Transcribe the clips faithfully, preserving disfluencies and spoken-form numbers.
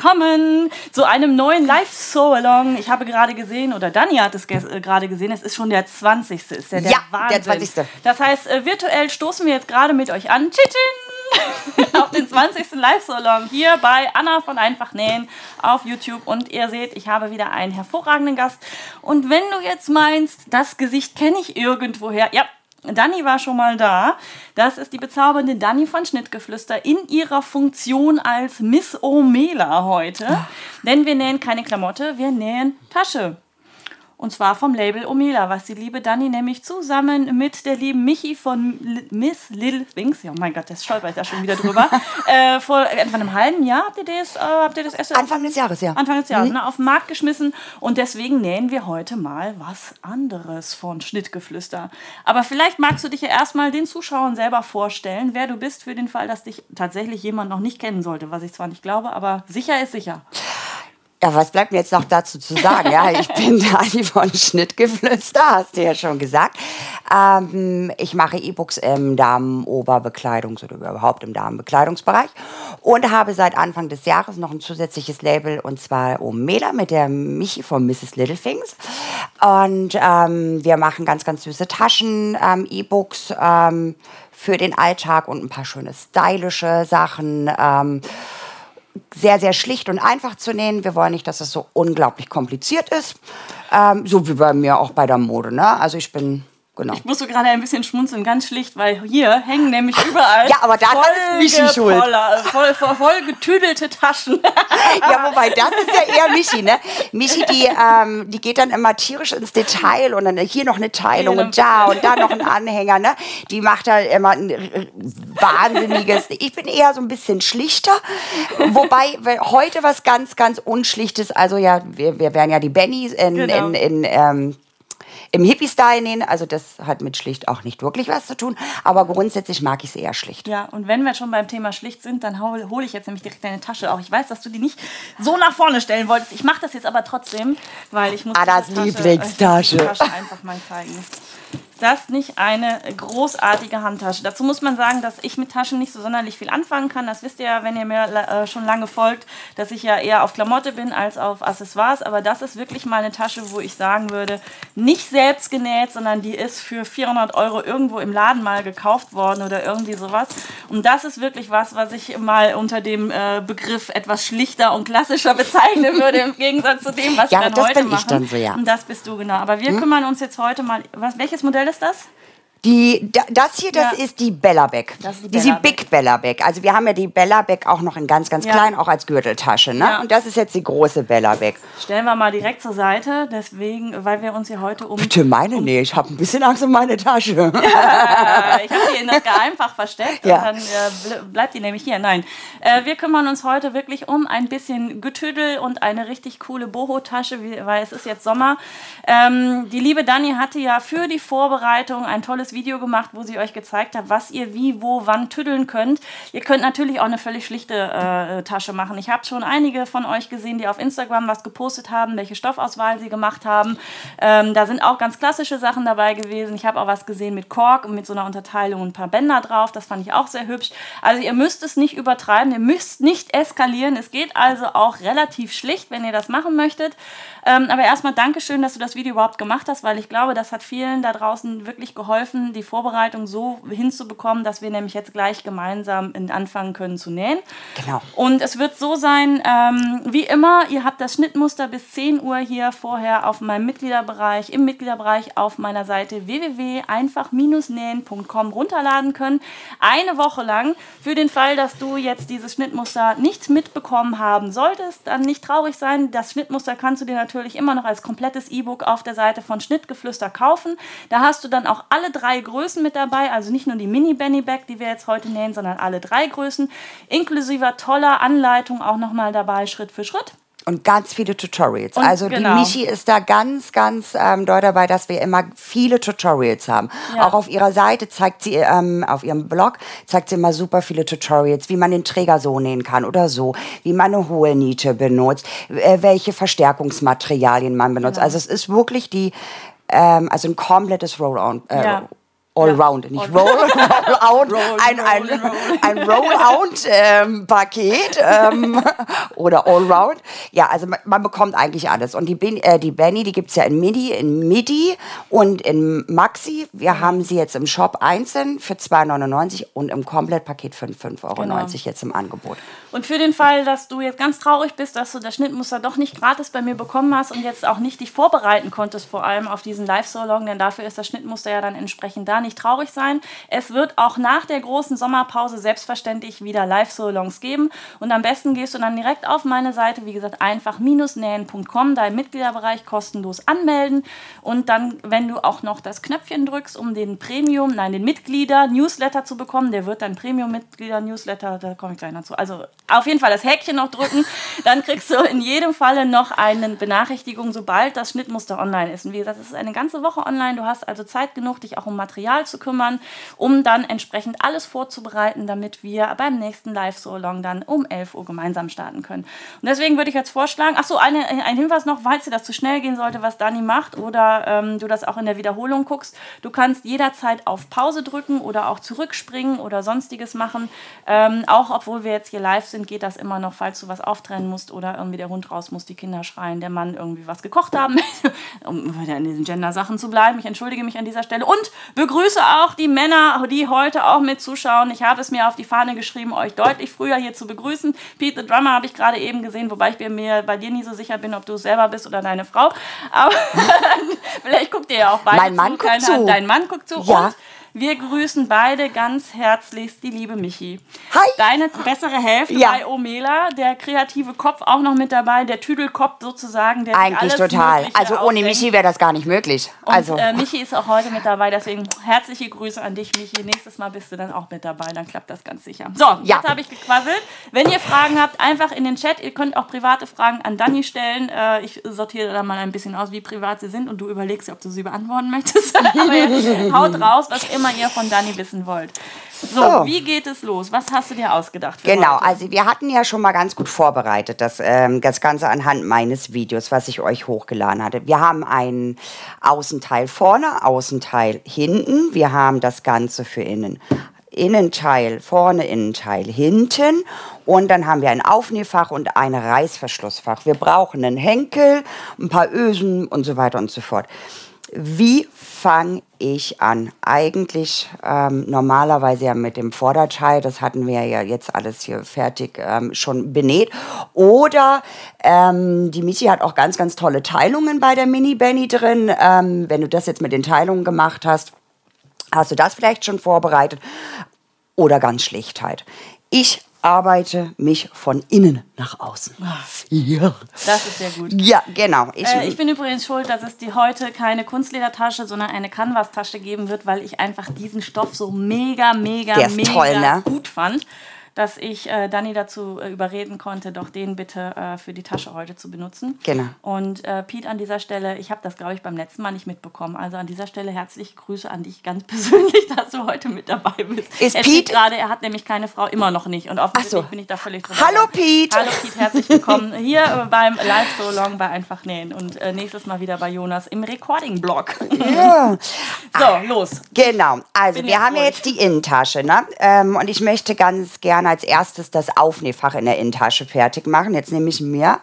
willkommen zu einem neuen Live-So-Along. Ich habe gerade gesehen, oder Dani hat es äh, gerade gesehen, es ist schon der zwanzigste Ist der, der ja, Wahnsinn. der zwanzigste Das heißt, äh, virtuell stoßen wir jetzt gerade mit euch an. Tschitschin! Auf den zwanzigsten Live-So-Along hier bei Anna von Einfach Nähen auf YouTube. Und ihr seht, ich habe wieder einen hervorragenden Gast. Und wenn du jetzt meinst, das Gesicht kenne ich irgendwoher, ja, Dani war schon mal da. Das ist die bezaubernde Dani von Schnittgeflüster in ihrer Funktion als Miss Omela heute. Ach. Denn wir nähen keine Klamotte, wir nähen Tasche. Und zwar vom Label Omela, was die liebe Dani nämlich zusammen mit der lieben Michi von L- Miss Little Things, ja, oh mein Gott, das stolper ich da schon wieder drüber, äh, vor etwa einem halben Jahr habt ihr das, äh, habt ihr das erste Anfang des Jahres, ja. Anfang des Jahres, mhm. ne, auf den Markt geschmissen. Und deswegen nähen wir heute mal was anderes von Schnittgeflüster. Aber vielleicht magst du dich ja erstmal den Zuschauern selber vorstellen, wer du bist, für den Fall, dass dich tatsächlich jemand noch nicht kennen sollte, was ich zwar nicht glaube, aber sicher ist sicher. Ja, was bleibt mir jetzt noch dazu zu sagen? Ja, ich bin Dani von Schnittgeflüster, hast du ja schon gesagt. Ähm, ich mache E-Books im Damenoberbekleidungs- oder überhaupt im Damenbekleidungsbereich und habe seit Anfang des Jahres noch ein zusätzliches Label, und zwar Omela mit der Michi von Misses Little Things. Und ähm, wir machen ganz, ganz süße Taschen, ähm, E-Books ähm, für den Alltag und ein paar schöne stylische Sachen. Ähm, sehr, sehr schlicht und einfach zu nähen. Wir wollen nicht, dass es so unglaublich kompliziert ist. Ähm, so wie bei mir auch bei der Mode. Ne? Also ich bin, genau. Ich musste gerade ein bisschen schmunzeln, ganz schlicht, weil hier hängen nämlich überall ja, aber daran ist Michi schuld. Voll, voll, voll getüdelte Taschen. Ja, wobei, das ist ja eher Michi, ne? Michi, die, ähm, die geht dann immer tierisch ins Detail und dann hier noch eine Teilung und da und da noch ein Anhänger, ne? Die macht da immer ein wahnsinniges... Ich bin eher so ein bisschen schlichter, wobei heute was ganz, ganz Unschlichtes, also ja, wir, wir werden ja die Bennys in... Genau. in, in ähm, im Hippie-Style nähen, also das hat mit schlicht auch nicht wirklich was zu tun, aber grundsätzlich mag ich es eher schlicht. Ja, und wenn wir schon beim Thema schlicht sind, dann hole hol ich jetzt nämlich direkt deine Tasche auch. Ich weiß, dass du die nicht so nach vorne stellen wolltest. Ich mache das jetzt aber trotzdem, weil ich muss Annas die Tasche, Lieblingstasche. die Tasche einfach mal zeigen. Das nicht eine großartige Handtasche. Dazu muss man sagen, dass ich mit Taschen nicht so sonderlich viel anfangen kann. Das wisst ihr ja, wenn ihr mir äh, schon lange folgt, dass ich ja eher auf Klamotte bin als auf Accessoires. Aber das ist wirklich mal eine Tasche, wo ich sagen würde, nicht selbst genäht, sondern die ist für vierhundert Euro irgendwo im Laden mal gekauft worden oder irgendwie sowas. Und das ist wirklich was, was ich mal unter dem äh, Begriff etwas schlichter und klassischer bezeichnen würde, im Gegensatz zu dem, was ja, wir dann das heute bin machen. Ich dann so, ja. Und das bist du, genau. Aber wir hm? kümmern uns jetzt heute mal, was, welches Modell ist das? Die, das hier, das ja. ist die Bellaback. Das ist die, die ist die Big Bellaback. Also wir haben ja die Bellaback auch noch in ganz, ganz ja. klein, auch als Gürteltasche. Ne? Ja. Und das ist jetzt die große Bellaback. Stellen wir mal direkt zur Seite, deswegen, weil wir uns hier heute um... Bitte meine, um nee, ich habe ein bisschen Angst um meine Tasche. Ja, ich habe die in das Geheimfach versteckt ja. und dann äh, bleibt die nämlich hier. Nein, äh, wir kümmern uns heute wirklich um ein bisschen Getüdel und eine richtig coole Boho-Tasche, weil es ist jetzt Sommer. Ähm, die liebe Dani hatte ja für die Vorbereitung ein tolles Video gemacht, wo sie euch gezeigt hat, was ihr wie, wo, wann tüddeln könnt. Ihr könnt natürlich auch eine völlig schlichte äh, Tasche machen. Ich habe schon einige von euch gesehen, die auf Instagram was gepostet haben, welche Stoffauswahl sie gemacht haben. Ähm, da sind auch ganz klassische Sachen dabei gewesen. Ich habe auch was gesehen mit Kork und mit so einer Unterteilung und ein paar Bänder drauf. Das fand ich auch sehr hübsch. Also ihr müsst es nicht übertreiben, ihr müsst nicht eskalieren. Es geht also auch relativ schlicht, wenn ihr das machen möchtet. Ähm, aber erstmal Dankeschön, dass du das Video überhaupt gemacht hast, weil ich glaube, das hat vielen da draußen wirklich geholfen, die Vorbereitung so hinzubekommen, dass wir nämlich jetzt gleich gemeinsam anfangen können zu nähen. Genau. Und es wird so sein, ähm, wie immer, ihr habt das Schnittmuster bis zehn Uhr hier vorher auf meinem Mitgliederbereich, im Mitgliederbereich auf meiner Seite w w w punkt einfach nähen punkt com runterladen können. Eine Woche lang. Für den Fall, dass du jetzt dieses Schnittmuster nicht mitbekommen haben solltest, dann nicht traurig sein. Das Schnittmuster kannst du dir natürlich immer noch als komplettes E-Book auf der Seite von Schnittgeflüster kaufen. Da hast du dann auch alle drei Größen mit dabei, also nicht nur die Mini-Benny-Bag, die wir jetzt heute nähen, sondern alle drei Größen, inklusive toller Anleitung auch nochmal dabei, Schritt für Schritt. Und ganz viele Tutorials. Und also genau. die Michi ist da ganz, ganz ähm, doll dabei, dass wir immer viele Tutorials haben. Ja. Auch auf ihrer Seite zeigt sie, ähm, auf ihrem Blog, zeigt sie immer super viele Tutorials, wie man den Träger so nähen kann oder so, wie man eine hohe Niete benutzt, äh, welche Verstärkungsmaterialien man benutzt. Genau. Also es ist wirklich die, ähm, also ein komplettes Roll-on. Äh, ja. Allround, ja. nicht Roll, Roll-out, roll, ein, ein, roll, roll. ein Roll-out-Paket ähm, ähm, oder Allround. Ja, also man, man bekommt eigentlich alles. Und die, äh, die Benny, die gibt es ja in Midi, in Midi und in Maxi. Wir mhm. haben sie jetzt im Shop einzeln für zwei neunundneunzig und im Komplettpaket für fünf Euro neunzig genau. jetzt im Angebot. Und für den Fall, dass du jetzt ganz traurig bist, dass du das Schnittmuster doch nicht gratis bei mir bekommen hast und jetzt auch nicht dich vorbereiten konntest, vor allem auf diesen Live-Salon, denn dafür ist das Schnittmuster ja dann entsprechend da. Nicht traurig sein. Es wird auch nach der großen Sommerpause selbstverständlich wieder Live-Salons geben. Und am besten gehst du dann direkt auf meine Seite, wie gesagt, einfach nähen punkt com, da im Mitgliederbereich kostenlos anmelden. Und dann, wenn du auch noch das Knöpfchen drückst, um den Premium, nein, den Mitglieder-Newsletter zu bekommen, der wird dann Premium-Mitglieder-Newsletter, da komme ich gleich noch zu. Also auf jeden Fall das Häkchen noch drücken, dann kriegst du in jedem Falle noch eine Benachrichtigung, sobald das Schnittmuster online ist. Und wie gesagt, es ist eine ganze Woche online. Du hast also Zeit genug, dich auch um Material zu kümmern, um dann entsprechend alles vorzubereiten, damit wir beim nächsten Live-Salon dann um elf Uhr gemeinsam starten können. Und deswegen würde ich jetzt vorschlagen, achso, eine, ein Hinweis noch, falls dir das zu schnell gehen sollte, was Dani macht oder ähm, du das auch in der Wiederholung guckst, du kannst jederzeit auf Pause drücken oder auch zurückspringen oder sonstiges machen. Ähm, auch obwohl wir jetzt hier live sind, geht das immer noch, falls du was auftrennen musst oder irgendwie der Hund raus muss, die Kinder schreien, der Mann irgendwie was gekocht haben, um wieder in diesen Gender-Sachen zu bleiben. Ich entschuldige mich an dieser Stelle und begrüße auch die Männer, die heute auch mit zuschauen. Ich habe es mir auf die Fahne geschrieben, euch deutlich früher hier zu begrüßen. Pete the Drummer habe ich gerade eben gesehen, wobei ich mir bei dir nie so sicher bin, ob du es selber bist oder deine Frau. Aber vielleicht guckt ihr ja auch beide mein Mann zu. Guckt zu. Dein Mann guckt zu. Ja. Und wir grüßen beide ganz herzlichst die liebe Michi. Hi. Deine bessere Hälfte ja. bei Omela, der kreative Kopf auch noch mit dabei, der Tüdelkopf sozusagen. Der eigentlich total. Also ohne ausdenkt. Michi wäre das gar nicht möglich. Und also. äh, Michi ist auch heute mit dabei, deswegen herzliche Grüße an dich, Michi. Nächstes Mal bist du dann auch mit dabei, dann klappt das ganz sicher. So, ja. jetzt habe ich gequasselt. Wenn ihr Fragen habt, einfach in den Chat. Ihr könnt auch private Fragen an Dani stellen. Äh, ich sortiere da mal ein bisschen aus, wie privat sie sind und du überlegst, ob du sie beantworten möchtest. Aber haut raus, was immer ihr von Dani wissen wollt. So, so, wie geht es los? Was hast du dir ausgedacht für Genau, heute? Also wir hatten ja schon mal ganz gut vorbereitet, das, ähm, das Ganze anhand meines Videos, was ich euch hochgeladen hatte. Wir haben einen Außenteil vorne, Außenteil hinten. Wir haben das Ganze für innen. Innenteil vorne, Innenteil hinten. Und dann haben wir ein Aufnähfach und ein Reißverschlussfach. Wir brauchen einen Henkel, ein paar Ösen und so weiter und so fort. Wie fange ich an? Eigentlich ähm, normalerweise ja mit dem Vorderteil, das hatten wir ja jetzt alles hier fertig ähm, schon benäht. Oder ähm, die Michi hat auch ganz, ganz tolle Teilungen bei der Mini Benny drin. Ähm, wenn du das jetzt mit den Teilungen gemacht hast, hast du das vielleicht schon vorbereitet? Oder ganz Schlichtheit. Ich arbeite mich von innen nach außen. Ja. Das ist sehr gut. Ja, genau. Ich, äh, ich bin übrigens schuld, dass es die heute keine Kunstledertasche, sondern eine Canvas-Tasche geben wird, weil ich einfach diesen Stoff so mega, mega, Der ist mega toll, ne? gut fand, dass ich äh, Dani dazu äh, überreden konnte, doch den bitte äh, für die Tasche heute zu benutzen. Genau. Und äh, Pete, an dieser Stelle, ich habe das, glaube ich, beim letzten Mal nicht mitbekommen. Also an dieser Stelle herzliche Grüße an dich ganz persönlich, dass du heute mit dabei bist. Ist er Pete gerade, er hat nämlich keine Frau, immer noch nicht. Und offensichtlich so. bin ich da völlig drüber. Hallo Pete! Hallo Pete, herzlich willkommen hier äh, beim Live-Salon bei Einfach Nähen. Und äh, nächstes Mal wieder bei Jonas im Recording-Blog. Ja. So, ah, los. Genau, also bin wir haben ja ruhig. jetzt die Innentasche, ne? Ähm, und ich möchte ganz gerne als erstes das Aufnähfach in der Innentasche fertig machen. Jetzt nehme ich mir,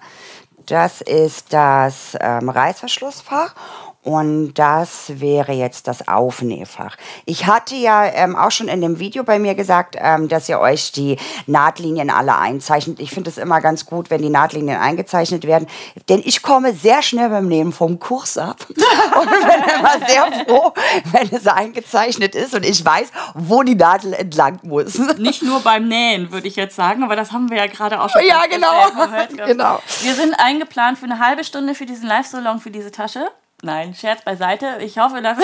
das ist das ähm, Reißverschlussfach. Und das wäre jetzt das Aufnähfach. Ich hatte ja ähm, auch schon in dem Video bei mir gesagt, ähm, dass ihr euch die Nahtlinien alle einzeichnet. Ich finde es immer ganz gut, wenn die Nahtlinien eingezeichnet werden, denn ich komme sehr schnell beim Nähen vom Kurs ab und bin immer sehr froh, wenn es eingezeichnet ist und ich weiß, wo die Nadel entlang muss. Nicht nur beim Nähen, würde ich jetzt sagen, aber das haben wir ja gerade auch schon. Ja, genau. genau. Wir sind eingeplant für eine halbe Stunde für diesen Live-Salon, für diese Tasche. Nein, Scherz beiseite. Ich hoffe, dass...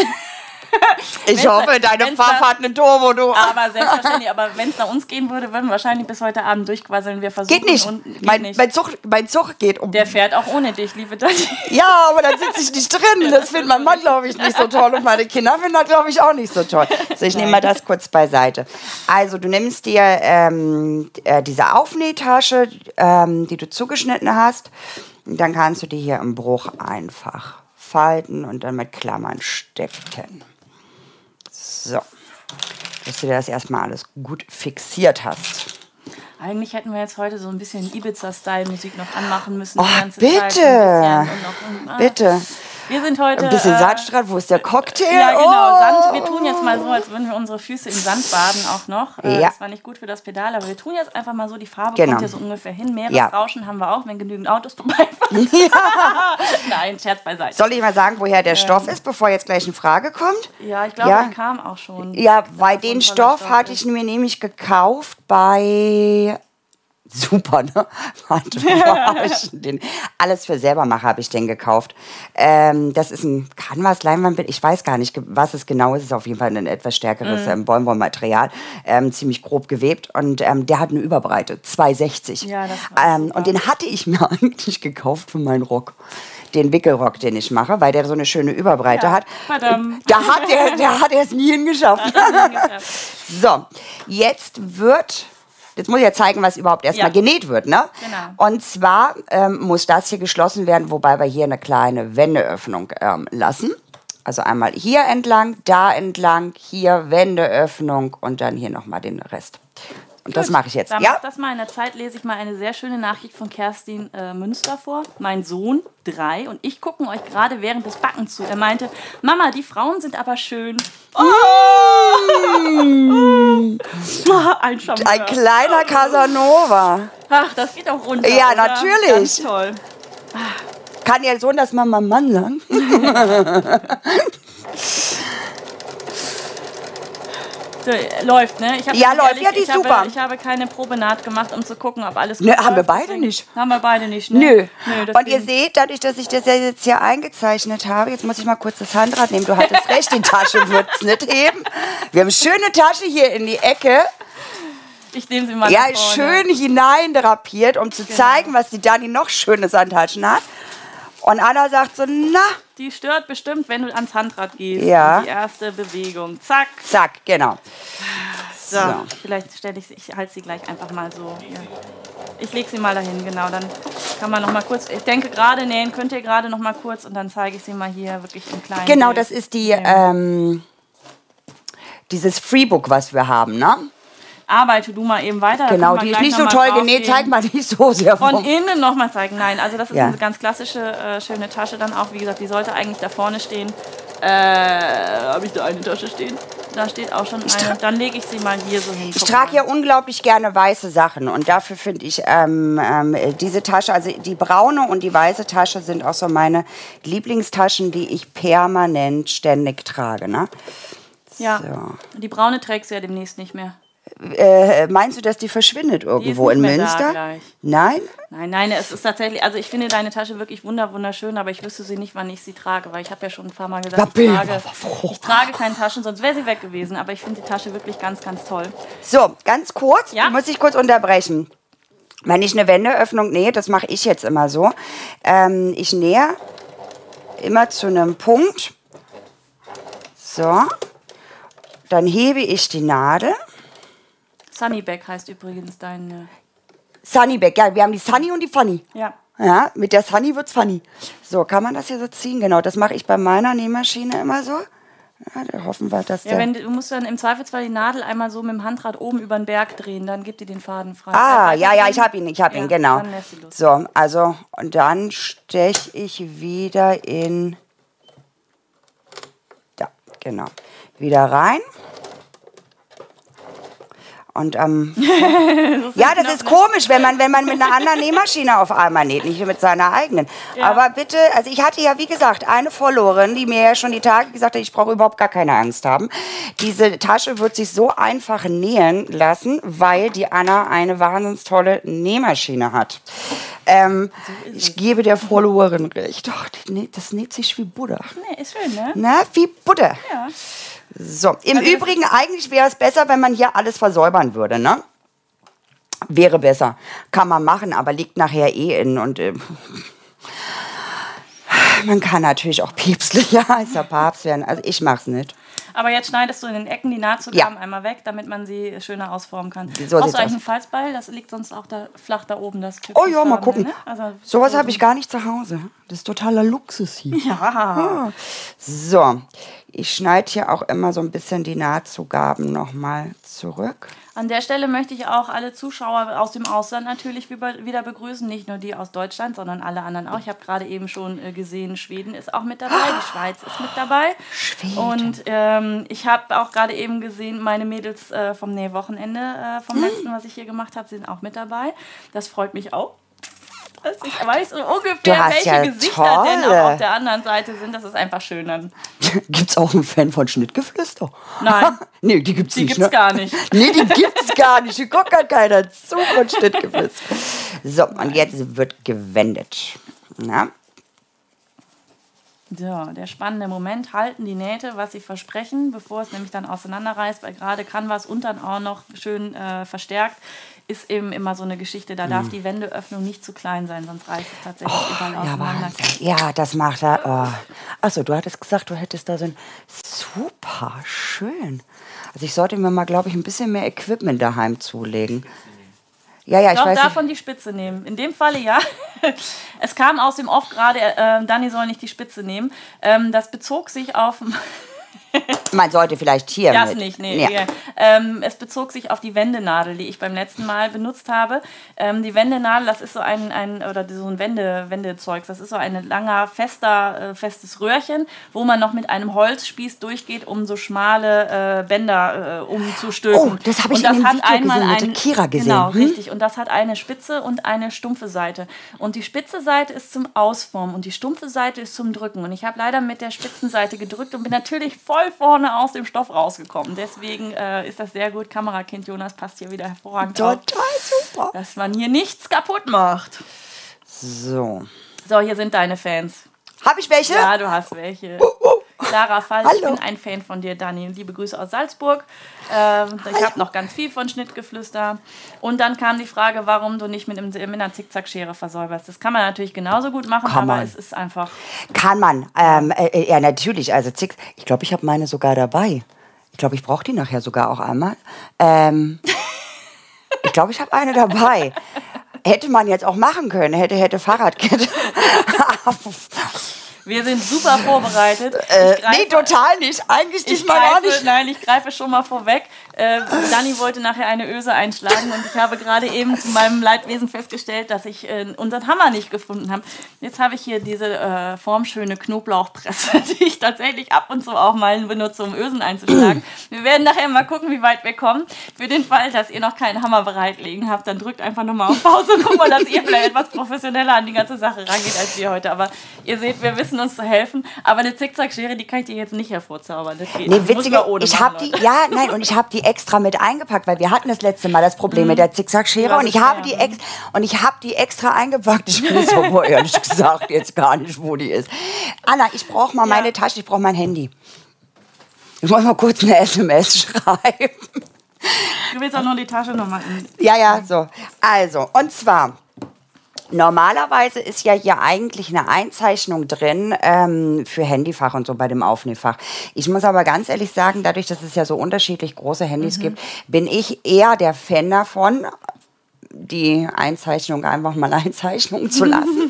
ich hoffe, da, deine Pfaff hat eine Turbo, du. Aber selbstverständlich. Aber wenn es nach uns gehen würde, würden wir wahrscheinlich bis heute Abend durchquasseln. Wir versuchen geht nicht. Und, geht mein, nicht. Mein, Zug, mein Zug geht um. Der fährt auch ohne dich, liebe Dani. Ja, aber dann sitze ich nicht drin. Das findet mein Mann, glaube ich, nicht so toll. Und meine Kinder finden das, glaube ich, auch nicht so toll. So, ich nehme mal das kurz beiseite. Also, du nimmst dir ähm, äh, diese Aufnähtasche, ähm, die du zugeschnitten hast. Dann kannst du die hier im Bruch einfach falten und dann mit Klammern stecken. So, dass du das erstmal alles gut fixiert hast. Eigentlich hätten wir jetzt heute so ein bisschen Ibiza-Style-Musik noch anmachen müssen. Oh, die ganze bitte. Zeit. Und noch, ah. Bitte. Wir sind heute... Ein bisschen äh, Sandstrand, wo ist der Cocktail? Ja, genau, Oh. Sand. Wir tun jetzt mal so, als würden wir unsere Füße im Sand baden auch noch. Äh, Ja. Das war nicht gut für das Pedal, aber wir tun jetzt einfach mal so, die Farbe Genau. kommt ja so ungefähr hin. Ja. Meeresrauschen haben wir auch, wenn genügend Autos vorbeifahren. Nein, Scherz beiseite. Soll ich mal sagen, woher der Stoff ist, bevor jetzt gleich eine Frage kommt? Ja, ich glaube, Ja. der kam auch schon. Ja, weil So den ein toller Stoff Stoff hatte ist. ich mir nämlich gekauft bei... Super, ne? Warte, wo hab ich den? Alles für Selbermacher habe ich den gekauft. Ähm, das ist ein Canvas-Leinwandbild. Ich weiß gar nicht, ge- was es genau ist. Es ist auf jeden Fall ein etwas stärkeres Mhm. ähm, Baumwollmaterial. Ähm, ziemlich grob gewebt. Und ähm, der hat eine Überbreite. zwei sechzig. Ja, das war ähm, super. Und den hatte ich mir eigentlich gekauft für meinen Rock. Den Wickelrock, den ich mache, weil der so eine schöne Überbreite Ja, hat. verdammt. Da hat er, der hat er es nie hingeschafft. So, jetzt wird... Jetzt muss ich ja zeigen, was überhaupt erstmal Ja. genäht wird, ne? Genau. Und zwar ähm, muss das hier geschlossen werden, wobei wir hier eine kleine Wendeöffnung ähm, lassen. Also einmal hier entlang, da entlang, hier Wendeöffnung und dann hier nochmal den Rest. Und das Gut, mache ich jetzt. Dann Ja? mach das mal. In der Zeit lese ich mal eine sehr schöne Nachricht von Kerstin äh, Münster vor. Mein Sohn, drei, und ich gucken euch gerade während des Backens zu. Er meinte, Mama, die Frauen sind aber schön. Oh! Ein Schammer. Ein kleiner Casanova. Ach, das geht auch runter. Ja, oder? natürlich. Ganz toll. Kann ihr Sohn das mal meinem Mann sagen? So, läuft, ne? Ich hab Ja, ganz läuft. Ja, die ich ist super. Habe, ich habe keine Probenaht gemacht, um zu gucken, ob alles gut Nö, haben wir läuft. beide Deswegen- nicht. Haben wir beide nicht, ne? Nö. Nö Und deswegen- ihr seht, dadurch, dass ich das ja jetzt hier eingezeichnet habe, jetzt muss ich mal kurz das Handrad nehmen. Du hattest recht, die Tasche wird es nicht heben. Wir haben eine schöne Tasche hier in die Ecke. Ich nehme sie mal Ja, nach vorne. schön hineindrapiert, um zu Genau. zeigen, was die Dani noch Schönes an Taschen hat. Und Anna sagt so, na, Die stört bestimmt, wenn du ans Handrad gehst. Ja. Die erste Bewegung. Zack. zack, genau. So. So. Vielleicht stelle ich sie, ich halte sie gleich einfach mal so. Ja. Ich lege sie mal dahin, genau. Dann kann man noch mal kurz, ich denke gerade nähen könnt ihr gerade noch mal kurz und dann zeige ich sie mal hier wirklich im kleinen Genau, Bild. das ist die, ähm, dieses Freebook, was wir haben, ne? Arbeite du mal eben weiter. da Genau, kann man die ist gleich nicht so noch toll mal genäht, draufgehen. zeig mal nicht so sehr Von vom- innen noch mal zeigen. Nein, also das ist Ja. eine ganz klassische, äh, schöne Tasche dann auch. Wie gesagt, die sollte eigentlich da vorne stehen. Äh, habe ich da eine Tasche stehen? Da steht auch schon eine. Dann lege ich sie mal hier so hin. Ich trage ja unglaublich gerne weiße Sachen und dafür finde ich ähm, ähm, diese Tasche, also die braune und die weiße Tasche sind auch so meine Lieblingstaschen, die ich permanent ständig trage. Ne? Ja, So. die braune trägst du ja demnächst nicht mehr. Äh, meinst du, dass die verschwindet irgendwo nicht in mehr da Münster? gleich. Nein? Nein, nein, es ist tatsächlich, also ich finde deine Tasche wirklich wunder, wunderschön, aber ich wüsste sie nicht, wann ich sie trage, weil ich habe ja schon ein paar Mal gesagt, ich Ja, trage, ich trage keine Taschen, sonst wäre sie weg gewesen, aber ich finde die Tasche wirklich ganz, ganz toll. So, ganz kurz, Ja? muss ich kurz unterbrechen. Wenn ich eine Wendeöffnung nähe, das mache ich jetzt immer so, ähm, ich nähe immer zu einem Punkt, so, dann hebe ich die Nadel. Sunnyback heißt übrigens deine, Sunnyback, ja, wir haben die Sunny und die Funny. ja. Ja, mit der Sunny wird's funny. So, kann man das hier so ziehen? Genau, das mache ich bei meiner Nähmaschine immer so. Ja, da hoffen wir, dass Ja, der... wenn, du musst dann im Zweifelsfall die Nadel einmal so mit dem Handrad oben über den Berg drehen, dann gibt ihr den Faden frei. Ah, Äh, ja, ja, ich drehen. habe ihn, ich habe Ja, ihn, genau. dann lässt sie los. So, also, und dann steche ich wieder in... Da, genau. Wieder rein. Und ähm, ja, das ist komisch, wenn man, wenn man mit einer anderen Nähmaschine auf einmal näht, nicht mit seiner eigenen. Ja. Aber bitte, also ich hatte ja, wie gesagt, eine Followerin, die mir ja schon die Tage gesagt hat, ich brauche überhaupt gar keine Angst haben. Diese Tasche wird sich so einfach nähen lassen, weil die Anna eine wahnsinnig tolle Nähmaschine hat. Ähm, ich gebe der Followerin recht. Doch, die näht, das näht sich wie Butter. Nee, ist schön, ne? Na, wie Butter. Ja. So, im Also das- Übrigen, eigentlich wäre es besser, wenn man hier alles versäubern würde, ne? Wäre besser. Kann man machen, aber liegt nachher eh in und äh, man kann natürlich auch päpstlicher als der Papst werden. Also ich mach's nicht. Aber jetzt schneidest du in den Ecken die Nahtzugaben Ja. einmal weg, damit man sie schöner ausformen kann. So Brauchst sieht's du eigentlich aus. einen Falzbeil? Das liegt sonst auch da flach da oben. Das Oh ja, mal Türkisfarbene, gucken. Ne? Also, Sowas so- habe ich gar nicht zu Hause. Das ist totaler Luxus hier. Ja. Ah. So, ich schneide hier auch immer so ein bisschen die Nahtzugaben nochmal zurück. An der Stelle möchte ich auch alle Zuschauer aus dem Ausland natürlich wieder wieder begrüßen. Nicht nur die aus Deutschland, sondern alle anderen auch. Ich habe gerade eben schon äh, gesehen, Schweden ist auch mit dabei, die Schweiz ist mit dabei. Schweden. Und ähm, ich habe auch gerade eben gesehen, meine Mädels äh, vom Nähwochenende, äh, vom letzten, was ich hier gemacht habe, sind auch mit dabei. Das freut mich auch. Dass ich weiß Du ungefähr, hast welche ja Gesichter denn tolle. auch auf der anderen Seite sind. Das ist einfach schön dann. Gibt's auch einen Fan von Schnittgeflüster? Nein. Nee, die gibt's Die nicht. gibt's ne? gar nicht. Nee, die gibt's gar nicht. Die guckt gar keiner zu von Schnittgeflüster. So, und jetzt wird gewendet. Na? So, der spannende Moment. Halten die Nähte, was sie versprechen, bevor es nämlich dann auseinanderreißt, weil gerade Canvas und dann auch noch schön äh, verstärkt, ist eben immer so eine Geschichte. Da darf die Wendeöffnung nicht zu klein sein, sonst reißt es tatsächlich überall Ja, auseinander. Wahnsinn. Ja, das macht er. Oh. Achso, du hattest gesagt, du hättest da so ein. Super, schön. Also, ich sollte mir mal, glaube ich, ein bisschen mehr Equipment daheim zulegen. Ja, ja, ich Doch, weiß nicht. davon die Spitze nehmen. In dem Falle ja. Es kam aus dem Off gerade, äh, Dani soll nicht die Spitze nehmen. Ähm, das bezog sich auf... Man sollte vielleicht hier. Das mit. nicht, nee. Ja. Ja. Ähm, es bezog sich auf die Wendenadel, die ich beim letzten Mal benutzt habe. Ähm, die Wendenadel, das ist so ein, ein oder so ein Wende, Wendezeugs, das ist so ein langer, fester, äh, festes Röhrchen, wo man noch mit einem Holzspieß durchgeht, um so schmale äh, Bänder äh, umzustülpen. Oh, das habe ich Und in dem hat Video einmal gesehen, mit ein- der Kira gesehen. Genau, Hm? richtig. Und das hat eine spitze und eine stumpfe Seite. Und die spitze Seite ist zum Ausformen und die stumpfe Seite ist zum Drücken. Und ich habe leider mit der spitzen Seite gedrückt und bin natürlich voll vorne aus dem Stoff rausgekommen. Deswegen äh, ist das sehr gut. Kamerakind Jonas passt hier wieder hervorragend auf, Total super. dass man hier nichts kaputt macht. So. So, hier sind deine Fans. Habe ich welche? Ja, du hast welche. Clara Fall, ich Hallo. bin ein Fan von dir, Dani. Liebe Grüße aus Salzburg. Ähm, ich habe noch ganz viel von Schnittgeflüster. Und dann kam die Frage, warum du nicht mit, einem, mit einer Zickzackschere versäuberst. Das kann man natürlich genauso gut machen, Kann aber man. es ist einfach... Kann man. Ähm, äh, ja, natürlich. Also, Zix, ich glaube, ich habe meine sogar dabei. Ich glaube, ich brauche die nachher sogar auch einmal. Ähm, ich glaube, ich habe eine dabei. Hätte man jetzt auch machen können. Hätte, hätte Fahrradkette. Wir sind super vorbereitet. äh, Ich greife- nee, total nicht. Eigentlich Ich diesmal gar greife, nicht. nein, ich greife schon mal vorweg. Äh, Dani wollte nachher eine Öse einschlagen und ich habe gerade eben zu meinem Leidwesen festgestellt, dass ich äh, unseren Hammer nicht gefunden habe. Jetzt habe ich hier diese äh, formschöne Knoblauchpresse, die ich tatsächlich ab und zu auch mal benutze, um Ösen einzuschlagen. Wir werden nachher mal gucken, wie weit wir kommen. Für den Fall, dass ihr noch keinen Hammer bereit liegen habt, dann drückt einfach nochmal auf Pause und guckt mal, dass ihr vielleicht etwas professioneller an die ganze Sache rangeht als wir heute. Aber ihr seht, wir wissen uns zu helfen. Aber eine Zickzackschere, die kann ich dir jetzt nicht hervorzaubern. Das geht. Nee, Das muss witzige, man ohne ich machen, habe die, Leute. ja, nein, und ich habe die extra mit eingepackt, weil wir hatten das letzte Mal das Problem mit der Zickzackschere Ja, und ich das habe ist die ja, ex und ich habe die extra eingepackt. Ich bin so boah, ehrlich gesagt jetzt gar nicht, wo die ist. Anna, ich brauche mal Ja. meine Tasche, ich brauche mein Handy. Ich muss mal kurz eine S M S schreiben. Du willst auch nur die Tasche nochmal in. Ja, ja, so. Also, und zwar, normalerweise ist ja hier eigentlich eine Einzeichnung drin ähm, für Handyfach und so bei dem Aufnähfach. Ich muss aber ganz ehrlich sagen, dadurch, dass es ja so unterschiedlich große Handys gibt, bin ich eher der Fan davon, die Einzeichnung einfach mal Einzeichnung zu lassen.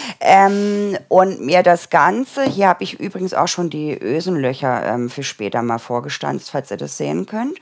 ähm, und mir das Ganze, hier habe ich übrigens auch schon die Ösenlöcher ähm, für später mal vorgestanzt, falls ihr das sehen könnt.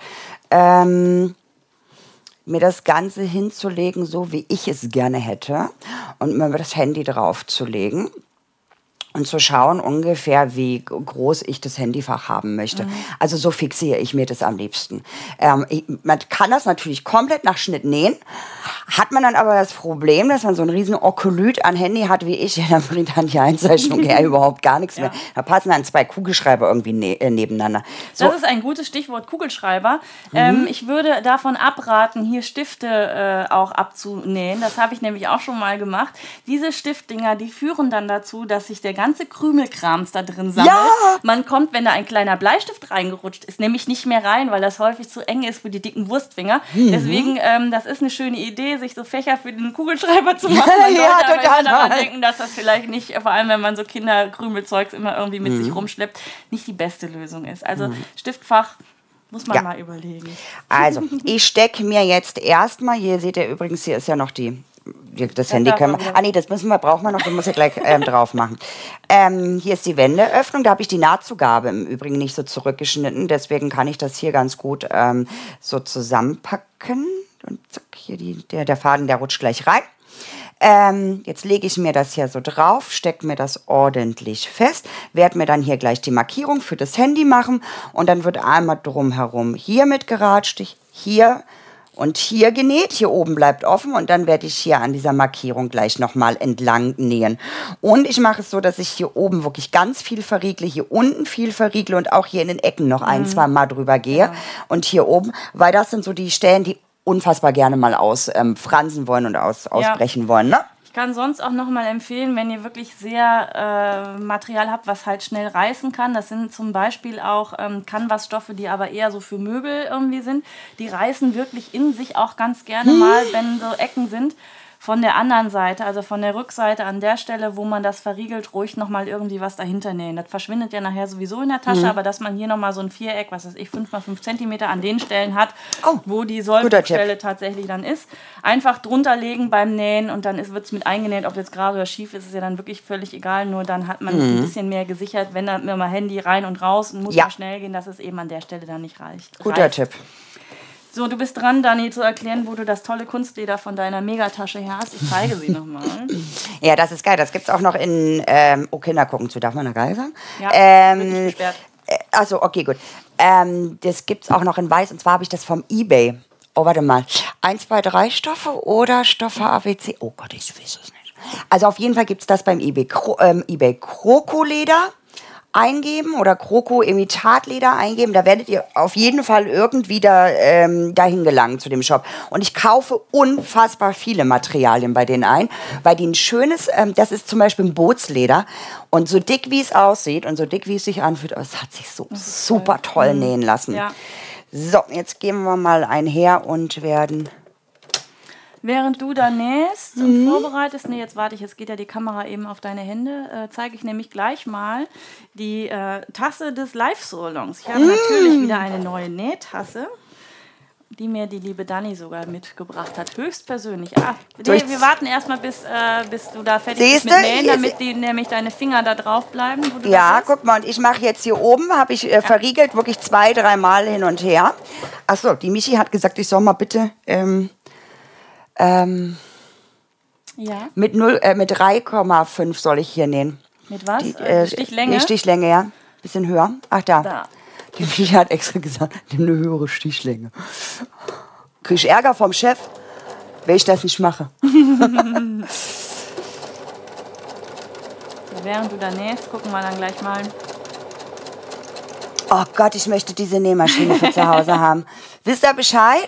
Ähm, mir das Ganze hinzulegen, so wie ich es gerne hätte und mir das Handy draufzulegen und zu schauen ungefähr, wie g- groß ich das Handyfach haben möchte. Also so fixiere ich mir das am liebsten. Ähm, ich, man kann das natürlich komplett nach Schnitt nähen, hat man dann aber das Problem, dass man so ein riesen Okolyt an Handy hat wie ich, ja, dann bringt dann die Einzeichnung her überhaupt gar nichts Ja. mehr. Da passen dann zwei Kugelschreiber irgendwie ne äh, nebeneinander. So, Das ist ein gutes Stichwort, Kugelschreiber. Ähm, ich würde davon abraten, hier Stifte äh, auch abzunähen. Das habe ich nämlich auch schon mal gemacht. Diese Stiftdinger, die führen dann dazu, dass sich der ganze Krümelkrams da drin sammelt. Ja. Man kommt, wenn da ein kleiner Bleistift reingerutscht ist, nämlich nicht mehr rein, weil das häufig zu eng ist für die dicken Wurstfinger. Mhm. Deswegen, ähm, das ist eine schöne Idee, sich so Fächer für den Kugelschreiber zu machen. Man ja, sollte aber total immer daran denken, dass das vielleicht nicht, vor allem wenn man so Kinderkrümelzeugs immer irgendwie mit mhm. sich rumschleppt, nicht die beste Lösung ist. Also mhm. Stiftfach muss man ja. mal überlegen. Also, ich stecke mir jetzt erstmal, hier seht ihr übrigens, hier ist ja noch die, das, das Handy können wir, ah nee, das müssen wir, brauchen wir noch, den muss ich gleich ähm, drauf machen. Ähm, hier ist die Wendeöffnung, da habe ich die Nahtzugabe im Übrigen nicht so zurückgeschnitten, deswegen kann ich das hier ganz gut ähm, so zusammenpacken. Und zack, hier die, der, der Faden, der rutscht gleich rein. Ähm, jetzt lege ich mir das hier so drauf, stecke mir das ordentlich fest, werde mir dann hier gleich die Markierung für das Handy machen und dann wird einmal drumherum hier mit Geradstich, hier und hier genäht. Hier oben bleibt offen und dann werde ich hier an dieser Markierung gleich nochmal entlang nähen. Und ich mache es so, dass ich hier oben wirklich ganz viel verriegle, hier unten viel verriegle und auch hier in den Ecken noch ein, mhm. zwei Mal drüber gehe. Ja. Und hier oben, weil das sind so die Stellen, die unfassbar gerne mal ausfransen ähm, wollen und aus, ausbrechen ja. wollen, ne? Ich kann sonst auch noch mal empfehlen, wenn ihr wirklich sehr äh, Material habt, was halt schnell reißen kann. Das sind zum Beispiel auch ähm, Canvasstoffe, die aber eher so für Möbel irgendwie sind. Die reißen wirklich in sich auch ganz gerne hm. mal, wenn so Ecken sind. Von der anderen Seite, also von der Rückseite an der Stelle, wo man das verriegelt, ruhig nochmal irgendwie was dahinter nähen. Das verschwindet ja nachher sowieso in der Tasche, mhm. aber dass man hier nochmal so ein Viereck, was weiß ich, fünf mal fünf Zentimeter an den Stellen hat, oh, wo die Sollbruchstelle tatsächlich dann ist. Einfach drunter legen beim Nähen und dann wird es mit eingenäht, ob jetzt gerade oder schief ist, ist ja dann wirklich völlig egal. Nur dann hat man mhm. es ein bisschen mehr gesichert, wenn dann immer Handy rein und raus und muss ja. schnell gehen, dass es eben an der Stelle dann nicht reicht. Guter reicht. Tipp. So, du bist dran, Dani, zu erklären, wo du das tolle Kunstleder von deiner Megatasche her hast. Ich zeige sie nochmal. Ja, das ist geil. Das gibt es auch noch in, ähm, oh, Kinder gucken zu. Darf man da geil sagen? Ja, ähm, wird nicht gesperrt. Äh, achso, okay, gut. Ähm, das gibt es auch noch in Weiß und zwar habe ich das vom eBay. Oh, warte mal. eins, zwei, drei Stoffe oder Stoffe A B C? Oh Gott, ich weiß es nicht. Also auf jeden Fall gibt es das beim eBay. Kro ähm, eBay Krokoleder eingeben oder Kroko-Imitatleder eingeben, da werdet ihr auf jeden Fall irgendwie da, ähm, dahin gelangen zu dem Shop. Und ich kaufe unfassbar viele Materialien bei denen ein, weil die ein schönes, ähm, das ist zum Beispiel ein Bootsleder und so dick wie es aussieht und so dick wie es sich anfühlt, es hat sich so super toll, toll nähen lassen. Ja. So, jetzt gehen wir mal einher und werden... Während du da nähst und mhm. vorbereitest, nee, jetzt warte ich, jetzt geht ja die Kamera eben auf deine Hände, äh, zeige ich nämlich gleich mal die äh, Tasse des Live-Salons. Ich habe mhm. natürlich wieder eine neue Nähtasse, die mir die liebe Dani sogar mitgebracht hat, höchstpersönlich. Ah, nee, wir warten erstmal, bis, äh, bis du da fertig bist mit Nähen, damit die, nämlich deine Finger da drauf bleiben. Wo du ja, guck mal, und ich mache jetzt hier oben, habe ich äh, ja. verriegelt, wirklich zwei, dreimal hin und her. Achso, die Michi hat gesagt, ich soll mal bitte... Ähm, Ähm, ja. Mit, äh, mit drei Komma fünf soll ich hier nähen. Mit was? Die, äh, Stichlänge? Die Stichlänge, ja. Bisschen höher. Ach, da. da. Die Michi hat extra gesagt, nimm eine höhere Stichlänge. Krieg ich Ärger vom Chef, wenn ich das nicht mache. Während du da nähst, gucken wir dann gleich mal. Oh Gott, ich möchte diese Nähmaschine für zu Hause haben. Wisst ihr Bescheid?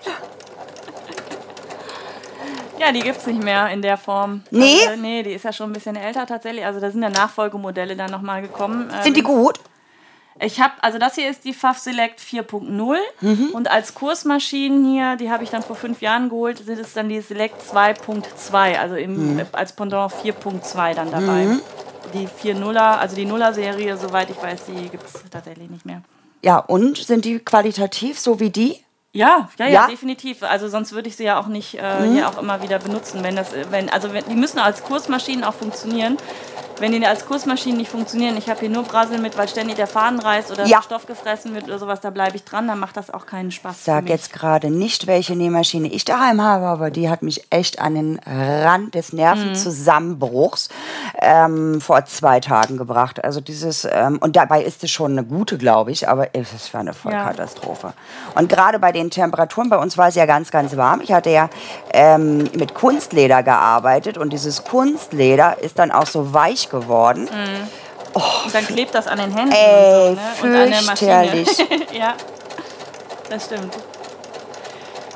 Ja, die gibt es nicht mehr in der Form. Nee? Also, nee, die ist ja schon ein bisschen älter tatsächlich. Also da sind ja Nachfolgemodelle dann nochmal gekommen. Sind die gut? Ich habe, also das hier ist die Pfaff Select vier Punkt null mhm. und als Kursmaschinen hier, die habe ich dann vor fünf Jahren geholt, sind es dann die Select zwei Punkt zwei, also im, mhm. als Pendant vier Punkt zwei dann dabei. Mhm. Die vier Nuller, also die Nuller-Serie, soweit ich weiß, die gibt es tatsächlich nicht mehr. Ja, und sind die qualitativ so wie die? Ja, ja, ja, ja, definitiv. Also sonst würde ich sie ja auch nicht äh, mhm. hier auch immer wieder benutzen. Wenn das, wenn, also wenn, die müssen als Kursmaschinen auch funktionieren. Wenn die als Kursmaschinen nicht funktionieren, ich habe hier nur Braseln mit, weil ständig der Faden reißt oder ja. Stoff gefressen wird oder sowas, da bleibe ich dran, dann macht das auch keinen Spaß. Ich sage jetzt gerade nicht, welche Nähmaschine ich daheim habe, aber die hat mich echt an den Rand des Nervenzusammenbruchs ähm, vor zwei Tagen gebracht. Also dieses, ähm, und dabei ist es schon eine gute, glaube ich, aber es war eine Vollkatastrophe. Ja. Und gerade bei den Temperaturen, bei uns war es ja ganz, ganz warm. Ich hatte ja ähm, mit Kunstleder gearbeitet und dieses Kunstleder ist dann auch so weich geworden. Mhm. Oh, und dann klebt das an den Händen ey, und, so, ne? Und an der Maschine. Ja, das stimmt.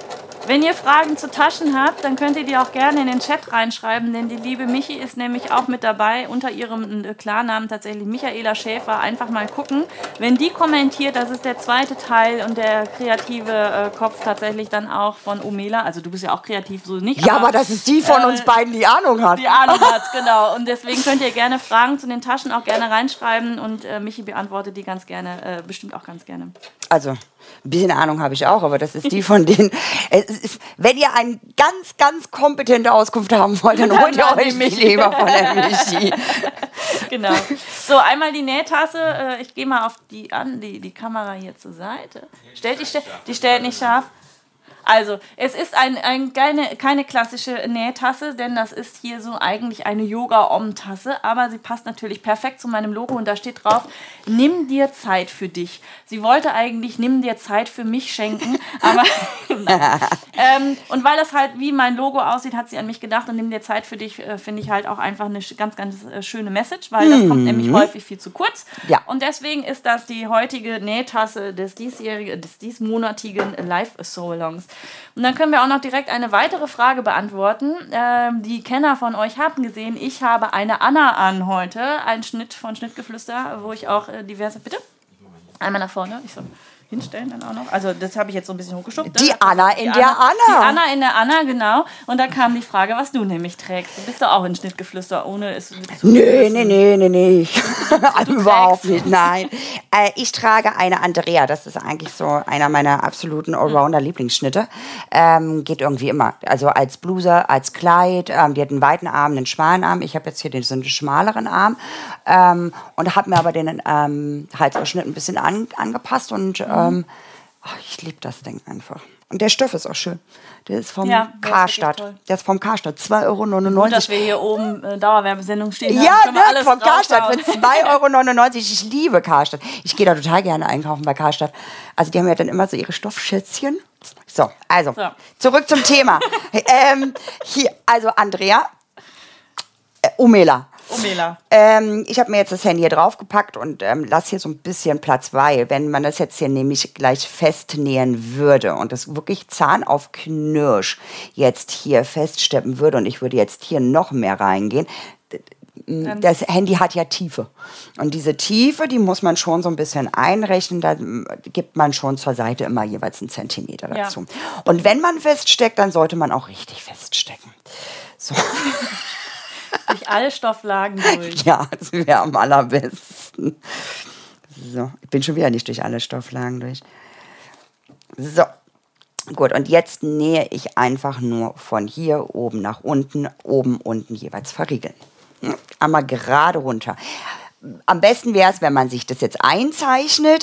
Wenn ihr Fragen zu Taschen habt, dann könnt ihr die auch gerne in den Chat reinschreiben, denn die liebe Michi ist nämlich auch mit dabei, unter ihrem Klarnamen tatsächlich Michaela Schäfer. Einfach mal gucken. Wenn die kommentiert, das ist der zweite Teil und der kreative äh, Kopf tatsächlich dann auch von Omela. Also du bist ja auch kreativ, so nicht. Ja, aber, aber das ist die von äh, uns beiden, die Ahnung hat. Die Ahnung hat, genau. Und deswegen könnt ihr gerne Fragen zu den Taschen auch gerne reinschreiben und äh, Michi beantwortet die ganz gerne, äh, bestimmt auch ganz gerne. Also, ein bisschen Ahnung habe ich auch, aber das ist die von denen. Ist, wenn ihr eine ganz, ganz kompetente Auskunft haben wollt, dann holt ihr euch mich lieber von der Michi. Genau. So, einmal die Nähtasse. Ich gehe mal auf die an, die, die Kamera hier zur Seite. Stellt die, die stellt nicht scharf. Also, es ist ein, ein, keine, keine klassische Nähtasse, denn das ist hier so eigentlich eine Yoga-Om-Tasse, aber sie passt natürlich perfekt zu meinem Logo und da steht drauf, nimm dir Zeit für dich. Sie wollte eigentlich, nimm dir Zeit für mich schenken, aber ähm, und weil das halt wie mein Logo aussieht, hat sie an mich gedacht und nimm dir Zeit für dich, äh, finde ich halt auch einfach eine ganz, ganz äh, schöne Message, weil das mhm. kommt nämlich häufig viel zu kurz. Ja. Und deswegen ist das die heutige Nähtasse des diesjährigen, des diesmonatigen Live-Soul-Alongs. Und dann können wir auch noch direkt eine weitere Frage beantworten. Ähm, die Kenner von euch haben gesehen, ich habe eine Anna an heute, ein Schnitt von Schnittgeflüster, wo ich auch äh, diverse, bitte? Einmal nach vorne, ich so hinstellen dann auch noch. Also das habe ich jetzt so ein bisschen hochgeschoben. Die Anna in die der Anna. Die Anna in der Anna, genau. Und da kam die Frage, was du nämlich trägst. Du bist doch auch in Schnittgeflüster, ohne es zu Nee, nee, nee, nee, nee. Überhaupt nicht, nein. Äh, ich trage eine Andrea, das ist eigentlich so einer meiner absoluten Allrounder-Lieblingsschnitte. Ähm, geht irgendwie immer. Also als Bluse, als Kleid. Ähm, die hat einen weiten Arm, einen schmalen Arm. Ich habe jetzt hier den so einen schmaleren Arm. Ähm, und habe mir aber den ähm, Halsausschnitt ein bisschen an, angepasst und Ähm, oh, ich liebe das Ding einfach. Und der Stoff ist auch schön. Der ist vom ja, Karstadt. Der ist vom Karstadt. zwei Euro neunundneunzig. Gut, dass wir hier oben äh, Dauerwerbesendung stehen ja, haben. Ja, ne, vom Karstadt für zwei Euro neunundneunzig. Ich liebe Karstadt. Ich gehe da total gerne einkaufen bei Karstadt. Also die haben ja dann immer so ihre Stoffschätzchen. So, also, so. Zurück zum Thema. ähm, hier, also Andrea, äh, Omela. Omela. Ähm, ich habe mir jetzt das Handy hier draufgepackt und ähm, lasse hier so ein bisschen Platz, weil wenn man das jetzt hier nämlich gleich festnähen würde und das wirklich Zahn auf Knirsch jetzt hier feststeppen würde und ich würde jetzt hier noch mehr reingehen, Dann das Handy hat ja Tiefe. Und diese Tiefe, die muss man schon so ein bisschen einrechnen. Da gibt man schon zur Seite immer jeweils einen Zentimeter dazu. Ja. Und wenn man feststeckt, dann sollte man auch richtig feststecken. So. Durch alle Stofflagen durch. Ja, das wäre am allerbesten. So, ich bin schon wieder nicht durch alle Stofflagen durch. So, gut, und jetzt nähe ich einfach nur von hier oben nach unten, oben, unten jeweils verriegeln. Einmal gerade runter. Am besten wäre es, wenn man sich das jetzt einzeichnet.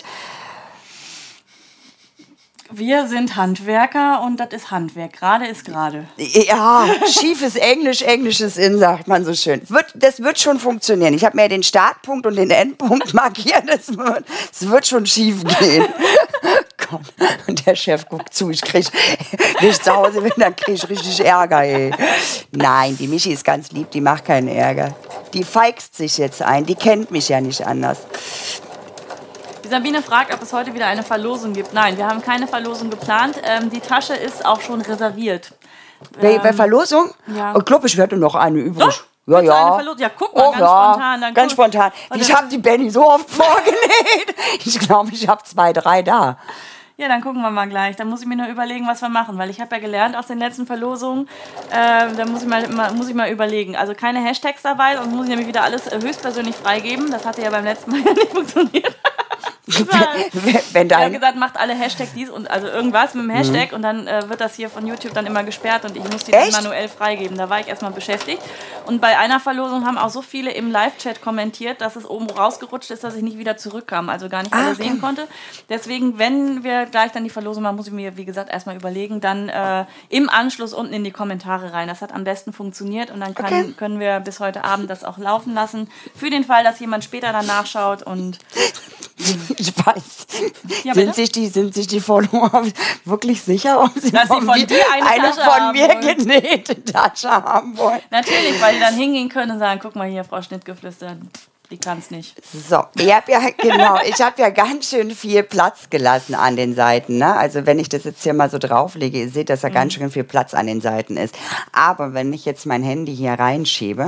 Wir sind Handwerker und das ist Handwerk. Gerade ist gerade. Ja, schiefes Englisch, englisches In, sagt man so schön. Wird, das wird schon funktionieren. Ich habe mir den Startpunkt und den Endpunkt markiert. Das wird, das wird schon schief gehen. Gott. Und der Chef guckt zu. Ich krieg, wenn ich zu Hause bin, dann kriege ich richtig Ärger. Ey. Nein, die Michi ist ganz lieb. Die macht keinen Ärger. Die feigst sich jetzt ein. Die kennt mich ja nicht anders. Die Sabine fragt, ob es heute wieder eine Verlosung gibt. Nein, wir haben keine Verlosung geplant. Ähm, die Tasche ist auch schon reserviert. Bei, ähm, bei Verlosung? Ja. Ich glaube, ich werde noch eine übrig. Doch? Ja, ja. Eine ja, guck mal, oh, ganz ja. spontan. Dann ganz guck. spontan. Ich habe die Benny so oft vorgenäht. Ich glaube, ich habe zwei, drei da. Ja, dann gucken wir mal gleich. Dann muss ich mir nur überlegen, was wir machen. Weil ich habe ja gelernt aus den letzten Verlosungen, äh, da muss ich, mal, mal, muss ich mal überlegen. Also keine Hashtags dabei, sonst muss ich nämlich wieder alles äh, höchstpersönlich freigeben. Das hatte ja beim letzten Mal nicht funktioniert. wenn, wenn dein... Ich habe gesagt, macht alle Hashtag dies und also irgendwas mit dem Hashtag mhm. und dann äh, wird das hier von YouTube dann immer gesperrt und ich muss die dann manuell freigeben. Da war ich erstmal beschäftigt. Und bei einer Verlosung haben auch so viele im Live-Chat kommentiert, dass es oben rausgerutscht ist, dass ich nicht wieder zurückkam, also gar nicht alle ah, okay. sehen konnte. Deswegen, wenn wir gleich dann die Verlosung machen, muss ich mir, wie gesagt, erstmal überlegen, dann äh, im Anschluss unten in die Kommentare rein. Das hat am besten funktioniert und dann kann, okay. können wir bis heute Abend das auch laufen lassen. Für den Fall, dass jemand später dann nachschaut und... Ich weiß. Ja, sind, sich die, sind sich die Follower wirklich sicher, ob sie Dass von, sie von mir, dir eine, eine Tasche von mir wollen. genähte Tasche haben wollen? Natürlich, weil die dann hingehen können und sagen, guck mal hier, Frau Schnittgeflüster, Die kann's nicht. So, ich habe ja, genau, ich habe ja ganz schön viel Platz gelassen an den Seiten. Ne? Also wenn ich das jetzt hier mal so drauflege, ihr seht, dass da mhm. ganz schön viel Platz an den Seiten ist. Aber wenn ich jetzt mein Handy hier reinschiebe,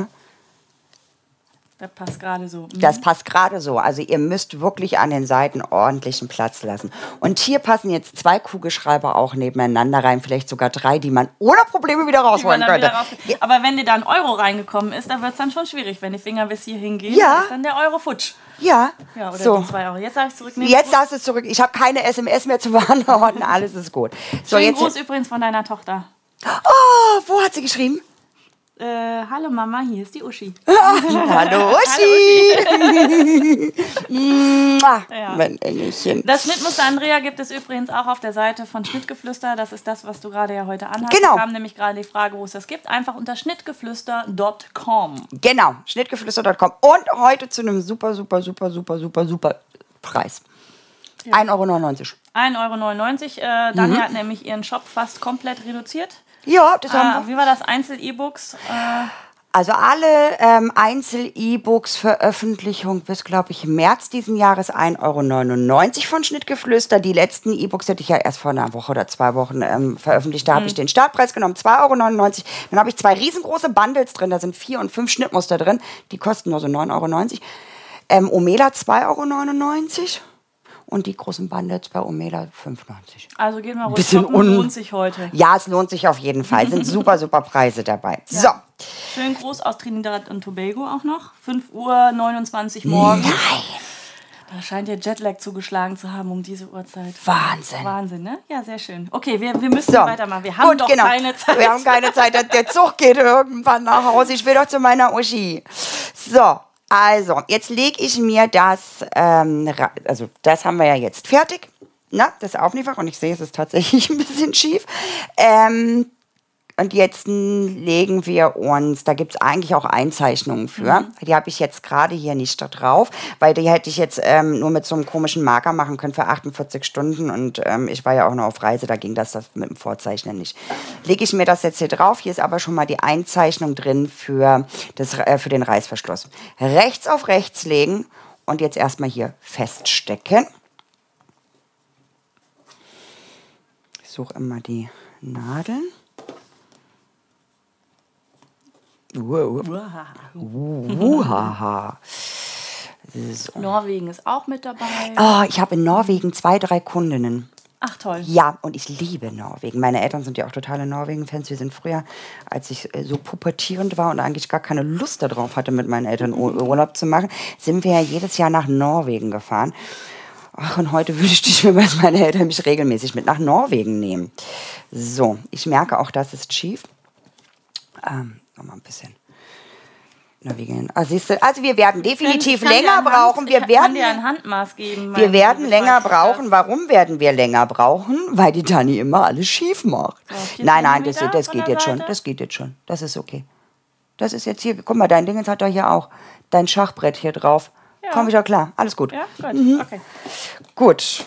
das passt gerade so. Mhm. Das passt gerade so. Also ihr müsst wirklich an den Seiten ordentlichen Platz lassen. Und hier passen jetzt zwei Kugelschreiber auch nebeneinander rein, vielleicht sogar drei, die man ohne Probleme wieder rausholen könnte. Raus Aber wenn dir da ein Euro reingekommen ist, dann wird es dann schon schwierig. Wenn die Finger bis hier hingehen, ja. ist dann der Euro futsch. Ja. Ja, oder so. die zwei Euro. Jetzt darf ich zurücknehmen. Jetzt darfst du es zurück. Ich habe keine S M S mehr zu beantworten. Alles ist gut. So, Schönen jetzt Gruß übrigens von deiner Tochter. Oh, wo hat sie geschrieben? Äh, hallo Mama, hier ist die Uschi. Hallo Uschi. Ja. Mein Engelchen. Das Schnittmuster Andrea gibt es übrigens auch auf der Seite von Schnittgeflüster. Das ist das, was du gerade ja heute anhast. Genau. Wir haben nämlich gerade die Frage, wo es das gibt. Einfach unter schnittgeflüster Punkt com. Genau, schnittgeflüster Punkt com. Und heute zu einem super, super, super, super, super, super Preis. Ja. ein Euro neunundneunzig. ein Euro neunundneunzig. Äh, Dani Mhm. hat nämlich ihren Shop fast komplett reduziert. Ja, das haben Ah, wir. wie war das? Einzel-E-Books? Äh, Also alle ähm, Einzel-E-Books Veröffentlichung bis, glaube ich, März diesen Jahres ein Euro neunundneunzig von Schnittgeflüster. Die letzten E-Books hätte ich ja erst vor einer Woche oder zwei Wochen ähm, veröffentlicht. Da habe Mhm. ich den Startpreis genommen, zwei Euro neunundneunzig. Dann habe ich zwei riesengroße Bundles drin, da sind vier und fünf Schnittmuster drin. Die kosten nur so neun Euro neunzig. Ähm, Omela zwei Euro neunundneunzig. Und die großen Bundles bei Omela fünf Euro neunzig. also gehen wir ruhig Bisschen shoppen, un- lohnt sich heute. Ja, es lohnt sich auf jeden Fall. Sind super, super Preise dabei. Ja. So. Schönen Gruß aus Trinidad und Tobago auch noch. fünf Uhr neunundzwanzig morgens. Nein. Da scheint der Jetlag zugeschlagen zu haben um diese Uhrzeit. Wahnsinn. Wahnsinn, ne? Ja, sehr schön. Okay, wir, wir müssen So. weitermachen. Wir haben Gut, doch genau. keine Zeit. Wir haben keine Zeit. Der- Der Zug geht irgendwann nach Hause. Ich will doch zu meiner Uschi. So, also, jetzt lege ich mir das, ähm, ra- also das haben wir ja jetzt fertig. Na, das Aufliefern. Und ich sehe, es ist tatsächlich ein bisschen schief. Ähm, Und jetzt legen wir uns, da gibt es eigentlich auch Einzeichnungen für. Mhm. Die habe ich jetzt gerade hier nicht da drauf, weil die hätte ich jetzt ähm, nur mit so einem komischen Marker machen können für achtundvierzig Stunden. Und ähm, ich war ja auch noch auf Reise, da ging das, das mit dem Vorzeichnen nicht. Lege ich mir das jetzt hier drauf. Hier ist aber schon mal die Einzeichnung drin für, das, äh, für den Reißverschluss. Rechts auf rechts legen und jetzt erstmal hier feststecken. Ich suche immer die Nadeln. Wow. Uhaha. So. Norwegen ist auch mit dabei. Oh, ich habe in Norwegen zwei, drei Kundinnen. Ach toll. Ja, und ich liebe Norwegen. Meine Eltern sind ja auch totale Norwegen-Fans. Wir sind früher, als ich äh, so pubertierend war und eigentlich gar keine Lust darauf hatte, mit meinen Eltern Ur- Urlaub zu machen, sind wir ja jedes Jahr nach Norwegen gefahren. Ach, und heute wünschte ich mir, dass meine Eltern mich regelmäßig mit nach Norwegen nehmen. So, ich merke auch, das ist schief. Ähm, noch mal ein bisschen. Norwegen. Also, siehst du, also wir werden definitiv Ich kann dir länger ein Hand- brauchen. Wir ich werden, kann dir ein Handmaß geben. wir weil werden ich länger weiß nicht, brauchen. Warum werden wir länger brauchen? Weil die Dani immer alles schief macht. So, vier nein, nein, das, Zentimeter das von geht der jetzt schon. Seite? Das geht jetzt schon. Das ist okay. Das ist jetzt hier. Guck mal, dein Ding hat doch hier auch dein Schachbrett hier drauf. Ja. Komm ich doch klar. Alles gut. Ja, gut. Mhm. Okay. Gut.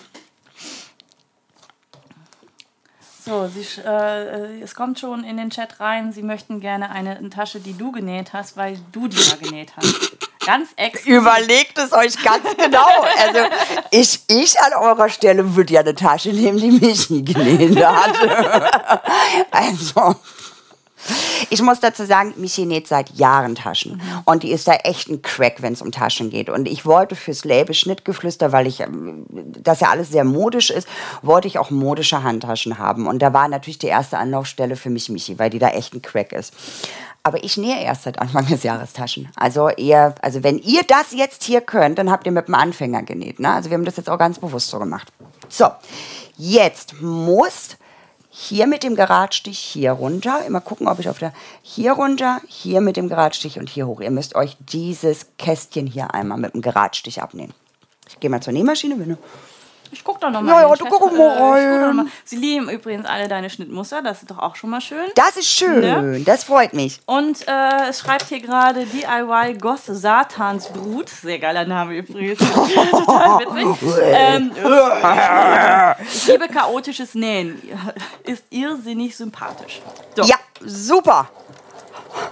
So, sie, sch- äh, es kommt schon in den Chat rein, Sie möchten gerne eine Tasche, die du genäht hast, weil du die ja genäht hast. Ganz exklusiv. Überlegt es euch ganz genau. Also ich, ich an eurer Stelle würde ja eine Tasche nehmen, die Michi genäht hat. Also, ich muss dazu sagen, Michi näht seit Jahren Taschen. Mhm. Und die ist da echt ein Crack, wenn es um Taschen geht. Und ich wollte fürs Label Schnittgeflüster, weil ich, ähm, das ja alles sehr modisch ist, wollte ich auch modische Handtaschen haben. Und da war natürlich die erste Anlaufstelle für mich Michi, weil die da echt ein Crack ist. Aber ich nähe erst seit Anfang des Jahres Taschen. Also ihr, also wenn ihr das jetzt hier könnt, dann habt ihr mit dem Anfänger genäht. Ne? Also wir haben das jetzt auch ganz bewusst so gemacht. So, jetzt muss hier mit dem Geradstich hier runter. Immer gucken, ob ich auf der... Hier runter, hier mit dem Geradstich und hier hoch. Ihr müsst euch dieses Kästchen hier einmal mit dem Geradstich abnehmen. Ich gehe mal zur Nähmaschine, wenn du... Ich guck doch noch mal. Ja, in ja, den du Chat. guck mal Äh, ich guck rein. doch noch mal. Sie lieben übrigens alle deine Schnittmuster, das ist doch auch schon mal schön. Das ist schön, Ne? das freut mich. Und äh, es schreibt hier gerade D I Y Goth Satansbrut. Sehr geiler Name übrigens. Total witzig. ähm, ich liebe chaotisches Nähen. Ist irrsinnig sympathisch. So. Ja, super.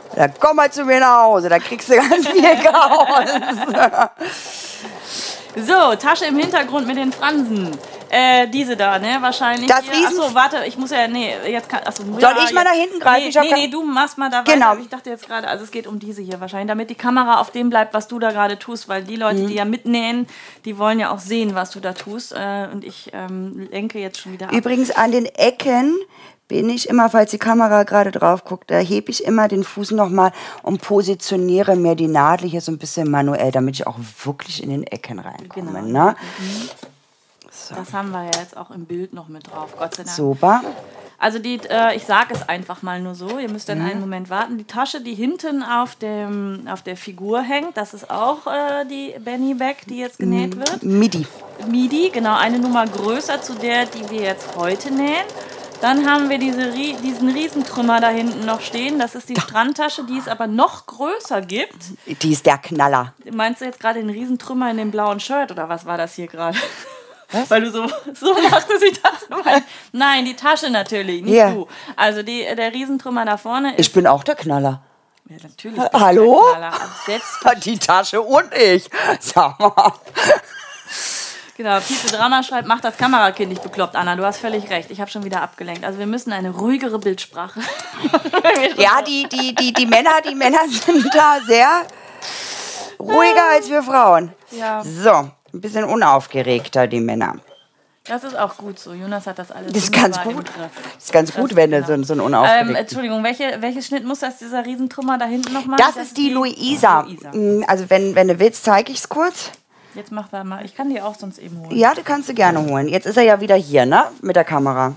Dann komm mal zu mir nach Hause, da kriegst du ganz viel Chaos. So, Tasche im Hintergrund mit den Fransen. Äh, diese da, ne? Wahrscheinlich. Das hier. Riesen- Achso, warte, ich muss ja, nee, jetzt kann, achso, Soll ja, ich mal jetzt, nach hinten greifen? Nee, Ich hab nee, kein- nee, du machst mal da weiter. Genau. Ich dachte jetzt gerade, also es geht um diese hier wahrscheinlich, damit die Kamera auf dem bleibt, was du da gerade tust, weil die Leute, die ja mitnähen, die wollen ja auch sehen, was du da tust. Äh, und ich ähm, lenke jetzt schon wieder ab. Übrigens an den Ecken bin ich immer, falls die Kamera gerade drauf guckt, da hebe ich immer den Fuß nochmal und positioniere mir die Nadel hier so ein bisschen manuell, damit ich auch wirklich in den Ecken reinkomme. Genau. Ne? Das haben wir ja jetzt auch im Bild noch mit drauf, Gott sei Dank. Super. Also die, äh, ich sage es einfach mal nur so, ihr müsst dann einen Moment warten. Die Tasche, die hinten auf, dem, auf der Figur hängt, das ist auch äh, die Benny Bag, die jetzt genäht wird. Midi. Midi, genau, eine Nummer größer zu der, die wir jetzt heute nähen. Dann haben wir diese, diesen Riesentrümmer da hinten noch stehen. Das ist die Strandtasche, die es aber noch größer gibt. Die ist der Knaller. Meinst du jetzt gerade den Riesentrümmer in dem blauen Shirt oder was war das hier gerade? Was? Weil du so, so machtest, ich dachte, mein, nein, die Tasche natürlich, nicht Yeah. du. Also die, der Riesentrümmer da vorne ist... Ich bin auch der Knaller. Ja, natürlich. bist du Hallo? der Knaller. Also selbst, Die Tasche und ich. Sag mal. genau, Pietze Drama schreibt, mach das Kamerakind nicht bekloppt, Anna. Du hast völlig recht. Ich habe schon wieder abgelenkt. Also wir müssen eine ruhigere Bildsprache. Ja, die, die, die, die Männer, die Männer sind da sehr ruhiger als wir Frauen. Ja. So, ein bisschen unaufgeregter, die Männer. Das ist auch gut so. Jonas hat das alles Das ist ganz wunderbar im gut. Griff. Das ist ganz gut, Das- wenn du genau. so, so ein Ähm, unaufgeregter... Entschuldigung, welche, welches Schnittmuster ist dieser Riesentrümmer da hinten nochmal? Das ist die Luisa. Luisa. Mm, Also wenn, wenn du willst, zeige ich es kurz. Jetzt mach da mal. Ich kann die auch sonst eben holen. Ja, die kannst du gerne holen. Jetzt ist er ja wieder hier, ne? Mit der Kamera.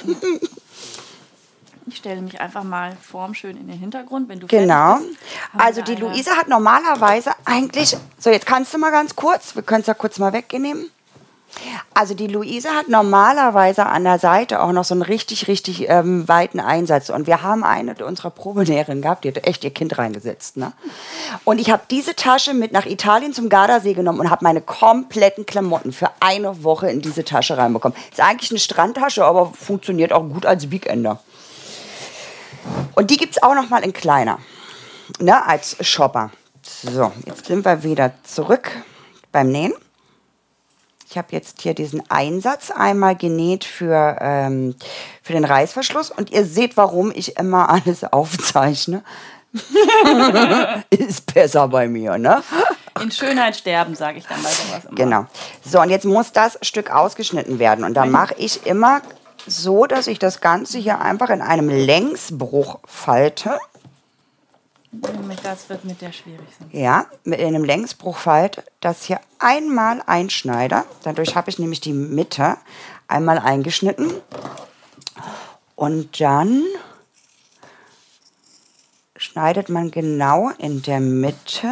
Ich stelle mich einfach mal formschön in den Hintergrund, wenn du Genau. fertig bist. Haben Also wir die eine- Luisa hat normalerweise eigentlich... So, jetzt kannst du mal ganz kurz. Wir können es ja kurz mal wegnehmen. Also die Luisa hat normalerweise an der Seite auch noch so einen richtig, richtig ähm, weiten Einsatz. Und wir haben eine unserer Probenäherinnen gehabt, die hat echt ihr Kind reingesetzt. Ne? Und ich habe diese Tasche mit nach Italien zum Gardasee genommen und habe meine kompletten Klamotten für eine Woche in diese Tasche reinbekommen. Ist eigentlich eine Strandtasche, aber funktioniert auch gut als Weekender. Und die gibt es auch noch mal in kleiner, ne, als Shopper. So, jetzt sind wir wieder zurück beim Nähen. Ich habe jetzt hier diesen Einsatz einmal genäht für, ähm, für den Reißverschluss. Und ihr seht, warum ich immer alles aufzeichne. Ist besser bei mir, ne? In Schönheit sterben, sage ich dann bei sowas immer. Genau. So, und jetzt muss das Stück ausgeschnitten werden. Und da mache ich immer so, dass ich das Ganze hier einfach in einem Längsbruch falte. Das wird mit der schwierig sein. Ja, mit einem Längsbruch falte, das hier einmal einschneide. Dadurch habe ich nämlich die Mitte einmal eingeschnitten. Und dann schneidet man genau in der Mitte.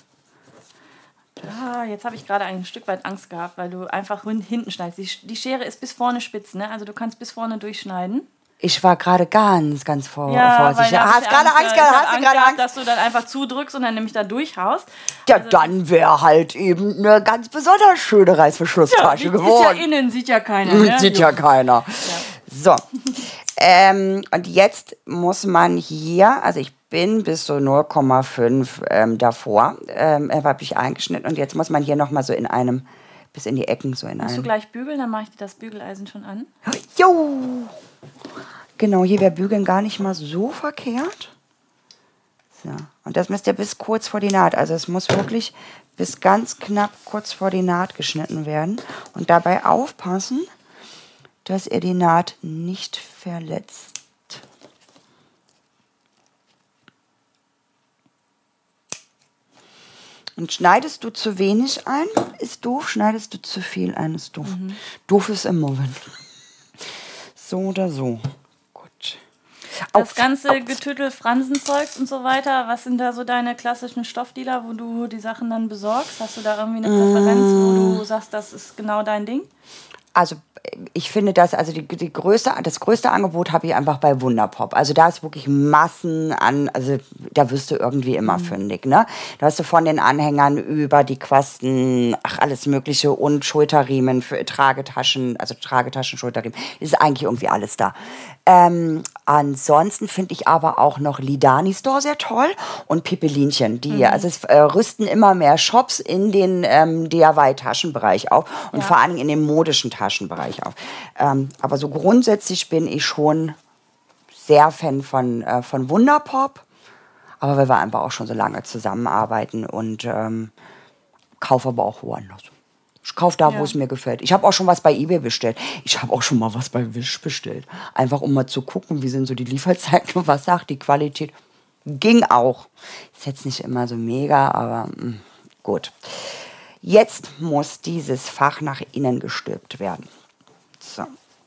Ah, jetzt habe ich gerade ein Stück weit Angst gehabt, weil du einfach hin- hinten schneidest. Die, die Schere ist bis vorne spitz, ne? Also du kannst bis vorne durchschneiden. Ich war gerade ganz, ganz vor, Ja, vorsichtig. weil da hab Hast ich gerade Angst äh, gehabt? ich hab Hast du gerade gehabt, Angst? dass du dann einfach zudrückst und dann nämlich da durchhaust. Ja, dann wäre halt eben eine ganz besonders schöne Reißverschlusstasche die geworden. ist ja innen, sieht ja keiner. Ne? Sieht ja keiner. So. Ähm, und jetzt muss man hier, also ich bin bis so null Komma fünf ähm, davor, ähm, habe ich eingeschnitten. Und jetzt muss man hier nochmal so in einem, bis in die Ecken so in Musst du einem. gleich bügeln, dann mache ich dir das Bügeleisen schon an. Jo! Genau, hier wäre Bügeln gar nicht mal so verkehrt. So. Und das müsst ihr bis kurz vor die Naht. Also es muss wirklich bis ganz knapp kurz vor die Naht geschnitten werden. Und dabei aufpassen, dass ihr die Naht nicht verletzt. Und schneidest du zu wenig ein, ist doof. Schneidest du zu viel ein, ist doof. Mhm. Doof ist immer, wenn. So oder so. Gut. Das Auf, ganze auf. Getüttel, Franzenzeugs und so weiter, was sind da so deine klassischen Stoffdealer, wo du die Sachen dann besorgst? Hast du da irgendwie eine Präferenz, wo du sagst, das ist genau dein Ding? Also ich finde das, also die, die größte, das größte Angebot habe ich einfach bei Wunderpop. Also da ist wirklich Massen an, also da wirst du irgendwie immer mhm. fündig, ne? Da hast du von den Anhängern über die Quasten, ach alles mögliche und Schulterriemen für Tragetaschen, also Tragetaschen, Schulterriemen, ist eigentlich irgendwie alles da. Ähm, Ansonsten finde ich aber auch noch Lidani Store sehr toll und Pippelinchen. Die, mhm. Also es äh, rüsten immer mehr Shops in den ähm, D I Y-Taschenbereich auf und ja. vor allem in den modischen Taschenbereich auf. Ähm, aber so grundsätzlich bin ich schon sehr Fan von, äh, von Wunderpop. Aber weil wir einfach auch schon so lange zusammenarbeiten und ähm, kaufe aber auch woanders. Ich kaufe da, ja. wo es mir gefällt. Ich habe auch schon was bei eBay bestellt. Ich habe auch schon mal was bei Wish bestellt. Einfach um mal zu gucken, wie sind so die Lieferzeiten und was sagt die Qualität. Ging auch. Ist jetzt nicht immer so mega, aber mh, gut. Jetzt muss dieses Fach nach innen gestülpt werden. So.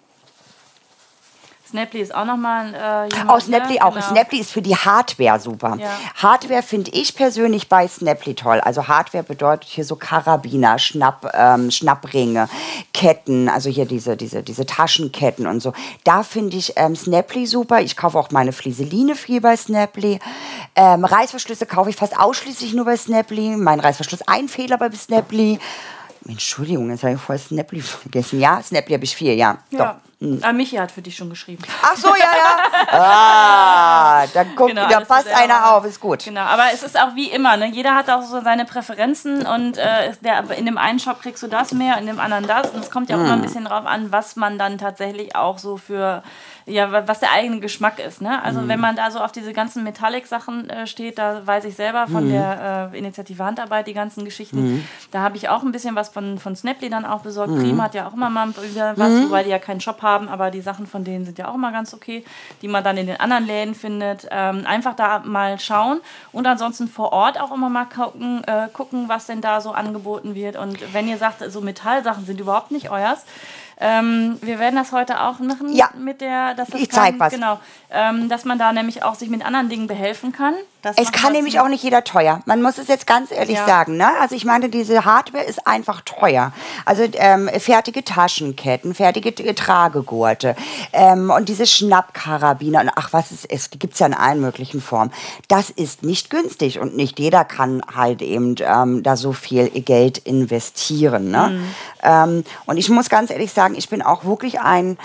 Snapply ist auch nochmal äh, jemand, Oh, Snapply ne? auch. Genau. Snapply ist für die Hardware super. Ja. Hardware finde ich persönlich bei Snapply toll. Also Hardware bedeutet hier so Karabiner, Schnapp, ähm, Schnappringe, Ketten, also hier diese, diese, diese Taschenketten und so. Da finde ich ähm, Snapply super. Ich kaufe auch meine Flieseline viel bei Snapply. Ähm, Reißverschlüsse kaufe ich fast ausschließlich nur bei Snapply. Mein Reißverschluss ein Fehler bei Snapply. Entschuldigung, jetzt habe ich vorher Snapply vergessen. Ja, Snapply habe ich vier, ja. Ja. Doch. Hm. Ah, Michi hat für dich schon geschrieben. Ach so, ja, ja. Ah, da, guckt, genau, da passt einer auf, ist gut. Genau, aber es ist auch wie immer, ne? Jeder hat auch so seine Präferenzen und äh, der, in dem einen Shop kriegst du das mehr, in dem anderen das. Und es kommt ja auch mm. immer ein bisschen drauf an, was man dann tatsächlich auch so für, ja, was der eigene Geschmack ist. Ne? Also mm. wenn man da so auf diese ganzen Metallic-Sachen äh, steht, da weiß ich selber von mm. der äh, Initiative Handarbeit, die ganzen Geschichten, mm. da habe ich auch ein bisschen was von, von Snapply dann auch besorgt. Mm. Prima hat ja auch immer mal wieder was, mm. wobei die ja keinen Shop haben, aber die Sachen von denen sind ja auch immer ganz okay, die man dann in den anderen Läden findet. Ähm, einfach da mal schauen und ansonsten vor Ort auch immer mal gucken, äh, gucken, was denn da so angeboten wird. Und wenn ihr sagt, so Metallsachen sind überhaupt nicht euers, Ähm, wir werden das heute auch machen ja. mit der, dass das ich zeig kann, was. Genau, ähm, dass man da nämlich auch sich mit anderen Dingen behelfen kann. Das es kann nämlich auch nicht jeder teuer. Man muss es jetzt ganz ehrlich ja. sagen. Ne? Also ich meine, diese Hardware ist einfach teuer. Also ähm, fertige Taschenketten, fertige Tragegurte ähm, und diese Schnappkarabiner und ach was es ist, die gibt es ja in allen möglichen Formen. Das ist nicht günstig und nicht jeder kann halt eben ähm, da so viel Geld investieren. Ne? Mhm. Ähm, und ich muss ganz ehrlich sagen, ich bin auch wirklich ein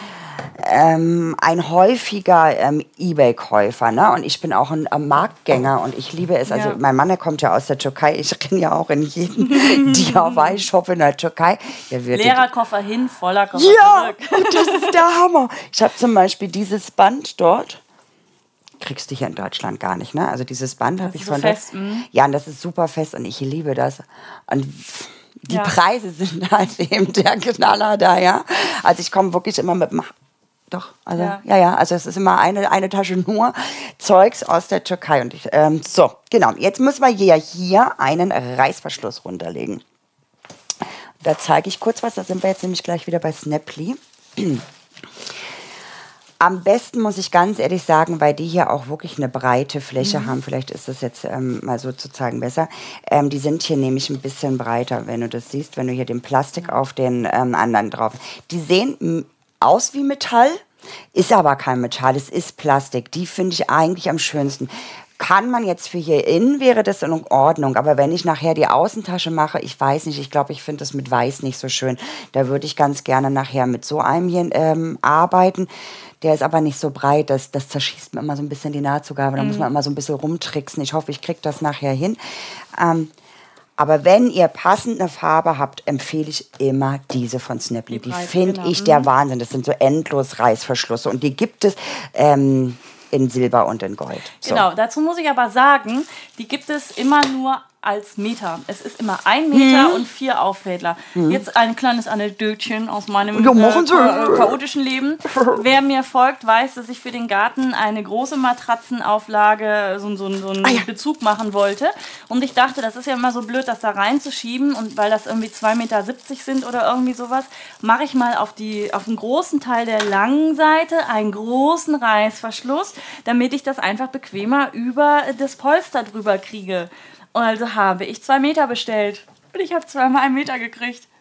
Ähm, ein häufiger ähm, eBay-Käufer, ne? Und ich bin auch ein äh, Marktgänger und ich liebe es. Also ja. mein Mann, der kommt ja aus der Türkei. Ich renne ja auch in jeden D I Y-Shop in der Türkei. Leerer Koffer hin, voller Koffer ja, zurück. Und das ist der Hammer. Ich habe zum Beispiel dieses Band dort. Kriegst du hier in Deutschland gar nicht, ne? Also dieses Band habe ich so von fest, dort. Ja, und das ist super fest und ich liebe das. Und die ja. Preise sind halt eben der Knaller da, ja. Also ich komme wirklich immer mit dem Doch, also ja. ja, ja, also es ist immer eine, eine Tasche nur Zeugs aus der Türkei. Und ich, ähm, so, genau, jetzt müssen wir hier, hier einen Reißverschluss runterlegen. Da zeige ich kurz was, da sind wir jetzt nämlich gleich wieder bei Snapply. Am besten muss ich ganz ehrlich sagen, weil die hier auch wirklich eine breite Fläche mhm. haben, vielleicht ist das jetzt ähm, mal sozusagen besser, ähm, die sind hier nämlich ein bisschen breiter, wenn du das siehst, wenn du hier den Plastik auf den ähm, anderen drauf. Die sehen aus wie Metall, ist aber kein Metall, es ist Plastik. Die finde ich eigentlich am schönsten. Kann man jetzt für hier innen, wäre das in Ordnung. Aber wenn ich nachher die Außentasche mache, ich weiß nicht, ich glaube, ich finde das mit Weiß nicht so schön. Da würde ich ganz gerne nachher mit so einem hier ähm, arbeiten. Der ist aber nicht so breit, das, das zerschießt mir immer so ein bisschen die Nahtzugabe. Da mhm. muss man immer so ein bisschen rumtricksen. Ich hoffe, ich kriege das nachher hin. Ähm, Aber wenn ihr passende Farbe habt, empfehle ich immer diese von Snapply. Die, die finde genau. ich der Wahnsinn. Das sind so endlos Reißverschlüsse. Und die gibt es ähm, in Silber und in Gold. So. Genau, dazu muss ich aber sagen, die gibt es immer nur als Meter. Es ist immer ein Meter hm. und vier Auffädler. Hm. Jetzt ein kleines Anekdötchen aus meinem ja, äh, cha chaotischen Leben. Wer mir folgt, weiß, dass ich für den Garten eine große Matratzenauflage, so, so, so einen ah, ja. Bezug machen wollte. Und ich dachte, das ist ja immer so blöd, das da reinzuschieben. Und weil das irgendwie zwei Meter siebzig sind oder irgendwie sowas, mache ich mal auf, die, auf den großen Teil der langen Seite einen großen Reißverschluss, damit ich das einfach bequemer über das Polster drüber kriege. Und also habe ich zwei Meter bestellt. Und ich habe zweimal einen Meter gekriegt.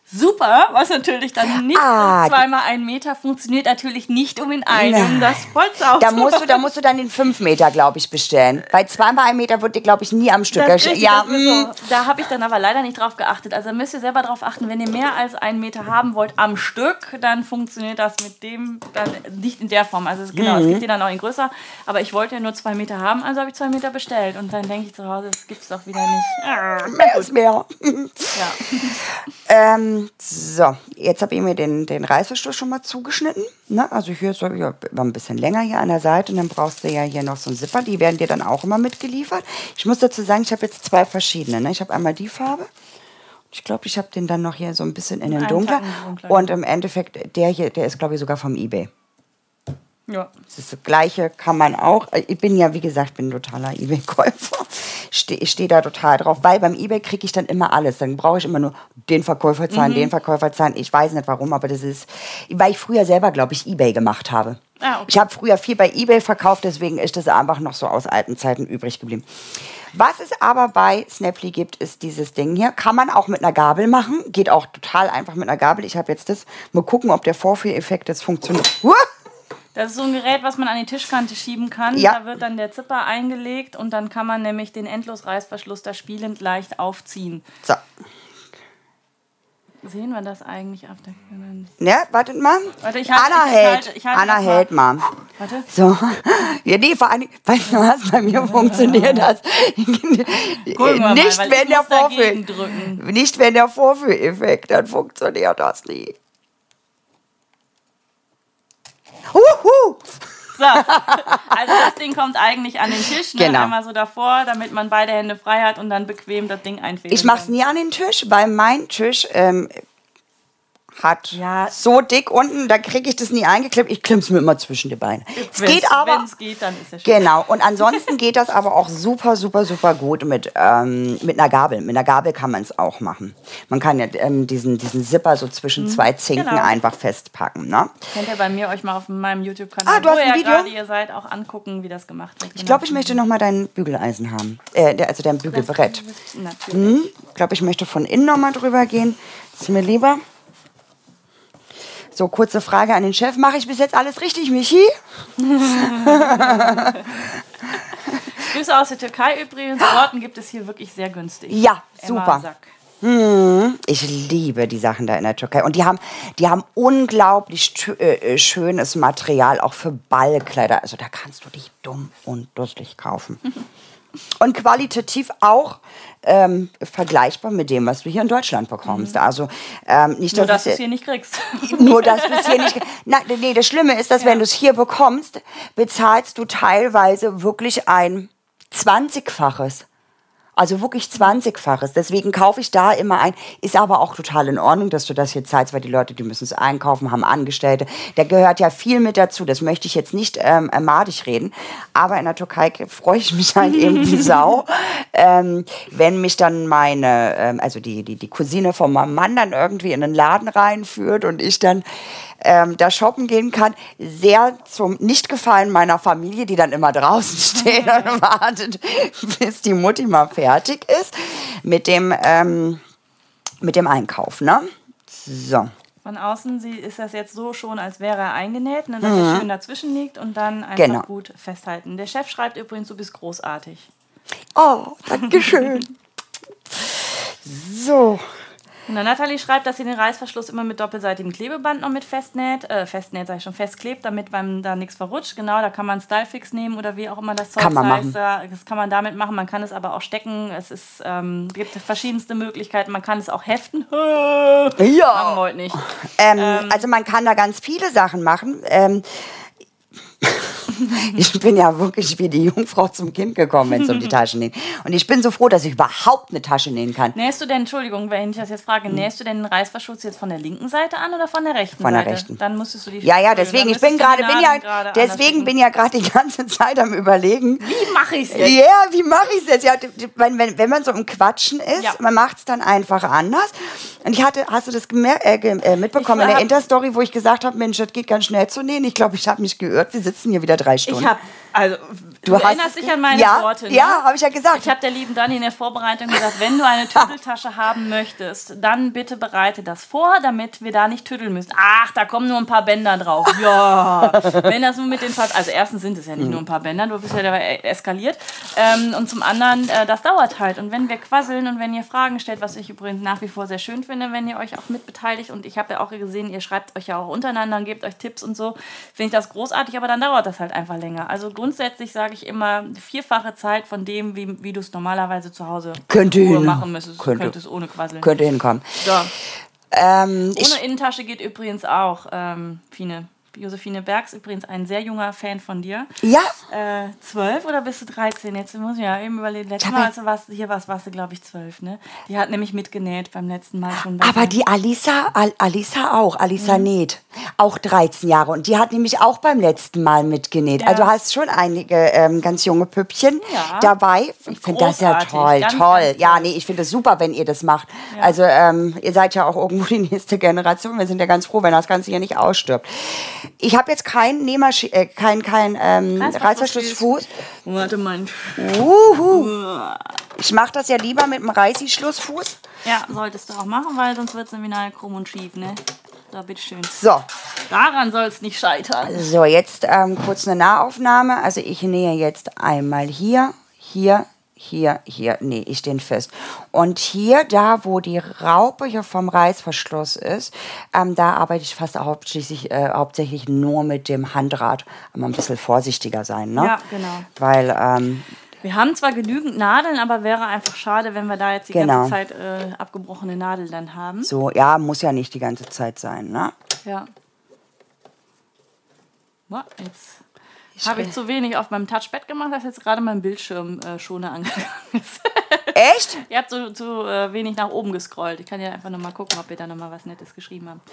super, was natürlich dann nicht Ah, so zweimal ein Meter funktioniert, natürlich nicht um in einem das Polster Da musst du, da musst du dann den fünf Meter, glaube ich, bestellen. Weil zweimal ein Meter wird dir, glaube ich, nie am Stück. Das ist richtig, ja, das ist so. Da habe ich dann aber leider nicht drauf geachtet. Also müsst ihr selber drauf achten, wenn ihr mehr als einen Meter haben wollt am Stück, dann funktioniert das mit dem dann nicht in der Form. Also es, genau, Mhm. es gibt die dann auch in größer, aber ich wollte ja nur zwei Meter haben, also habe ich zwei Meter bestellt. Und dann denke ich zu Hause, das gibt's doch wieder nicht. Ah, mehr ist mehr. ja. Ähm, so, jetzt habe ich mir den, den Reißverschluss schon mal zugeschnitten. Ne? Also hier ist so ja, immer ein bisschen länger hier an der Seite. Und dann brauchst du ja hier noch so einen Zipper. Die werden dir dann auch immer mitgeliefert. Ich muss dazu sagen, ich habe jetzt zwei verschiedene. Ne? Ich habe einmal die Farbe. Ich glaube, ich habe den dann noch hier so ein bisschen in den Einen Dunkler. Tacken dunkler, Und im Endeffekt, der hier, der ist, glaube ich, sogar vom eBay. Ja. Das ist das Gleiche, kann man auch. Ich bin ja, wie gesagt, bin ein totaler eBay-Käufer. Ich stehe steh da total drauf, weil beim eBay kriege ich dann immer alles. Dann brauche ich immer nur den Verkäufer zahlen, mhm. den Verkäufer zahlen. Ich weiß nicht warum, aber das ist, weil ich früher selber, glaube ich, eBay gemacht habe. Ah, okay. Ich habe früher viel bei eBay verkauft, deswegen ist das einfach noch so aus alten Zeiten übrig geblieben. Was es aber bei Snapply gibt, ist dieses Ding hier. Kann man auch mit einer Gabel machen. Geht auch total einfach mit einer Gabel. Ich habe jetzt das. Mal gucken, ob der Vorführeffekt jetzt funktioniert. Huh! Das ist so ein Gerät, was man an die Tischkante schieben kann. Ja. Da wird dann der Zipper eingelegt und dann kann man nämlich den Endlosreißverschluss da spielend leicht aufziehen. So. Sehen wir das eigentlich auf der Kamera? Ja, wartet mal. Warte, ich halt, Anna ich, ich hält. halte, ich halte Anna das mal. hält mal. Warte. So. Ja, nee, vor allem, weißt du was, bei mir funktioniert das. Gucken wir mal, nicht, weil wenn ich der muss dagegen Vorführ, drücken. nicht wenn der Vorführeffekt, dann funktioniert das nie. Huhu! So, also das Ding kommt eigentlich an den Tisch, ne? Genau. Einmal so davor, damit man beide Hände frei hat und dann bequem das Ding einfädeln Ich mach's kann. nie an den Tisch, weil mein Tisch ähm, hat Ja. so dick unten, da kriege ich das nie eingeklemmt. Ich klemm's mir immer zwischen die Beine. Es Wenn's- geht aber. Wenn's geht, dann ist ja schön. Genau, und ansonsten geht das aber auch super, super, super gut mit, ähm, mit einer Gabel. Mit einer Gabel kann man es auch machen. Man kann ja ähm, diesen, diesen Zipper so zwischen zwei Zinken genau. einfach festpacken. Ne? Könnt ihr bei mir euch mal auf meinem YouTube-Kanal, Ah, du hast wo ein ihr Video? gerade ihr seid, auch angucken, wie das gemacht wird. Ich glaube, ich möchte noch mal dein Bügeleisen haben. Äh, der- also dein Bügelbrett. Natürlich. Hm? Ich glaube, ich möchte von innen noch mal drüber gehen. Ist mir lieber. So, kurze Frage an den Chef. Mache ich bis jetzt alles richtig, Michi? Grüße aus der Türkei übrigens. Orten gibt es hier wirklich sehr günstig. Ja, Emma super. Sack. Ich liebe die Sachen da in der Türkei. Und die haben, die haben unglaublich tö- äh, schönes Material, auch für Ballkleider. Also da kannst du dich dumm und dusselig kaufen. Und qualitativ auch ähm, vergleichbar mit dem, was du hier in Deutschland bekommst. Also ähm, nicht, Nur, dass dass du es es hier nicht kriegst. nur, dass du es hier nicht. Na, nee, das Schlimme ist, dass wenn du es hier bekommst, bezahlst du teilweise wirklich ein zwanzigfaches. Also wirklich zwanzigfaches. Deswegen kaufe ich da immer ein. Ist aber auch total in Ordnung, dass du das hier zahlst, weil die Leute, die müssen es einkaufen, haben Angestellte. Da gehört ja viel mit dazu. Das möchte ich jetzt nicht ähm, madig reden. Aber in der Türkei freue ich mich halt eben wie Sau. Ähm, wenn mich dann meine, ähm, also die, die, die Cousine von meinem Mann dann irgendwie in den Laden reinführt und ich dann ähm, da shoppen gehen kann. Sehr zum Nichtgefallen meiner Familie, die dann immer draußen steht und wartet, bis die Mutti mal fertig ist mit dem, ähm, mit dem Einkauf. Ne? So. Von außen sie- ist das jetzt so schon, als wäre er eingenäht, ne, dass er schön dazwischen liegt und dann einfach Genau. gut festhalten. Der Chef schreibt übrigens, du bist großartig. Oh, danke schön. So. Und dann Nathalie schreibt, dass sie den Reißverschluss immer mit doppelseitigem Klebeband noch mit festnäht, äh, festnäht, sag ich schon, festklebt, damit beim da nichts verrutscht. Genau, da kann man Stylefix nehmen oder wie auch immer das Zeug Kann man heißt. machen. Das kann man damit machen, man kann es aber auch stecken. Es ist, ähm, gibt verschiedenste Möglichkeiten, man kann es auch heften. Machen wir Ja. heute nicht. Ähm, also man kann da ganz viele Sachen machen. Ähm, ich bin ja wirklich wie die Jungfrau zum Kind gekommen, wenn es um die Taschen geht. Und ich bin so froh, dass ich überhaupt eine Tasche nähen kann. Nähst du denn, Entschuldigung, wenn ich das jetzt frage, nähst du denn den Reißverschluss jetzt von der linken Seite an oder von der rechten Von der Seite? rechten. Dann musstest du die Ja, ja, Dann deswegen, ich müsstest bin du gerade, die bin Nadeln ja, gerade deswegen anders bin ja gerade die ganze Zeit am Überlegen. Wie mache ich es Ja, jetzt? wie mache ich es jetzt? Ja, d- d- wenn, wenn, wenn man so im Quatschen ist, Ja. man macht es dann einfach anders. Und ich hatte, hast du das gemer- äh, ge- äh, mitbekommen Ich in der hab- Interstory, wo ich gesagt habe, Mensch, das geht ganz schnell zu nähen. Ich glaube, ich habe mich geirrt. Wir sitzen hier wieder drei Stunden. Ich habe Also, du, du erinnerst dich an meine ja, Worte, ne? Ja, habe ich ja gesagt. Ich habe der lieben Dani in der Vorbereitung gesagt, wenn du eine Tüdeltasche haben möchtest, dann bitte bereite das vor, damit wir da nicht tüdeln müssen. Ach, da kommen nur ein paar Bänder drauf. Ja, wenn das nur mit den... Pas- also erstens sind es ja nicht nur ein paar Bänder, du bist ja dabei eskaliert. Ähm, und zum anderen, äh, das dauert halt. Und wenn wir quasseln und wenn ihr Fragen stellt, was ich übrigens nach wie vor sehr schön finde, wenn ihr euch auch mit beteiligt, und ich habe ja auch gesehen, ihr schreibt euch ja auch untereinander und gebt euch Tipps und so, finde ich das großartig, aber dann dauert das halt einfach länger. Also grundsätzlich sage ich immer, vierfache Zeit von dem, wie, wie du es normalerweise zu Hause könnte hin. machen müsstest. Könnte, könntest ohne Quasseln. Könnte hinkommen. So. Ähm, Ohne Innentasche geht übrigens auch, ähm, Fine. Josephine Bergs, übrigens ein sehr junger Fan von dir. Ja. Äh, zwölf oder bist du dreizehn? Jetzt muss ich ja eben überlegen. Letztes Mal, als du warst, hier warst, warst du, glaube ich, zwölf, ne? Die hat nämlich mitgenäht beim letzten Mal schon. Aber die Alisa, Al Alisa auch, Alisa mhm. näht. Auch dreizehn Jahre. Und die hat nämlich auch beim letzten Mal mitgenäht. Ja. Also du hast schon einige ähm, ganz junge Püppchen ja. dabei. Ich finde das ja toll, ganz, toll. Ganz ja, nee, ich finde es super, wenn ihr das macht. Ja. Also ähm, ihr seid ja auch irgendwo die nächste Generation. Wir sind ja ganz froh, wenn das Ganze hier nicht ausstirbt. Ich habe jetzt keinen Nähmasch äh, kein, kein ähm, Reißverschlussfuß. Warte mal. Uhu. Ich mache das ja lieber mit einem Reißverschlussfuß. Ja, solltest du auch machen, weil sonst wird es nämlich nachher krumm und schief, ne? Da, bitteschön. So. Daran soll es nicht scheitern. So, jetzt ähm, kurz eine Nahaufnahme. Also ich nähe jetzt einmal hier, hier, hier, hier nähe ich den fest. Und hier, da wo die Raupe hier vom Reißverschluss ist, ähm, da arbeite ich fast hauptsächlich, äh, hauptsächlich nur mit dem Handrad. Mal ein bisschen vorsichtiger sein, ne? Ja, genau. Weil... Ähm, wir haben zwar genügend Nadeln, aber wäre einfach schade, wenn wir da jetzt die genau. ganze Zeit äh, abgebrochene Nadeln dann haben. So, ja, muss ja nicht die ganze Zeit sein, ne? Ja. Na, jetzt habe ich zu wenig auf meinem Touchpad gemacht, dass jetzt gerade mein Bildschirm äh, schon angegangen ist. Echt? Ihr habt zu, zu äh, wenig nach oben gescrollt. Ich kann ja einfach noch mal gucken, ob ihr da noch mal was Nettes geschrieben habt.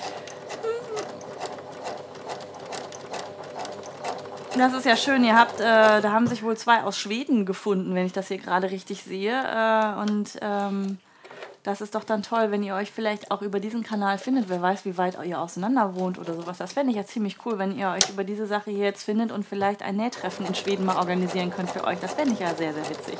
Das ist ja schön, ihr habt, äh, da haben sich wohl zwei aus Schweden gefunden, wenn ich das hier gerade richtig sehe. Äh, und ähm, das ist doch dann toll, wenn ihr euch vielleicht auch über diesen Kanal findet. Wer weiß, wie weit ihr auseinander wohnt oder sowas. Das fände ich ja ziemlich cool, wenn ihr euch über diese Sache hier jetzt findet und vielleicht ein Nähtreffen in Schweden mal organisieren könnt für euch. Das fände ich ja sehr, sehr witzig.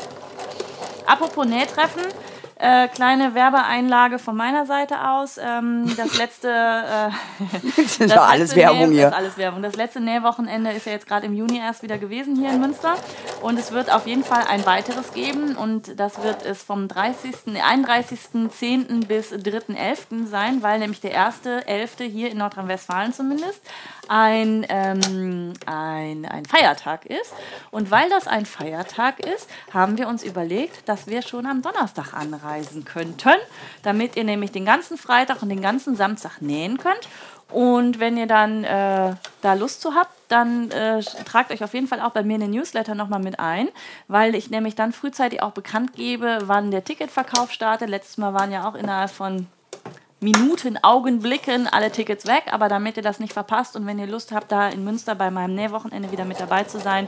Apropos Nähtreffen. Äh, kleine Werbeeinlage von meiner Seite aus. Ähm, das letzte, äh, das ist das alles Werbung Näh- hier. Das ist alles Werbung. Das letzte Nähwochenende ist ja jetzt gerade im Juni erst wieder gewesen hier in Münster. Und es wird auf jeden Fall ein weiteres geben. Und das wird es vom dreißigsten, einunddreißigsten zehnten bis dritten elften sein, weil nämlich der erste elfte hier in Nordrhein-Westfalen zumindest ein, ähm, ein, ein Feiertag ist. Und weil das ein Feiertag ist, haben wir uns überlegt, dass wir schon am Donnerstag anreisen könnten, damit ihr nämlich den ganzen Freitag und den ganzen Samstag nähen könnt. Und wenn ihr dann äh, da Lust zu habt, dann äh, tragt euch auf jeden Fall auch bei mir in den Newsletter nochmal mit ein, weil ich nämlich dann frühzeitig auch bekannt gebe, wann der Ticketverkauf startet. Letztes Mal waren ja auch innerhalb von Minuten, Augenblicken alle Tickets weg, aber damit ihr das nicht verpasst und wenn ihr Lust habt, da in Münster bei meinem Nähwochenende wieder mit dabei zu sein,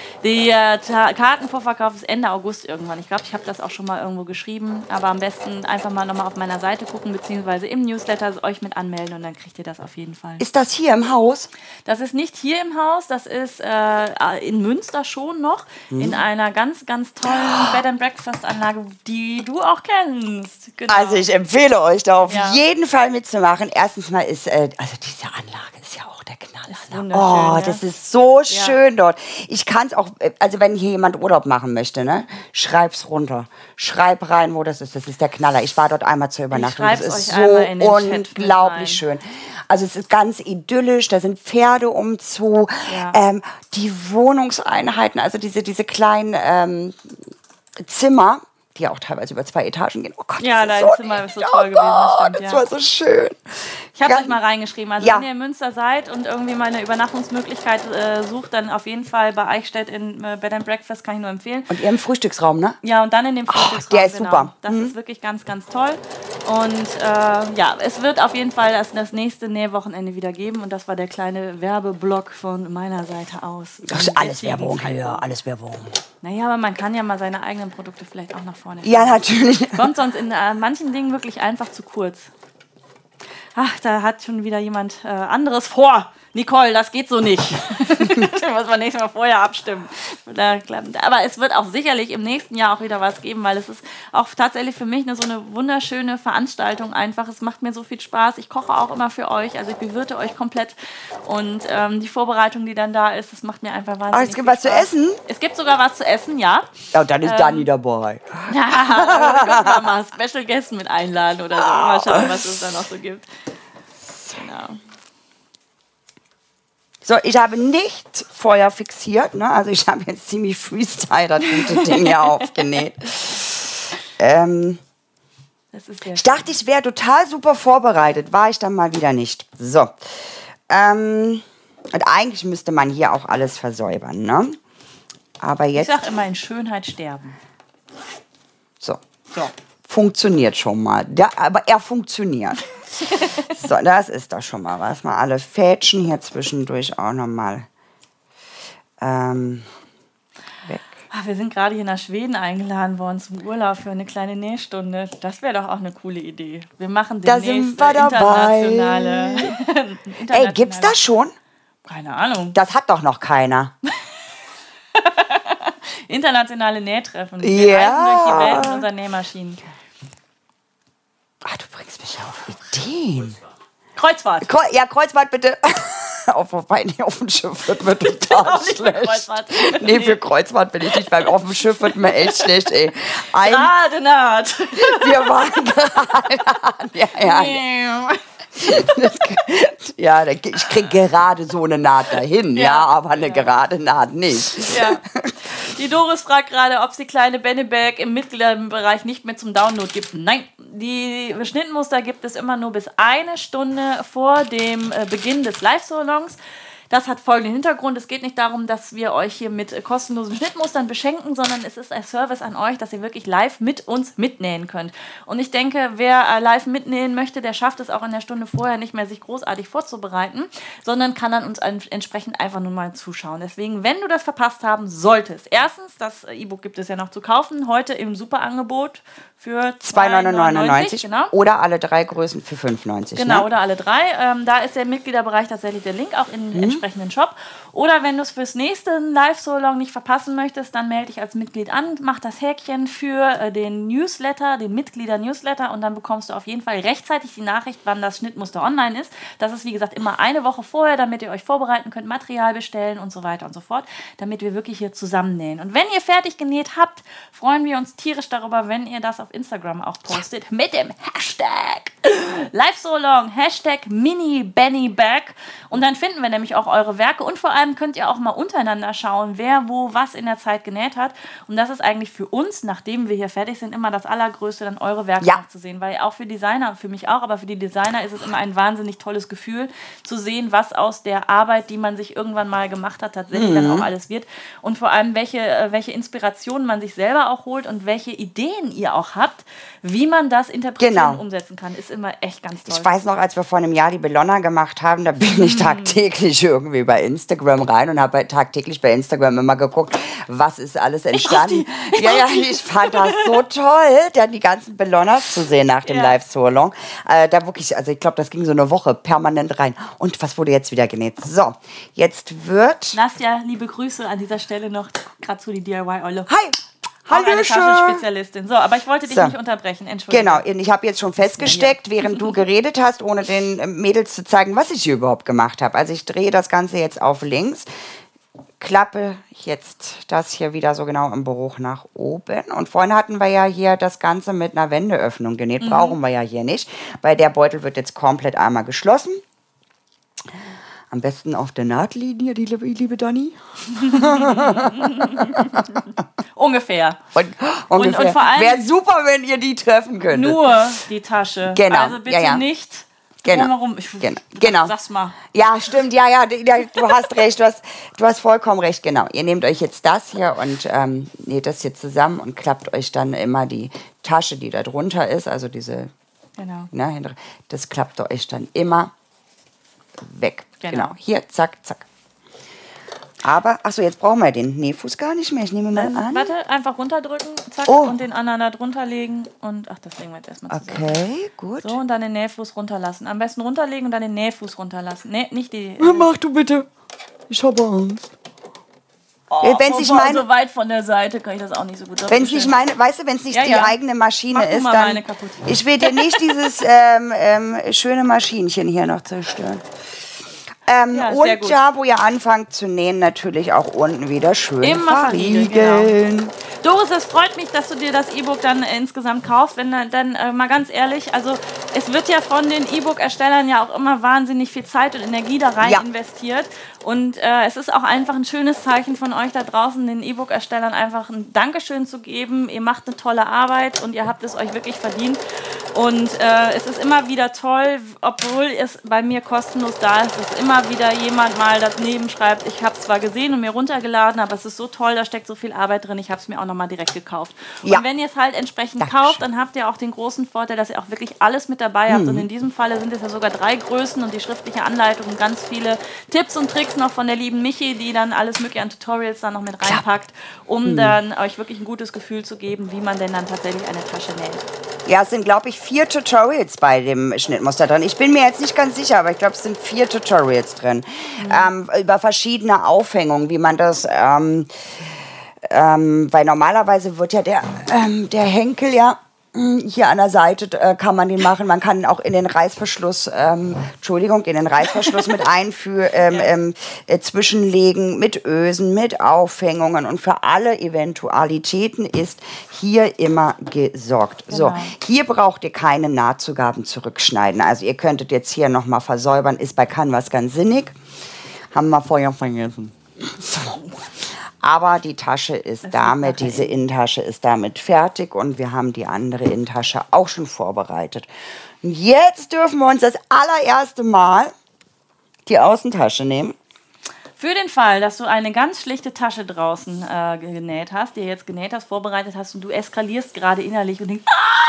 der Ta- Kartenvorverkauf ist Ende August irgendwann. Ich glaube, ich habe das auch schon mal irgendwo geschrieben, aber am besten einfach mal nochmal auf meiner Seite gucken, beziehungsweise im Newsletter euch mit anmelden und dann kriegt ihr das auf jeden Fall. Ist das hier im Haus? Das ist nicht hier im Haus, das ist äh, in Münster schon noch, hm. in einer ganz, ganz tollen Bed-and-Breakfast-Anlage, die du auch kennst. Genau. Also ich empfehle euch da auf Ja. jeden Fall mitzumachen. Erstens mal ist, äh, also diese Anlage ist ja auch der Knaller. wunderschön, Oh, ja. das ist so Ja. schön dort. Ich kann es auch, äh, also wenn hier jemand Urlaub machen möchte, ne, schreib's runter. Schreib rein, wo das ist. Das ist der Knaller. Ich war dort einmal zur Übernachtung. schreib's Das ist euch einmal in den so Chat mit unglaublich schön. Also es ist ganz idyllisch, da sind Pferde umzu, Ja. ähm, die Wohnungseinheiten, also diese, diese kleinen ähm, Zimmer, die ja auch teilweise über zwei Etagen gehen. Oh Gott, Ja, das ist dein so Zimmer ist so niedlich. toll gewesen, das Oh Gott, stimmt, das ja. war so schön. Ich habe Ja. euch mal reingeschrieben. Also Ja. wenn ihr in Münster seid und irgendwie mal eine Übernachtungsmöglichkeit äh, sucht, dann auf jeden Fall bei Eichstätt in äh, Bed and Breakfast, kann ich nur empfehlen. Und ihr im Frühstücksraum, ne? Ja, und dann in dem Frühstücksraum. der ist genau. super. Das ist wirklich ganz, ganz toll. Und äh, ja, es wird auf jeden Fall das, das nächste Nähwochenende wieder geben. Und das war der kleine Werbeblock von meiner Seite aus. Das ist alles Werbung, ja, alles Werbung. Naja, aber man kann ja mal seine eigenen Produkte vielleicht auch nach vorne Ja, natürlich. Kommt sonst in äh, manchen Dingen wirklich einfach zu kurz. ach, da hat schon wieder jemand äh, anderes vor. Nicole, das geht so nicht. Da muss man nächstes Mal vorher abstimmen. Aber es wird auch sicherlich im nächsten Jahr auch wieder was geben, weil es ist auch tatsächlich für mich eine, so eine wunderschöne Veranstaltung einfach. Es macht mir so viel Spaß. Ich koche auch immer für euch, also ich bewirte euch komplett. Und ähm, die Vorbereitung, die dann da ist, das macht mir einfach wahnsinnig Ach, es gibt viel was Spaß. zu essen? Es gibt sogar was zu essen, ja. Ja, dann ist ähm, Dani dabei. Ja, wir können mal Special Guests mit einladen oder so. Mal schauen, was es da noch so gibt. Genau. So, ich habe nicht Feuer fixiert, ne? Also ich habe jetzt ziemlich Freestyle das gute Ding hier aufgenäht. Ähm, das ist sehr ich dachte, ich wäre total super vorbereitet, war ich dann mal wieder nicht. So, ähm, und eigentlich müsste man hier auch alles versäubern, ne? Aber jetzt... Ich sag immer, in Schönheit sterben. So. So. Funktioniert schon mal. Der, aber er funktioniert. So, das ist doch schon mal was. Mal alle Fädchen hier zwischendurch auch nochmal ähm, weg. Ach, wir sind gerade hier nach Schweden eingeladen worden zum Urlaub für eine kleine Nähstunde. Das wäre doch auch eine coole Idee. Wir machen da demnächst sind wir internationale, internationale... Ey, gibt's das schon? Keine Ahnung. Das hat doch noch keiner. Internationale Nähtreffen. Wir Ja. reisen durch die Welt mit unseren Nähmaschinen. Ach, du bringst mich auf Ideen. Kreuzfahrt. Kreu ja, Kreuzfahrt bitte. Auf, wobei, nee, auf dem Schiff wird mir total nicht für schlecht. Kreuzfahrt. Nee, für Kreuzfahrt bin ich nicht, weil auf dem Schiff wird mir echt schlecht, ey. Ein, Gerade naht. wir waren gerade. Ja, ja. Ja, ich krieg gerade so eine Naht dahin, ja, Ja. aber eine gerade Naht nicht. Ja. Die Doris fragt gerade, ob es die kleine Bennebag im Mitgliederbereich nicht mehr zum Download gibt. Nein, die Schnittmuster gibt es immer nur bis eine Stunde vor dem äh, Beginn des Live-Salons. Das hat folgenden Hintergrund. Es geht nicht darum, dass wir euch hier mit äh, kostenlosen Schnittmustern beschenken, sondern es ist ein Service an euch, dass ihr wirklich live mit uns mitnähen könnt. Und ich denke, wer äh, live mitnähen möchte, der schafft es auch in der Stunde vorher nicht mehr, sich großartig vorzubereiten, sondern kann dann uns ein, entsprechend einfach nur mal zuschauen. Deswegen, wenn du das verpasst haben solltest, erstens, das E-Book gibt es ja noch zu kaufen, heute im Superangebot für zwei neunundneunzig genau. Oder alle drei Größen für fünf neunzig. Genau, ne? oder alle drei. Ähm, da ist der Mitgliederbereich tatsächlich der Link auch in den Mhm. entsprechenden Shop. Oder wenn du es fürs nächste Live-Solong nicht verpassen möchtest, dann melde dich als Mitglied an, mach das Häkchen für äh, den Newsletter, den Mitglieder-Newsletter und dann bekommst du auf jeden Fall rechtzeitig die Nachricht, wann das Schnittmuster online ist. Das ist, wie gesagt, immer eine Woche vorher, damit ihr euch vorbereiten könnt, Material bestellen und so weiter und so fort, damit wir wirklich hier zusammennähen. Und wenn ihr fertig genäht habt, freuen wir uns tierisch darüber, wenn ihr das auf Instagram auch postet mit dem Hashtag Live-Solong, Hashtag Mini-Benny-Bag. Und dann finden wir nämlich auch eure Werke und vor allem könnt ihr auch mal untereinander schauen, wer wo was in der Zeit genäht hat. Und das ist eigentlich für uns, nachdem wir hier fertig sind, immer das Allergrößte, dann eure Werke Ja. zu sehen. Weil auch für Designer, für mich auch, aber für die Designer ist es immer ein wahnsinnig tolles Gefühl, zu sehen, was aus der Arbeit, die man sich irgendwann mal gemacht hat, tatsächlich dann auch alles wird. Und vor allem, welche, äh, welche Inspirationen man sich selber auch holt und welche Ideen ihr auch habt, wie man das interpretieren Genau. und umsetzen kann, ist immer echt ganz toll. Ich weiß noch, als wir vor einem Jahr die Bellona gemacht haben, da bin ich tagtäglich irgendwie bei Instagram rein und habe tagtäglich bei Instagram immer geguckt, was ist alles entstanden. Ich ja, ja, ich fand das so toll, dann die ganzen Bellonas zu sehen nach dem Ja. Live-Solong. Äh, da wirklich, also ich glaube, das ging so eine Woche permanent rein. Und was wurde jetzt wieder genäht? So, jetzt wird... Nastja, liebe Grüße an dieser Stelle noch, gerade zu die D I Y-Eule. Hi! Auch eine Hallöchen! Taschenspezialistin. So, aber ich wollte dich So. nicht unterbrechen, Entschuldigung. Genau, und ich habe jetzt schon festgesteckt, während du geredet hast, ohne den äh, Mädels zu zeigen, was ich hier überhaupt gemacht habe. Also ich drehe das Ganze jetzt auf links, klappe jetzt das hier wieder so genau im Bruch nach oben. Und vorhin hatten wir ja hier das Ganze mit einer Wendeöffnung genäht. Mhm. Brauchen wir ja hier nicht, weil der Beutel wird jetzt komplett einmal geschlossen. Am besten auf der Nahtlinie, die liebe, liebe Dani. Ungefähr. Und, ungefähr. und vor allem- wäre super, wenn ihr die treffen könntet. Nur die Tasche. Genau, Also bitte ja, ja. nicht Genau. drumherum. Ich, Genau. Genau. Sag's mal. Ja, stimmt, ja, ja, d- ja, du hast recht, du hast, du hast vollkommen recht, genau. Ihr nehmt euch jetzt das hier und ähm, näht das hier zusammen und klappt euch dann immer die Tasche, die da drunter ist, also diese, Genau. ne, hinter- das klappt ihr euch dann immer weg. Genau. Genau, hier, zack, zack. Aber, achso, jetzt brauchen wir den Nähfuß gar nicht mehr, ich nehme mal Dann, an. warte, einfach runterdrücken, zack, Oh. und den anderen da drunter legen und, ach, das legen wir jetzt erstmal zusammen. Okay, gut. So, und dann den Nähfuß runterlassen. Am besten runterlegen und dann den Nähfuß runterlassen. Nee, nicht die... Mach du bitte. Ich habe Angst. Oh, wenn es nicht boah, meine, so weit von der Seite kann ich das auch nicht so gut. wenn es nicht meine, weißt du, wenn es nicht Ja, die ja. eigene Maschine Mach du ist, mal dann meine kaputt. ich will dir nicht dieses ähm, ähm, schöne Maschinchen hier noch zerstören. Ähm, Ja, sehr und gut. ja, wo ihr anfangt zu nähen, natürlich auch unten wieder schön Immer verriegeln, verriegeln. Doris, es freut mich, dass du dir das E-Book dann insgesamt kaufst. Wenn dann, dann äh, mal ganz ehrlich, also es wird ja von den E-Book-Erstellern ja auch immer wahnsinnig viel Zeit und Energie da rein Ja. investiert. Und äh, es ist auch einfach ein schönes Zeichen von euch da draußen, den E-Book-Erstellern einfach ein Dankeschön zu geben. Ihr macht eine tolle Arbeit und ihr habt es euch wirklich verdient. Und äh, es ist immer wieder toll, obwohl es bei mir kostenlos da ist, dass immer wieder jemand mal daneben schreibt, ich habe es zwar gesehen und mir runtergeladen, aber es ist so toll, da steckt so viel Arbeit drin, ich habe es mir auch nochmal direkt gekauft. Ja. Und wenn ihr es halt entsprechend Dankeschön. kauft, dann habt ihr auch den großen Vorteil, dass ihr auch wirklich alles mit dabei habt. Mhm. Und in diesem Falle sind es ja sogar drei Größen und die schriftliche Anleitung und ganz viele Tipps und Tricks noch von der lieben Michi, die dann alles mögliche an Tutorials dann noch mit reinpackt, um Mhm. dann euch wirklich ein gutes Gefühl zu geben, wie man denn dann tatsächlich eine Tasche näht. Ja, es sind, glaube ich, vier Tutorials bei dem Schnittmuster drin. Ich bin mir jetzt nicht ganz sicher, aber ich glaube, es sind vier Tutorials drin. Mhm. Ähm, über verschiedene Aufhängungen, wie man das... Ähm, ähm, weil normalerweise wird ja der, ähm, der Henkel ja mh, hier an der Seite äh, kann man den machen. Man kann ihn auch in den Reißverschluss, ähm, Entschuldigung, in den Reißverschluss mit einführen, ähm, Ja. ähm, äh, zwischenlegen, mit Ösen, mit Aufhängungen. Und für alle Eventualitäten ist hier immer gesorgt. So, Genau. hier braucht ihr keine Nahtzugaben zurückschneiden. Also ihr könntet jetzt hier nochmal versäubern, ist bei Canvas ganz sinnig. Haben wir vorher vergessen. So. Aber die Tasche ist Das damit, ist nachher diese Innentasche ist damit fertig und wir haben die andere Innentasche auch schon vorbereitet. Und jetzt dürfen wir uns das allererste Mal die Außentasche nehmen. Für den Fall, dass du eine ganz schlichte Tasche draußen äh, genäht hast, die jetzt genäht hast, vorbereitet hast und du eskalierst gerade innerlich und denkst,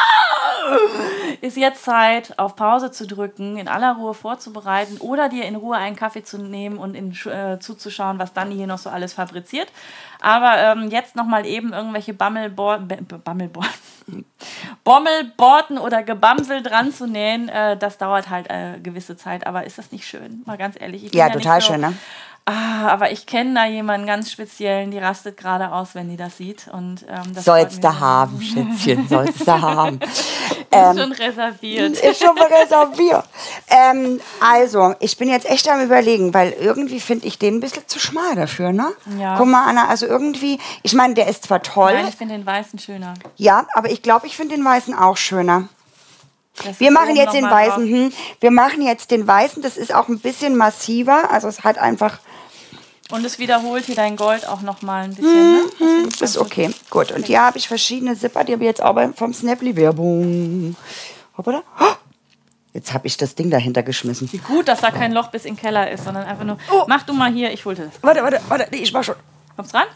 ah! ist jetzt Zeit, auf Pause zu drücken, in aller Ruhe vorzubereiten oder dir in Ruhe einen Kaffee zu nehmen und in, äh, zuzuschauen, was Dani hier noch so alles fabriziert. Aber ähm, jetzt nochmal eben irgendwelche Bammelborten, Bammelborten, Bommelborten oder Gebamsel dran zu nähen, äh, das dauert halt äh, gewisse Zeit. Aber ist das nicht schön? Mal ganz ehrlich. Ich bin Ja, nicht total so, schön, ne? Ah, aber ich kenne da jemanden ganz speziellen, die rastet gerade aus, wenn die das sieht. Und, ähm, das Soll's freut da mich haben, Schätzchen, soll's da haben. sehr. Ähm, Ist schon reserviert. Ist schon mal reserviert. ähm, also, ich bin jetzt echt am Überlegen, weil irgendwie finde ich den ein bisschen zu schmal dafür, ne? Ja. Guck mal, Anna, also irgendwie, ich meine, der ist zwar toll, Nein, ich finde den weißen schöner. ja, aber ich glaube, ich finde den weißen auch schöner. Das Wir ist machen oben jetzt den noch mal weißen, hm, wir machen jetzt den weißen, das ist auch ein bisschen massiver, also es hat einfach, drauf. Und es wiederholt hier dein Gold auch noch mal ein bisschen. Ne? Das finde ich ganz ist okay, gut. Und hier habe ich verschiedene Zipper, die habe ich jetzt auch beim- vom Snapply-Werbung. Hoppala. Oh, jetzt habe ich das Ding dahinter geschmissen. Wie gut, dass da kein Loch bis in den Keller ist, sondern einfach nur, Oh. mach du mal hier, ich holte das. Warte, warte, warte, nee, ich mach schon. Kommst dran?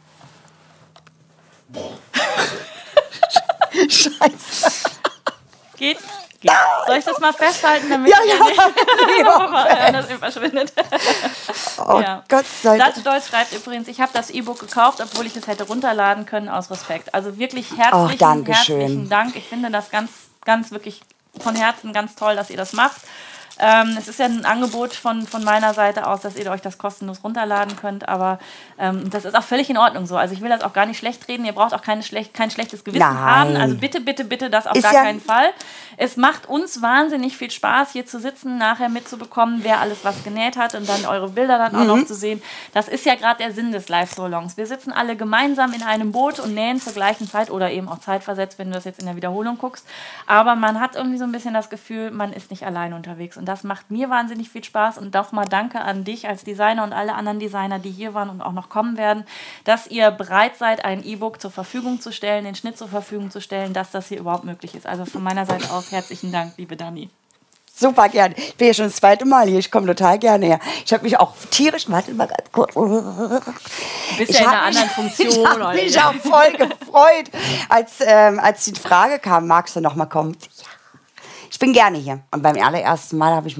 Scheiße. Geht? Geht. Soll ich das mal festhalten, damit Ja, ihr ja. nicht ja. das verschwindet? Oh Ja. Gott sei Dank. Dutch Deutsch schreibt übrigens, ich habe das E-Book gekauft, obwohl ich es hätte runterladen können, aus Respekt. Also wirklich herzlichen, Ach, Dankeschön. herzlichen Dank. Ich finde das ganz, ganz wirklich von Herzen ganz toll, dass ihr das macht. Ähm, es ist ja ein Angebot von, von meiner Seite aus, dass ihr euch das kostenlos runterladen könnt, aber ähm, das ist auch völlig in Ordnung so. Also ich will das auch gar nicht schlecht reden, ihr braucht auch keine schlecht, kein schlechtes Gewissen Nein. haben. Also bitte, bitte, bitte das auf Ist gar ja- keinen Fall. Es macht uns wahnsinnig viel Spaß, hier zu sitzen, nachher mitzubekommen, wer alles was genäht hat und dann eure Bilder dann auch Mhm. noch zu sehen. Das ist ja gerade der Sinn des Live-Solongs. Wir sitzen alle gemeinsam in einem Boot und nähen zur gleichen Zeit oder eben auch zeitversetzt, wenn du das jetzt in der Wiederholung guckst. Aber man hat irgendwie so ein bisschen das Gefühl, man ist nicht allein unterwegs und das macht mir wahnsinnig viel Spaß und doch mal danke an dich als Designer und alle anderen Designer, die hier waren und auch noch kommen werden, dass ihr bereit seid, ein E-Book zur Verfügung zu stellen, den Schnitt zur Verfügung zu stellen, dass das hier überhaupt möglich ist. Also von meiner Seite aus herzlichen Dank, liebe Dani. Super gerne. Ich bin ja schon das zweite Mal hier. Ich komme total gerne her. Ich habe mich auch tierisch, warte mal ganz kurz. Du bist Ich ja in hab einer mich- anderen Funktion. Ich habe oder? mich auch voll gefreut, als, ähm, als die Frage kam, magst du noch mal kommen? Ja. Ich bin gerne hier. Und beim allerersten Mal habe ich mehr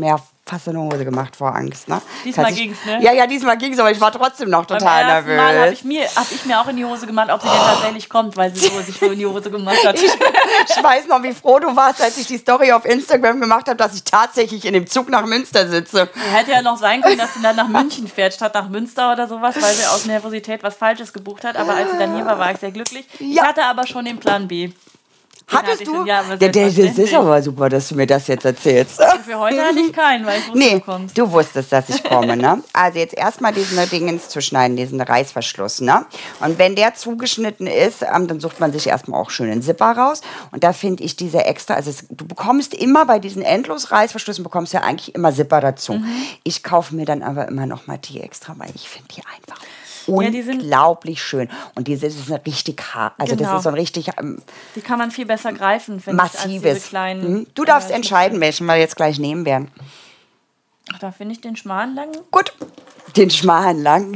fast in die Hose gemacht vor Angst. Ne? Diesmal ging's, ne? Ja, ja, diesmal ging's, aber ich war trotzdem noch total Beim ersten nervös. Mal habe ich, mir, hab ich mir auch in die Hose gemacht, ob sie denn tatsächlich kommt, weil sie so, sich so in die Hose gemacht hat. Ich, ich weiß noch, wie froh du warst, als ich die Story auf Instagram gemacht habe, dass ich tatsächlich in dem Zug nach Münster sitze. Hätte ja noch sein können, dass sie dann nach München fährt, statt nach Münster oder sowas, weil sie aus Nervosität was Falsches gebucht hat. Aber als sie dann hier war, war ich sehr glücklich. Ja. Ich hatte aber schon den Plan B. Hattest du? Schon, ja, aber der, der, das ist aber super, dass du mir das jetzt erzählst. Für heute hatte ich keinen, weil ich wusste, Nee, du kommst. du wusstest, dass ich komme, ne? Also jetzt erstmal diesen Dingens zu schneiden, diesen Reißverschluss, ne? Und wenn der zugeschnitten ist, ähm, dann sucht man sich erstmal auch schön einen Zipper raus. Und da finde ich diese extra, also es, du bekommst immer bei diesen Endlos-Reißverschlüssen, bekommst ja eigentlich immer Zipper dazu. Mhm. Ich kaufe mir dann aber immer noch mal die extra, weil ich finde die einfach Ja, die sind unglaublich schön. Und diese ist eine richtig hart, also Genau. das ist so ein richtig ähm, Die kann man viel besser greifen, finde ich, als massives. diese kleinen. Mhm. Du darfst äh, entscheiden, welchen wir jetzt gleich nehmen werden. Ach, da finde ich den schmalen lang. Gut, den schmalen lang.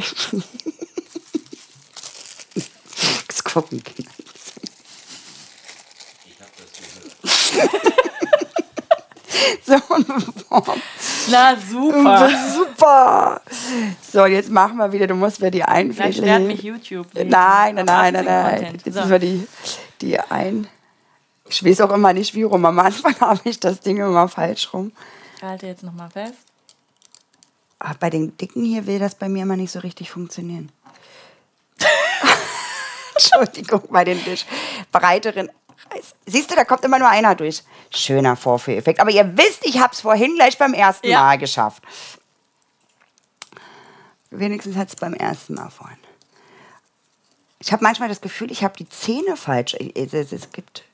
Jetzt gucken. So, Na super. super. So, jetzt machen wir wieder, du musst mir die Vielleicht sperrt einfädeln. mich YouTube. Nein, nein, nein, nein, achtzehn nein. Content. Jetzt So. müssen wir die, die ein... Ich weiß auch immer nicht, wie rum. Am Anfang habe ich das Ding immer falsch rum. Ich halte jetzt nochmal fest. Aber bei den Dicken hier will das bei mir immer nicht so richtig funktionieren. Entschuldigung, bei den Tisch. breiteren... Siehst du, da kommt immer nur einer durch. Schöner Vorführeffekt. Aber ihr wisst, ich habe es vorhin gleich beim ersten Ja. Mal geschafft. Wenigstens hat es beim ersten Mal vorhin. Ich habe manchmal das Gefühl, ich habe die Zähne falsch. Es, es, es gibt...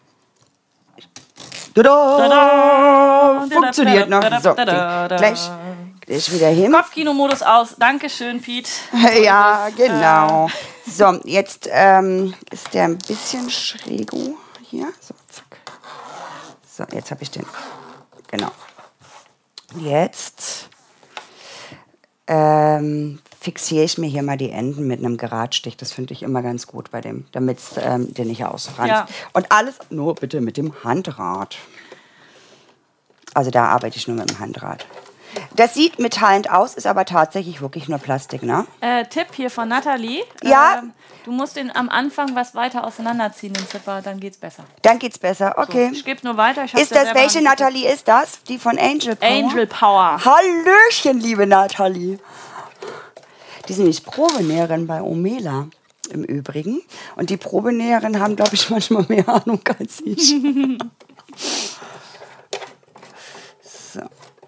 Tada! Tada! Funktioniert noch. So, Tada! gleich, gleich wieder hin. Kopfkinomodus aus. Dankeschön, Piet. Ja, genau. So, jetzt ähm, ist der ein bisschen schrägo hier. So, zack. So, jetzt habe ich den. Genau. Jetzt ähm, fixiere ich mir hier mal die Enden mit einem Geradstich. Das finde ich immer ganz gut bei dem, damit es ähm, dir nicht ausfranst. Ja. Und alles nur bitte mit dem Handrad. Also da arbeite ich nur mit dem Handrad. Das sieht metallend aus, ist aber tatsächlich wirklich nur Plastik, ne? Äh, Tipp hier von Nathalie. Ja. Ähm, du musst den am Anfang was weiter auseinanderziehen, den Zipper, dann geht's besser. Dann geht's besser, okay. Ich gebe nur weiter. Ich hab's Ist ja das, selber welche noch nicht Nathalie ist das? Die von Angel Power? Angel Power. Hallöchen, liebe Nathalie. Die ist nämlich Probenäherin bei Omela im Übrigen. Und die Probenäherinnen haben, glaube ich, manchmal mehr Ahnung als ich. So.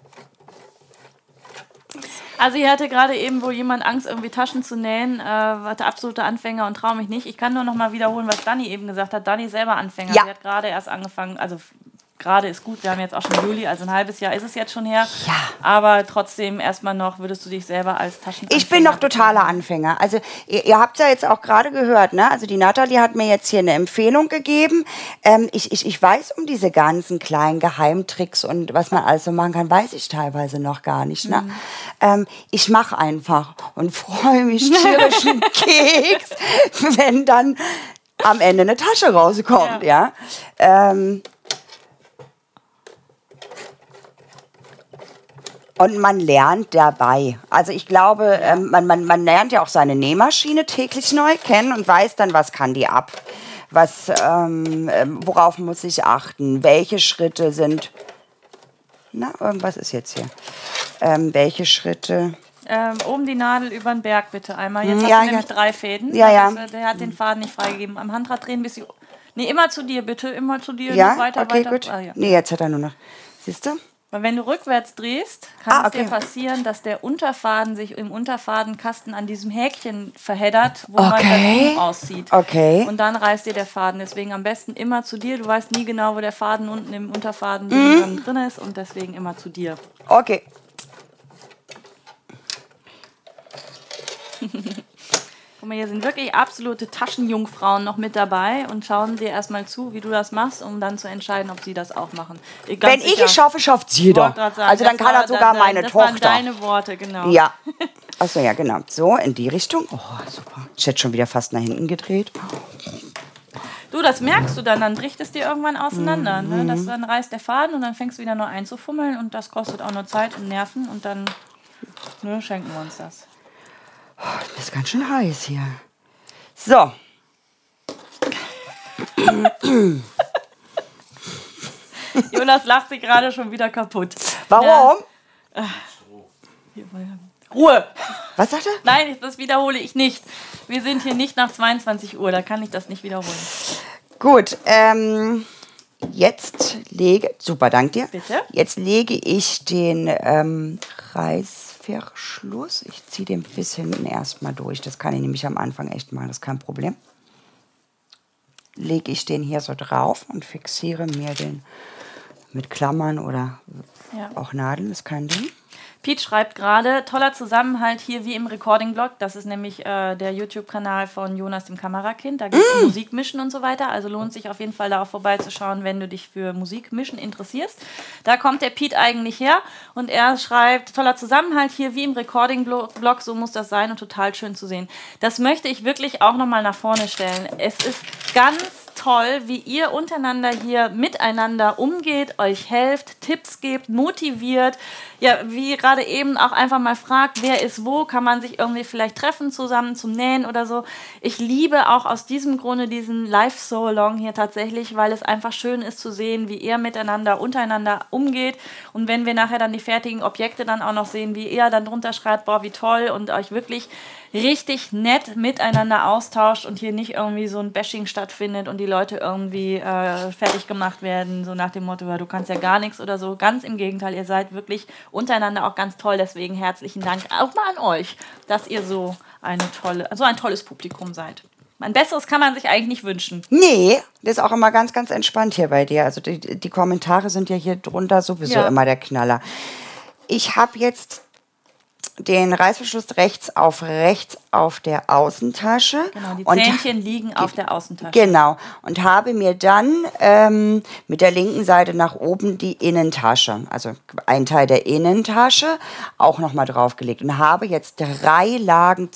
Also hier hatte gerade eben wohl jemand Angst, irgendwie Taschen zu nähen. Äh, war der absolute Anfänger und traue mich nicht. Ich kann nur noch mal wiederholen, was Dani eben gesagt hat. Dani ist selber Anfänger. Ja. Sie hat gerade erst angefangen, also f- gerade ist gut, wir haben jetzt auch schon Juli, also ein halbes Jahr ist es jetzt schon her. Ja. Aber trotzdem erstmal noch, würdest du dich selber als Taschenanfänger... Ich bin noch totaler Anfänger. Also ihr, ihr habt ja jetzt auch gerade gehört, ne? Also die Nathalie hat mir jetzt hier eine Empfehlung gegeben. Ähm, ich, ich, ich weiß um diese ganzen kleinen Geheimtricks und was man alles so machen kann, weiß ich teilweise noch gar nicht. Ne? Mhm. Ähm, ich mache einfach und freue mich tierischen Keks, wenn dann am Ende eine Tasche rauskommt. Ja. ja? Ähm, Und man lernt dabei. Also ich glaube, ähm, man, man, man lernt ja auch seine Nähmaschine täglich neu kennen und weiß dann, was kann die ab. Was, ähm, worauf muss ich achten? Welche Schritte sind... Na, irgendwas ist jetzt hier. Ähm, welche Schritte... Ähm, oben die Nadel über den Berg bitte einmal. Jetzt Ja, hast ja. du nämlich drei Fäden. Ja, ja. Das ist, äh, der hat den Faden nicht freigegeben. Am Handrad drehen bis... Nee, immer zu dir bitte. Immer zu dir. Ja, Noch weiter, okay, weiter. gut. Ah, ja. Nee, jetzt hat er nur noch... Siehst du? Weil wenn du rückwärts drehst, kann Ah, es okay. dir passieren, dass der Unterfaden sich im Unterfadenkasten an diesem Häkchen verheddert, wo Okay. man das Tuch auszieht. Okay. Und dann reißt dir der Faden. Deswegen am besten immer zu dir. Du weißt nie genau, wo der Faden unten im Unterfaden Mhm. drin ist und deswegen immer zu dir. Okay. Guck mal, hier sind wirklich absolute Taschenjungfrauen noch mit dabei und schauen dir erstmal zu, wie du das machst, um dann zu entscheiden, ob sie das auch machen. Ganz Wenn ich sicher. es schaffe, schafft es Ich jeder. wollte gerade sagen, Also dann das kann war das sogar dein- meine das waren Tochter. deine Worte, genau. Ja. Achso, ja, genau. So, in die Richtung. Oh, super. Ich hätte schon wieder fast nach hinten gedreht. Du, das merkst du dann, dann bricht es dir irgendwann auseinander. Mhm. Ne? Das, dann reißt der Faden und dann fängst du wieder neu einzufummeln und das kostet auch nur Zeit und Nerven und dann ne, schenken wir uns das. Oh, das ist ganz schön heiß hier. So. Jonas lacht sich gerade schon wieder kaputt. Warum? Ja. Ruhe! Was sagt er? Nein, das wiederhole ich nicht. Wir sind hier nicht nach zweiundzwanzig Uhr, da kann ich das nicht wiederholen. Gut, ähm, jetzt lege, super, dank dir. Bitte? Jetzt lege ich den ähm, Reißverschluss, ich ziehe den bis hinten erstmal durch, das kann ich nämlich am Anfang echt machen, das ist kein Problem. Lege ich den hier so drauf und fixiere mir den mit Klammern oder ja. auch Nadeln, ist kein Ding. Pete schreibt gerade, toller Zusammenhalt hier wie im Recording-Blog. Das ist nämlich äh, der YouTube-Kanal von Jonas, dem Kamerakind. Da geht es mm. um Musikmischen und so weiter. Also lohnt sich auf jeden Fall darauf vorbeizuschauen, wenn du dich für Musikmischen interessierst. Da kommt der Pete eigentlich her und er schreibt, toller Zusammenhalt hier wie im Recording-Blog. So muss das sein und total schön zu sehen. Das möchte ich wirklich auch nochmal nach vorne stellen. Es ist ganz toll, wie ihr untereinander hier miteinander umgeht, euch helft, Tipps gebt, motiviert. Ja, wie gerade eben auch einfach mal fragt, wer ist wo, kann man sich irgendwie vielleicht treffen zusammen zum Nähen oder so. Ich liebe auch aus diesem Grunde diesen Live So Along hier tatsächlich, weil es einfach schön ist zu sehen, wie ihr miteinander, untereinander umgeht. Und wenn wir nachher dann die fertigen Objekte dann auch noch sehen, wie ihr dann drunter schreibt, boah, wie toll und euch wirklich richtig nett miteinander austauscht und hier nicht irgendwie so ein Bashing stattfindet und die Leute irgendwie äh, fertig gemacht werden, so nach dem Motto, du kannst ja gar nichts oder so. Ganz im Gegenteil, ihr seid wirklich untereinander auch ganz toll. Deswegen herzlichen Dank auch mal an euch, dass ihr so eine tolle, so ein tolles Publikum seid. Ein besseres kann man sich eigentlich nicht wünschen. Nee, das ist auch immer ganz, ganz entspannt hier bei dir. Also die, die Kommentare sind ja hier drunter sowieso ja. immer der Knaller. Ich habe jetzt den Reißverschluss rechts auf rechts auf der Außentasche. Genau, die Zähnchen und, liegen auf der Außentasche. Genau. Und habe mir dann ähm, mit der linken Seite nach oben die Innentasche, also ein Teil der Innentasche, auch nochmal draufgelegt. Und habe jetzt drei Lagen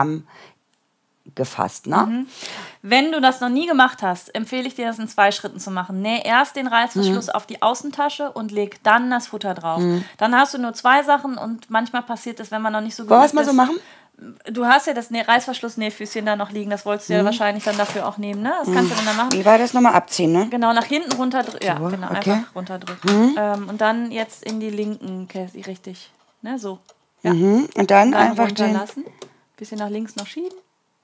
zusammengefasst. Ne? Mhm. Wenn du das noch nie gemacht hast, empfehle ich dir, das in zwei Schritten zu machen. Näh erst den Reißverschluss mhm. auf die Außentasche und leg dann das Futter drauf. Mhm. Dann hast du nur zwei Sachen und manchmal passiert es, wenn man noch nicht so gut ist. Wollen wir es mal so machen? Du hast ja das Reißverschluss-Nähfüßchen da noch liegen, das wolltest du mhm. ja wahrscheinlich dann dafür auch nehmen, ne? Das kannst mhm. du dann machen. Wie war das nochmal abziehen, ne? Genau, nach hinten runterdrücken. Ja, so, genau, okay. einfach runterdrücken. Mhm. Ähm, und dann jetzt in die linken Käse, richtig. Ne, so. Ja. Mhm. Und dann, und dann einfach runterlassen. Den bisschen nach links noch schieben.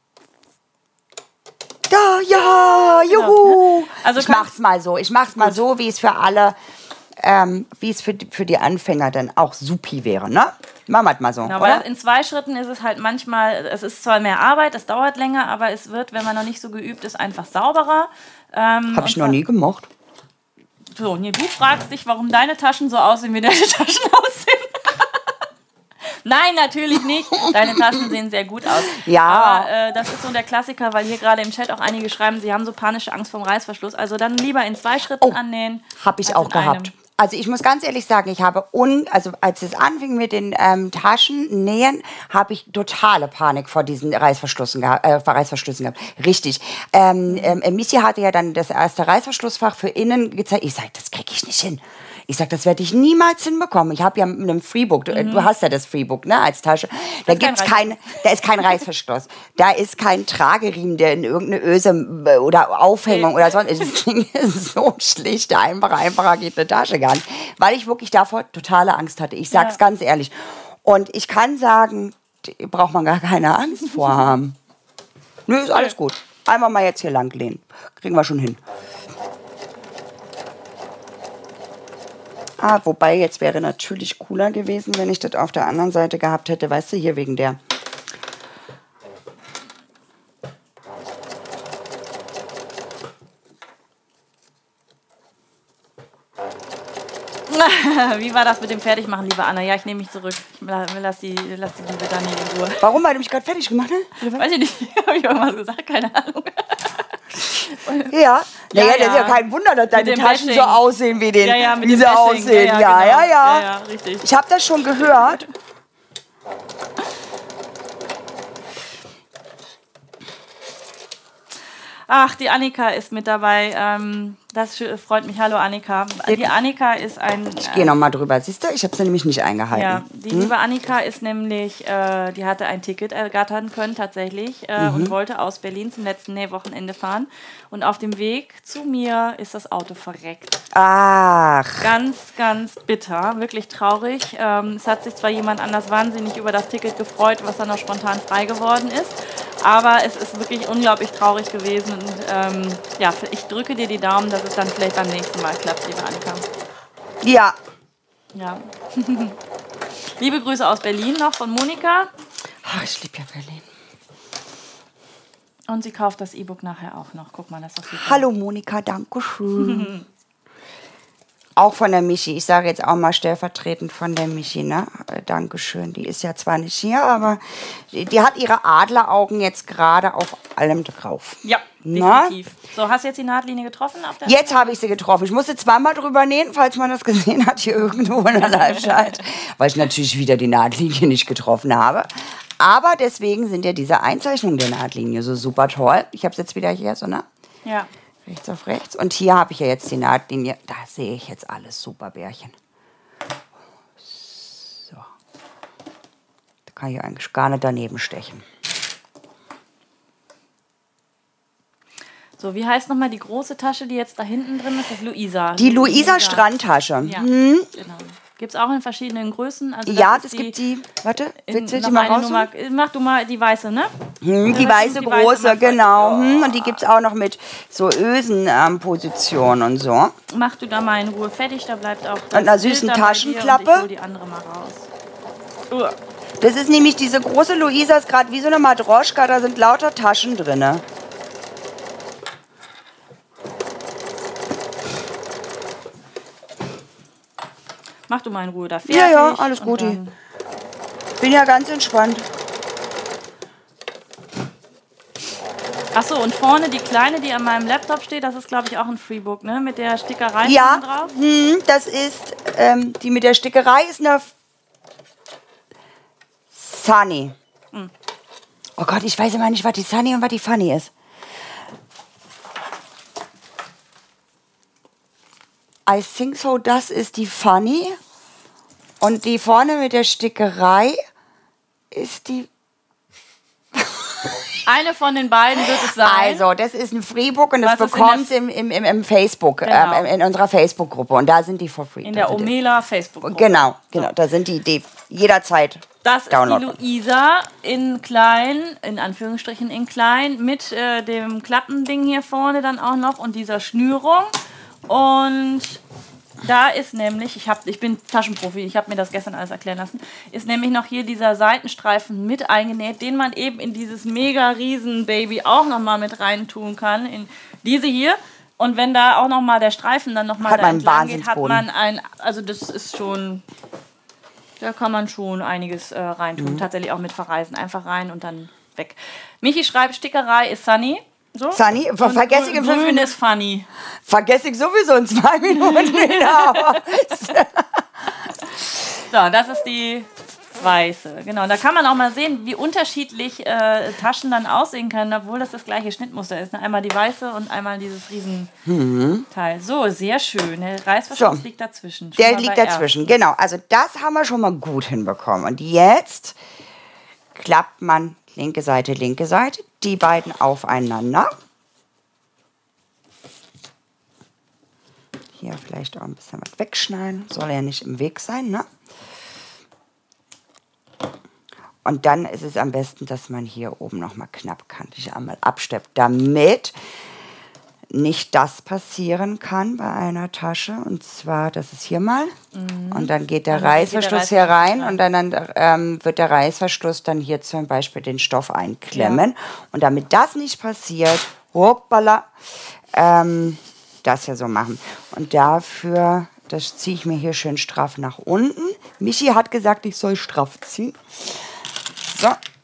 Da, ja, juhu. Genau, ne? Also ich mach's mal so. Ich mach's mal gut. so, wie es für alle, ähm, wie es für die, für die Anfänger dann auch supi wäre, ne? Machen wir mal so. Genau, weil in zwei Schritten ist es halt manchmal, es ist zwar mehr Arbeit, es dauert länger, aber es wird, wenn man noch nicht so geübt ist, einfach sauberer. Ähm, Hab ich noch nie gemocht. So, nee, du fragst dich, warum deine Taschen so aussehen, wie deine Taschen aussehen. Nein, natürlich nicht. Deine Taschen sehen sehr gut aus. Ja. Aber äh, das ist so der Klassiker, weil hier gerade im Chat auch einige schreiben, sie haben so panische Angst vor dem Reißverschluss. Also dann lieber in zwei Schritten oh, annähen. Habe ich auch gehabt. Einem. Also ich muss ganz ehrlich sagen, ich habe, un, also als es anfing mit den ähm, Taschen nähen, habe ich totale Panik vor diesen Reißverschlüssen gehabt. Äh, Reißverschlüssen gehabt. Richtig. Ähm, ähm, Missy hatte ja dann das erste Reißverschlussfach für innen gezeigt. Ich sage, das kriege ich nicht hin. Ich sag, das werde ich niemals hinbekommen. Ich habe ja mit einem Freebook, du, mhm. du hast ja das Freebook, ne, als Tasche. Da gibt's kein, da ist kein Reißverschluss. Da ist kein Trageriemen, der in irgendeine Öse oder Aufhängung oder sonst. Das Ding ist so schlicht, einfacher, einfacher geht eine Tasche gar nicht. Weil ich wirklich davor totale Angst hatte. Ich sag's ja. ganz ehrlich. Und ich kann sagen, braucht man gar keine Angst vor haben. Nö, ist alles gut. Einfach mal jetzt hier lang lehnen. Kriegen wir schon hin. Ah, wobei, jetzt wäre natürlich cooler gewesen, wenn ich das auf der anderen Seite gehabt hätte. Weißt du, hier wegen der... Wie war das mit dem Fertigmachen, liebe Anna? Ja, ich nehme mich zurück. Ich lass die, lass die liebe Dani in Ruhe. Warum? Weil du mich gerade fertig gemacht hast? Weiß ich nicht. Habe ich irgendwas gesagt? Keine Ahnung. Ja, naja, ja, das ist ja kein Wunder, dass deine Taschen Bashing. so aussehen, wie, den, ja, ja, wie sie Bashing. aussehen. Ja, ja, ja, genau. ja, ja. ja, ja richtig. Ich habe das schon gehört. Ach, die Annika ist mit dabei. Ähm, das freut mich. Hallo Annika. Die Annika ist ein... Ich äh, gehe nochmal drüber. Siehst du, ich habe sie nämlich nicht eingehalten. Ja, die hm? liebe Annika ist nämlich, äh, die hatte ein Ticket ergattern können tatsächlich äh, mhm. und wollte aus Berlin zum letzten Nähwochenende fahren. Und auf dem Weg zu mir ist das Auto verreckt. Ach. Ganz, ganz bitter. Wirklich traurig. Ähm, es hat sich zwar jemand anders wahnsinnig über das Ticket gefreut, was dann noch spontan frei geworden ist. Aber es ist wirklich unglaublich traurig gewesen. Und ähm, ja, ich drücke dir die Daumen, dass es dann vielleicht beim nächsten Mal klappt, liebe Annika. Ja. Ja. Liebe Grüße aus Berlin noch von Monika. Ach, ich liebe ja Berlin. Und sie kauft das E-Book nachher auch noch. Guck mal, das ist doch super. Hallo Monika, danke schön. Auch von der Michi. Ich sage jetzt auch mal stellvertretend von der Michi, ne? Dankeschön. Die ist ja zwar nicht hier, aber die, die hat ihre Adleraugen jetzt gerade auf allem drauf. Ja, definitiv. Na? So, hast du jetzt die Nahtlinie getroffen? Auf der jetzt habe ich sie getroffen. Ich musste zweimal drüber nähen, falls man das gesehen hat, hier irgendwo in der Live-Schalt. Weil ich natürlich wieder die Nahtlinie nicht getroffen habe. Aber deswegen sind ja diese Einzeichnungen der Nahtlinie so super toll. Ich habe es jetzt wieder hier so, ne? Ja. Rechts auf rechts. Und hier habe ich ja jetzt die Nahtlinie. Da sehe ich jetzt alles super, Bärchen. So. Da kann ich eigentlich gar nicht daneben stechen. So, wie heißt nochmal die große Tasche, die jetzt da hinten drin ist? Das ist Luisa. Die Luisa, Luisa. Strandtasche. Ja, hm. genau. Gibt es auch in verschiedenen Größen? Also ja, es gibt die, warte, willst du die mal raus? Nummer, mach du mal die weiße, ne? Hm, die weiße die große, weiße genau. Hm, und die gibt es auch noch mit so Ösenpositionen ähm, und so. Mach du da mal in Ruhe fertig, da bleibt auch und einer süßen Taschenklappe. Ich hol die andere mal raus. Uh. Das ist nämlich diese große Luisa, ist gerade wie so eine Matroschka, da sind lauter Taschen drin. Mach du mal in Ruhe da fertig. Ja, ja, alles gut. Bin ja ganz entspannt. Achso, und vorne die kleine, die an meinem Laptop steht, das ist, glaube ich, auch ein Freebook, ne? Mit der Stickerei ja, drauf. Hm, das ist, ähm, die mit der Stickerei ist eine Sunny. Hm. Oh Gott, ich weiß immer nicht, was die Sunny und was die Funny ist. I think so, das ist die Funny. Und die vorne mit der Stickerei ist die... Eine von den beiden wird es sein. Also, das ist ein Freebook und das bekommt im, im, im, im Facebook, genau. ähm, in unserer Facebook-Gruppe. Und da sind die for free. In der Omela Facebook-Gruppe. Genau, genau. So. Da sind die, die jederzeit Das ist die Luisa in klein, in Anführungsstrichen in klein, mit äh, dem Klappending hier vorne dann auch noch und dieser Schnürung. Und da ist nämlich, ich, hab, ich bin Taschenprofi, ich habe mir das gestern alles erklären lassen, ist nämlich noch hier dieser Seitenstreifen mit eingenäht, den man eben in dieses mega riesen Baby auch nochmal mit rein tun kann, in diese hier. Und wenn da auch nochmal der Streifen dann nochmal da entlang geht, hat man ein, also das ist schon, da kann man schon einiges äh, reintun, mhm. tatsächlich auch mit verreisen, einfach rein und dann weg. Michi schreibt, Stickerei ist Sunny. So? Sunny, ver vergesse ich in fünf Minuten. ist funny. Vergesse ich sowieso in zwei Minuten wieder. So, das ist die weiße. Genau, da kann man auch mal sehen, wie unterschiedlich äh, Taschen dann aussehen können, obwohl das das gleiche Schnittmuster ist. Ne? Einmal die weiße und einmal dieses Riesenteil. Mhm. So, sehr schön. Der Reißverschluss so. liegt dazwischen. Schon Der liegt dazwischen, ersten. Genau. Also das haben wir schon mal gut hinbekommen. Und jetzt klappt man linke Seite, linke Seite, die beiden aufeinander. Hier vielleicht auch ein bisschen was wegschneiden, soll ja nicht im Weg sein, ne? Und dann ist es am besten, dass man hier oben noch mal knappkantig einmal absteppt, damit nicht das passieren kann bei einer Tasche. Und zwar, das ist hier mal. Mhm. Und dann geht der also Reißverschluss hier rein. Und dann, dann ähm, wird der Reißverschluss dann hier zum Beispiel den Stoff einklemmen. Ja. Und damit das nicht passiert, hoppala, ähm, das hier so machen. Und dafür, das ziehe ich mir hier schön straff nach unten. Michi hat gesagt, ich soll straff ziehen. So.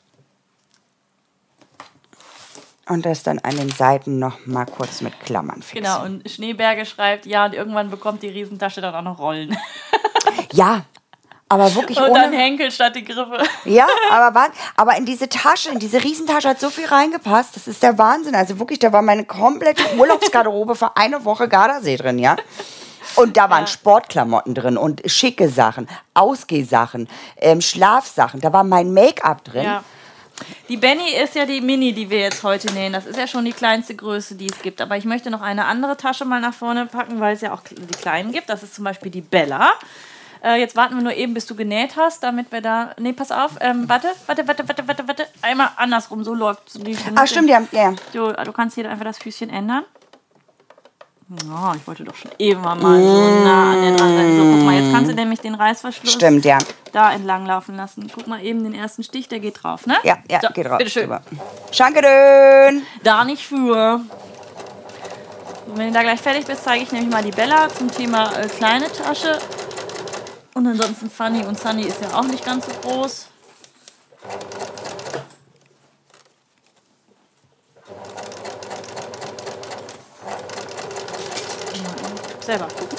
Und das dann an den Seiten noch mal kurz mit Klammern fixieren. Genau, und Schneeberge schreibt, ja, und irgendwann bekommt die Riesentasche dann auch noch Rollen. Ja, Aber wirklich Und ohne... dann Henkel statt die Griffe. Ja, aber, war, aber in diese Tasche, in diese Riesentasche hat so viel reingepasst. Das ist der Wahnsinn. Also wirklich, da war meine komplette Urlaubsgarderobe für eine Woche Gardasee drin, ja. Und da waren ja. Sportklamotten drin und schicke Sachen, Ausgehsachen, ähm, Schlafsachen. Da war mein Make-up drin. Ja. Die Benny ist ja die Mini, die wir jetzt heute nähen. Das ist ja schon die kleinste Größe, die es gibt. Aber ich möchte noch eine andere Tasche mal nach vorne packen, weil es ja auch die kleinen gibt. Das ist zum Beispiel die Bella. Äh, jetzt warten wir nur eben, bis du genäht hast, damit wir da... Nee, pass auf. Ähm, warte, warte, warte, warte, warte, warte. Einmal andersrum, so läuft es. Ah, stimmt, ja. ja. Du, du kannst hier einfach das Füßchen ändern. Oh, ich wollte doch schon eben mal so nah an der dran sein. So, guck mal, jetzt kannst du nämlich den Reißverschluss Stimmt, ja. da entlang laufen lassen. Guck mal eben den ersten Stich, der geht drauf, ne? Ja, ja, so, geht drauf. Bitteschön. Dankeschön. Da nicht für. Und wenn du da gleich fertig bist, zeige ich nämlich mal die Bella zum Thema äh, kleine Tasche. Und ansonsten Fanny und Sunny ist ja auch nicht ganz so groß. Selber gucken.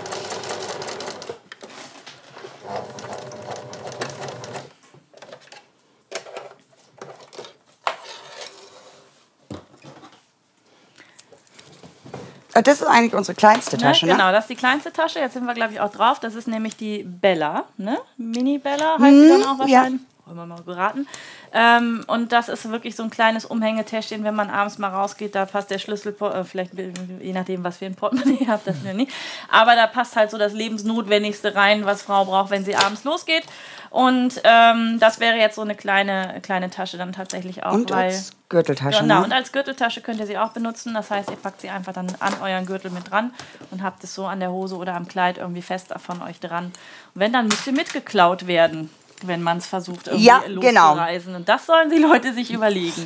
Das ist eigentlich unsere kleinste Tasche, ne? Genau, das ist die kleinste Tasche. Jetzt sind wir, glaube ich, auch drauf. Das ist nämlich die Bella, ne? Mini-Bella heißt sie dann auch wahrscheinlich. Ja. Wollen wir mal geraten. Ähm, und das ist wirklich so ein kleines Umhängetäschchen, wenn man abends mal rausgeht, da passt der Schlüssel, äh, vielleicht je nachdem, was für ein Portemonnaie habt, das ja nicht. Aber da passt halt so das Lebensnotwendigste rein, was Frau braucht, wenn sie abends losgeht. Und ähm, das wäre jetzt so eine kleine, kleine Tasche dann tatsächlich auch. Und weil, als Gürteltasche. Genau, ne? und als Gürteltasche könnt ihr sie auch benutzen. Das heißt, ihr packt sie einfach dann an euren Gürtel mit dran und habt es so an der Hose oder am Kleid irgendwie fest von euch dran. Und wenn, dann müsst ihr mitgeklaut werden, wenn man es versucht, irgendwie ja, loszureisen. Genau. Und das sollen die Leute sich überlegen,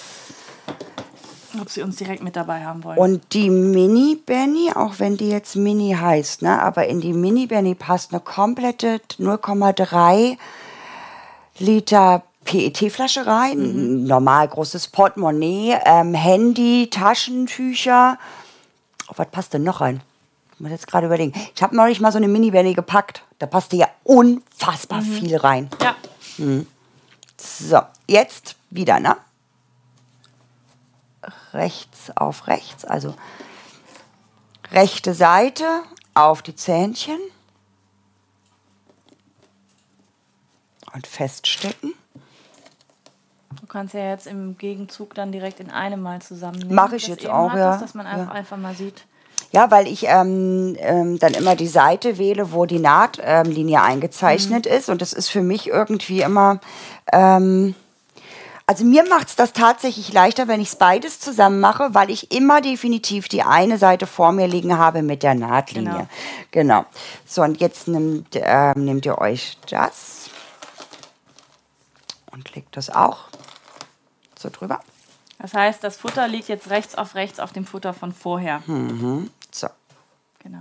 ob sie uns direkt mit dabei haben wollen. Und die Mini-Benny, auch wenn die jetzt Mini heißt, ne, aber in die Mini-Benny passt eine komplette null Komma drei Liter P E T-Flasche rein, mhm. normal großes Portemonnaie, ähm, Handy, Taschentücher. Oh, was passt denn noch rein? Ich muss jetzt gerade überlegen. Ich habe neulich mal so eine Mini-Benny gepackt. Da passte ja unfassbar mhm. viel rein. Ja. Mhm. So, jetzt wieder, ne? Rechts auf rechts, also rechte Seite auf die Zähnchen und feststecken. Du kannst ja jetzt im Gegenzug dann direkt in einem Mal zusammennehmen. Mache ich jetzt auch, hattest, ja. Dass man einfach, ja. einfach mal sieht. Ja, weil ich ähm, ähm, dann immer die Seite wähle, wo die Nahtlinie ähm, eingezeichnet mhm. ist. Und das ist für mich irgendwie immer... Ähm, also mir macht es das tatsächlich leichter, wenn ich es beides zusammen mache, weil ich immer definitiv die eine Seite vor mir liegen habe mit der Nahtlinie. Genau. genau. So, und jetzt nimmt, äh, nehmt ihr euch das und legt das auch so drüber. Das heißt, das Futter liegt jetzt rechts auf rechts auf dem Futter von vorher. Mhm. So. Genau.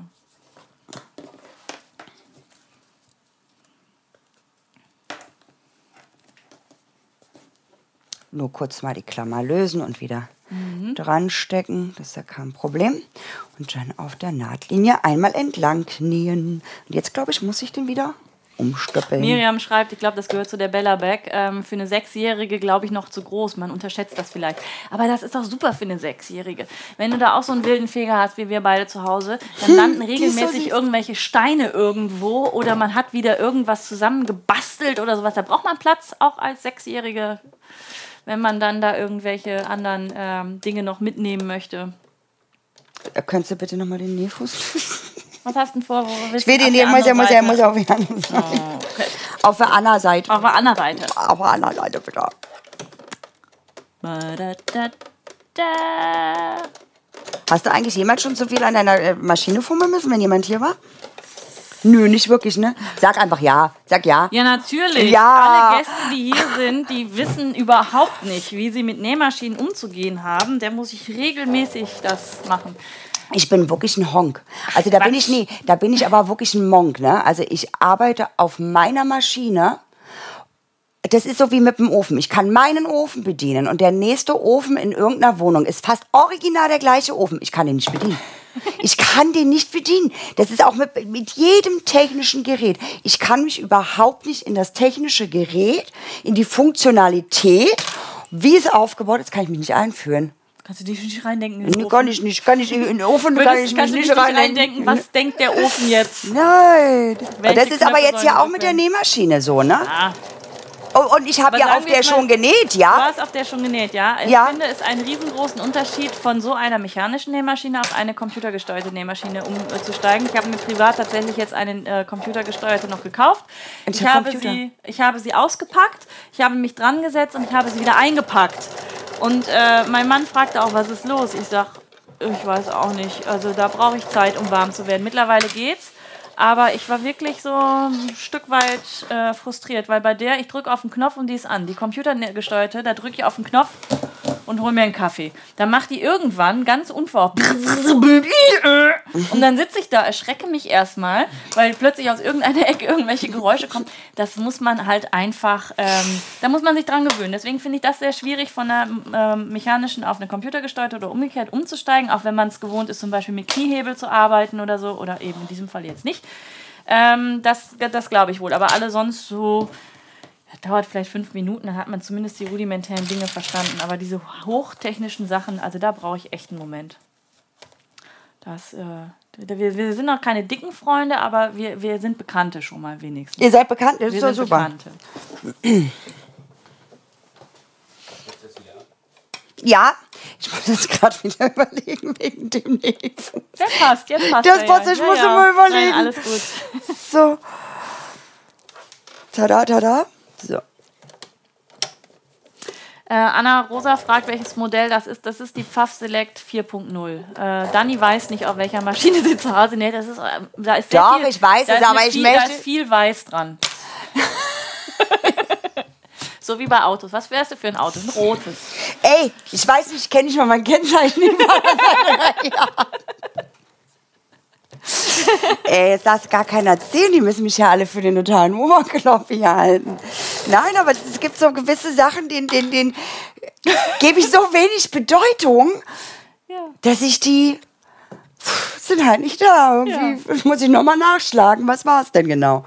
Nur kurz mal die Klammer lösen und wieder mhm. dran stecken. Das ist ja kein Problem. Und dann auf der Nahtlinie einmal entlang knien. Und jetzt, glaube ich, muss ich den wieder umstöppeln. Miriam schreibt, ich glaube, das gehört zu der Bella Bag. Ähm, für eine Sechsjährige, glaube ich, noch zu groß. Man unterschätzt das vielleicht. Aber das ist doch super für eine Sechsjährige. Wenn du da auch so einen wilden Feger hast, wie wir beide zu Hause, dann hm, landen regelmäßig so irgendwelche Steine irgendwo oder man hat wieder irgendwas zusammengebastelt oder sowas. Da braucht man Platz, auch als Sechsjährige, wenn man dann da irgendwelche anderen ähm, Dinge noch mitnehmen möchte. Könntest du bitte nochmal den Nähfuß? Was hast du denn vor? Ich will den, den muss ja, muss ja, muss ja auf die andere Seite. Oh, okay. Auf der anderen Seite. Auf der anderen Seite. Auf der anderen Seite, bitte. Hast du eigentlich jemals schon so viel an deiner Maschine fummeln müssen, wenn jemand hier war? Nö, nicht wirklich, ne? Sag einfach ja. Sag ja. Ja, natürlich. Ja. Alle Gäste, die hier sind, die wissen überhaupt nicht, wie sie mit Nähmaschinen umzugehen haben. Der muss ich regelmäßig das machen. Ich bin wirklich ein Honk. Also da Ach, bin ich nie, da bin ich aber wirklich ein Monk, ne? Also ich arbeite auf meiner Maschine. Das ist so wie mit dem Ofen. Ich kann meinen Ofen bedienen und der nächste Ofen in irgendeiner Wohnung ist fast original der gleiche Ofen. Ich kann ihn nicht bedienen. Ich kann den nicht bedienen. Das ist auch mit, mit jedem technischen Gerät. Ich kann mich überhaupt nicht in das technische Gerät, in die Funktionalität, wie es aufgebaut ist, kann ich mich nicht einführen. Kannst du dich nicht reindenken? In den Ofen? Kann ich nicht. Kann ich in den Ofen Würdest, kann ich mich nicht nicht reindenken. reindenken. Was denkt der Ofen jetzt? Nein. Welche Das ist aber Knöpfe jetzt ja sollen auch mit der Nähmaschine so, ne? Ah. Oh, und ich habe Aber ja sagen auf wir der jetzt mal, schon genäht, Du ja? hast auf der schon genäht, ja? Ich Ja. finde es einen riesengroßen Unterschied, von so einer mechanischen Nähmaschine auf eine computergesteuerte Nähmaschine umzusteigen. Ich habe mir privat tatsächlich jetzt eine äh, computergesteuerte noch gekauft. Und Ich der habe, Computer? sie, ich habe sie ausgepackt, ich habe mich dran gesetzt und ich habe sie wieder eingepackt. Und äh, mein Mann fragte auch, was ist los? Ich sag, ich weiß auch nicht. Also da brauche ich Zeit, um warm zu werden. Mittlerweile geht's. Aber ich war wirklich so ein Stück weit äh, frustriert, weil bei der, ich drücke auf den Knopf und die ist an. Die computergesteuerte, da drücke ich auf den Knopf und hole mir einen Kaffee. Dann macht die irgendwann ganz unverhofft und dann sitze ich da, erschrecke mich erstmal, weil plötzlich aus irgendeiner Ecke irgendwelche Geräusche kommen. Das muss man halt einfach, ähm, da muss man sich dran gewöhnen. Deswegen finde ich das sehr schwierig, von einer ähm, mechanischen auf eine computergesteuerte oder umgekehrt umzusteigen, auch wenn man es gewohnt ist, zum Beispiel mit Kniehebel zu arbeiten oder so, oder eben in diesem Fall jetzt nicht. Ähm, das das glaube ich wohl. Aber alle sonst so, das dauert vielleicht fünf Minuten, dann hat man zumindest die rudimentären Dinge verstanden. Aber diese hochtechnischen Sachen, also da brauche ich echt einen Moment. Das, äh, wir, wir sind noch keine dicken Freunde, aber wir, wir sind Bekannte schon mal wenigstens. Ihr seid bekannt, das Wir ist doch sind super. Bekannte. Ja, ich muss jetzt gerade wieder überlegen wegen dem Nähfuß. Der passt, jetzt passt Das er, passt, ja. ich Ja, muss ja. immer überlegen. Nein, alles gut. So. Tada, tada. So. Äh, Anna Rosa fragt, welches Modell das ist. Das ist die Pfaff Select vier Punkt null. Äh, Dani weiß nicht, auf welcher Maschine sie zu Hause näht. Das ist, äh, da ist sehr Doch, viel, ich weiß da es, ist aber eine ich viel, möchte- Da ist viel Weiß dran. So wie bei Autos. Was wärst du für ein Auto? Ein rotes. Ey, ich weiß nicht, ich kenne nicht mal mein Kennzeichen. Ey, jetzt darf gar keiner erzählen, die müssen mich ja alle für den totalen Oberknopf hier halten. Nein, aber es gibt so gewisse Sachen, denen, denen, denen gebe ich so wenig Bedeutung, Ja. dass ich die pff, sind halt nicht da. Irgendwie Ja. muss ich nochmal nachschlagen. Was war es denn genau?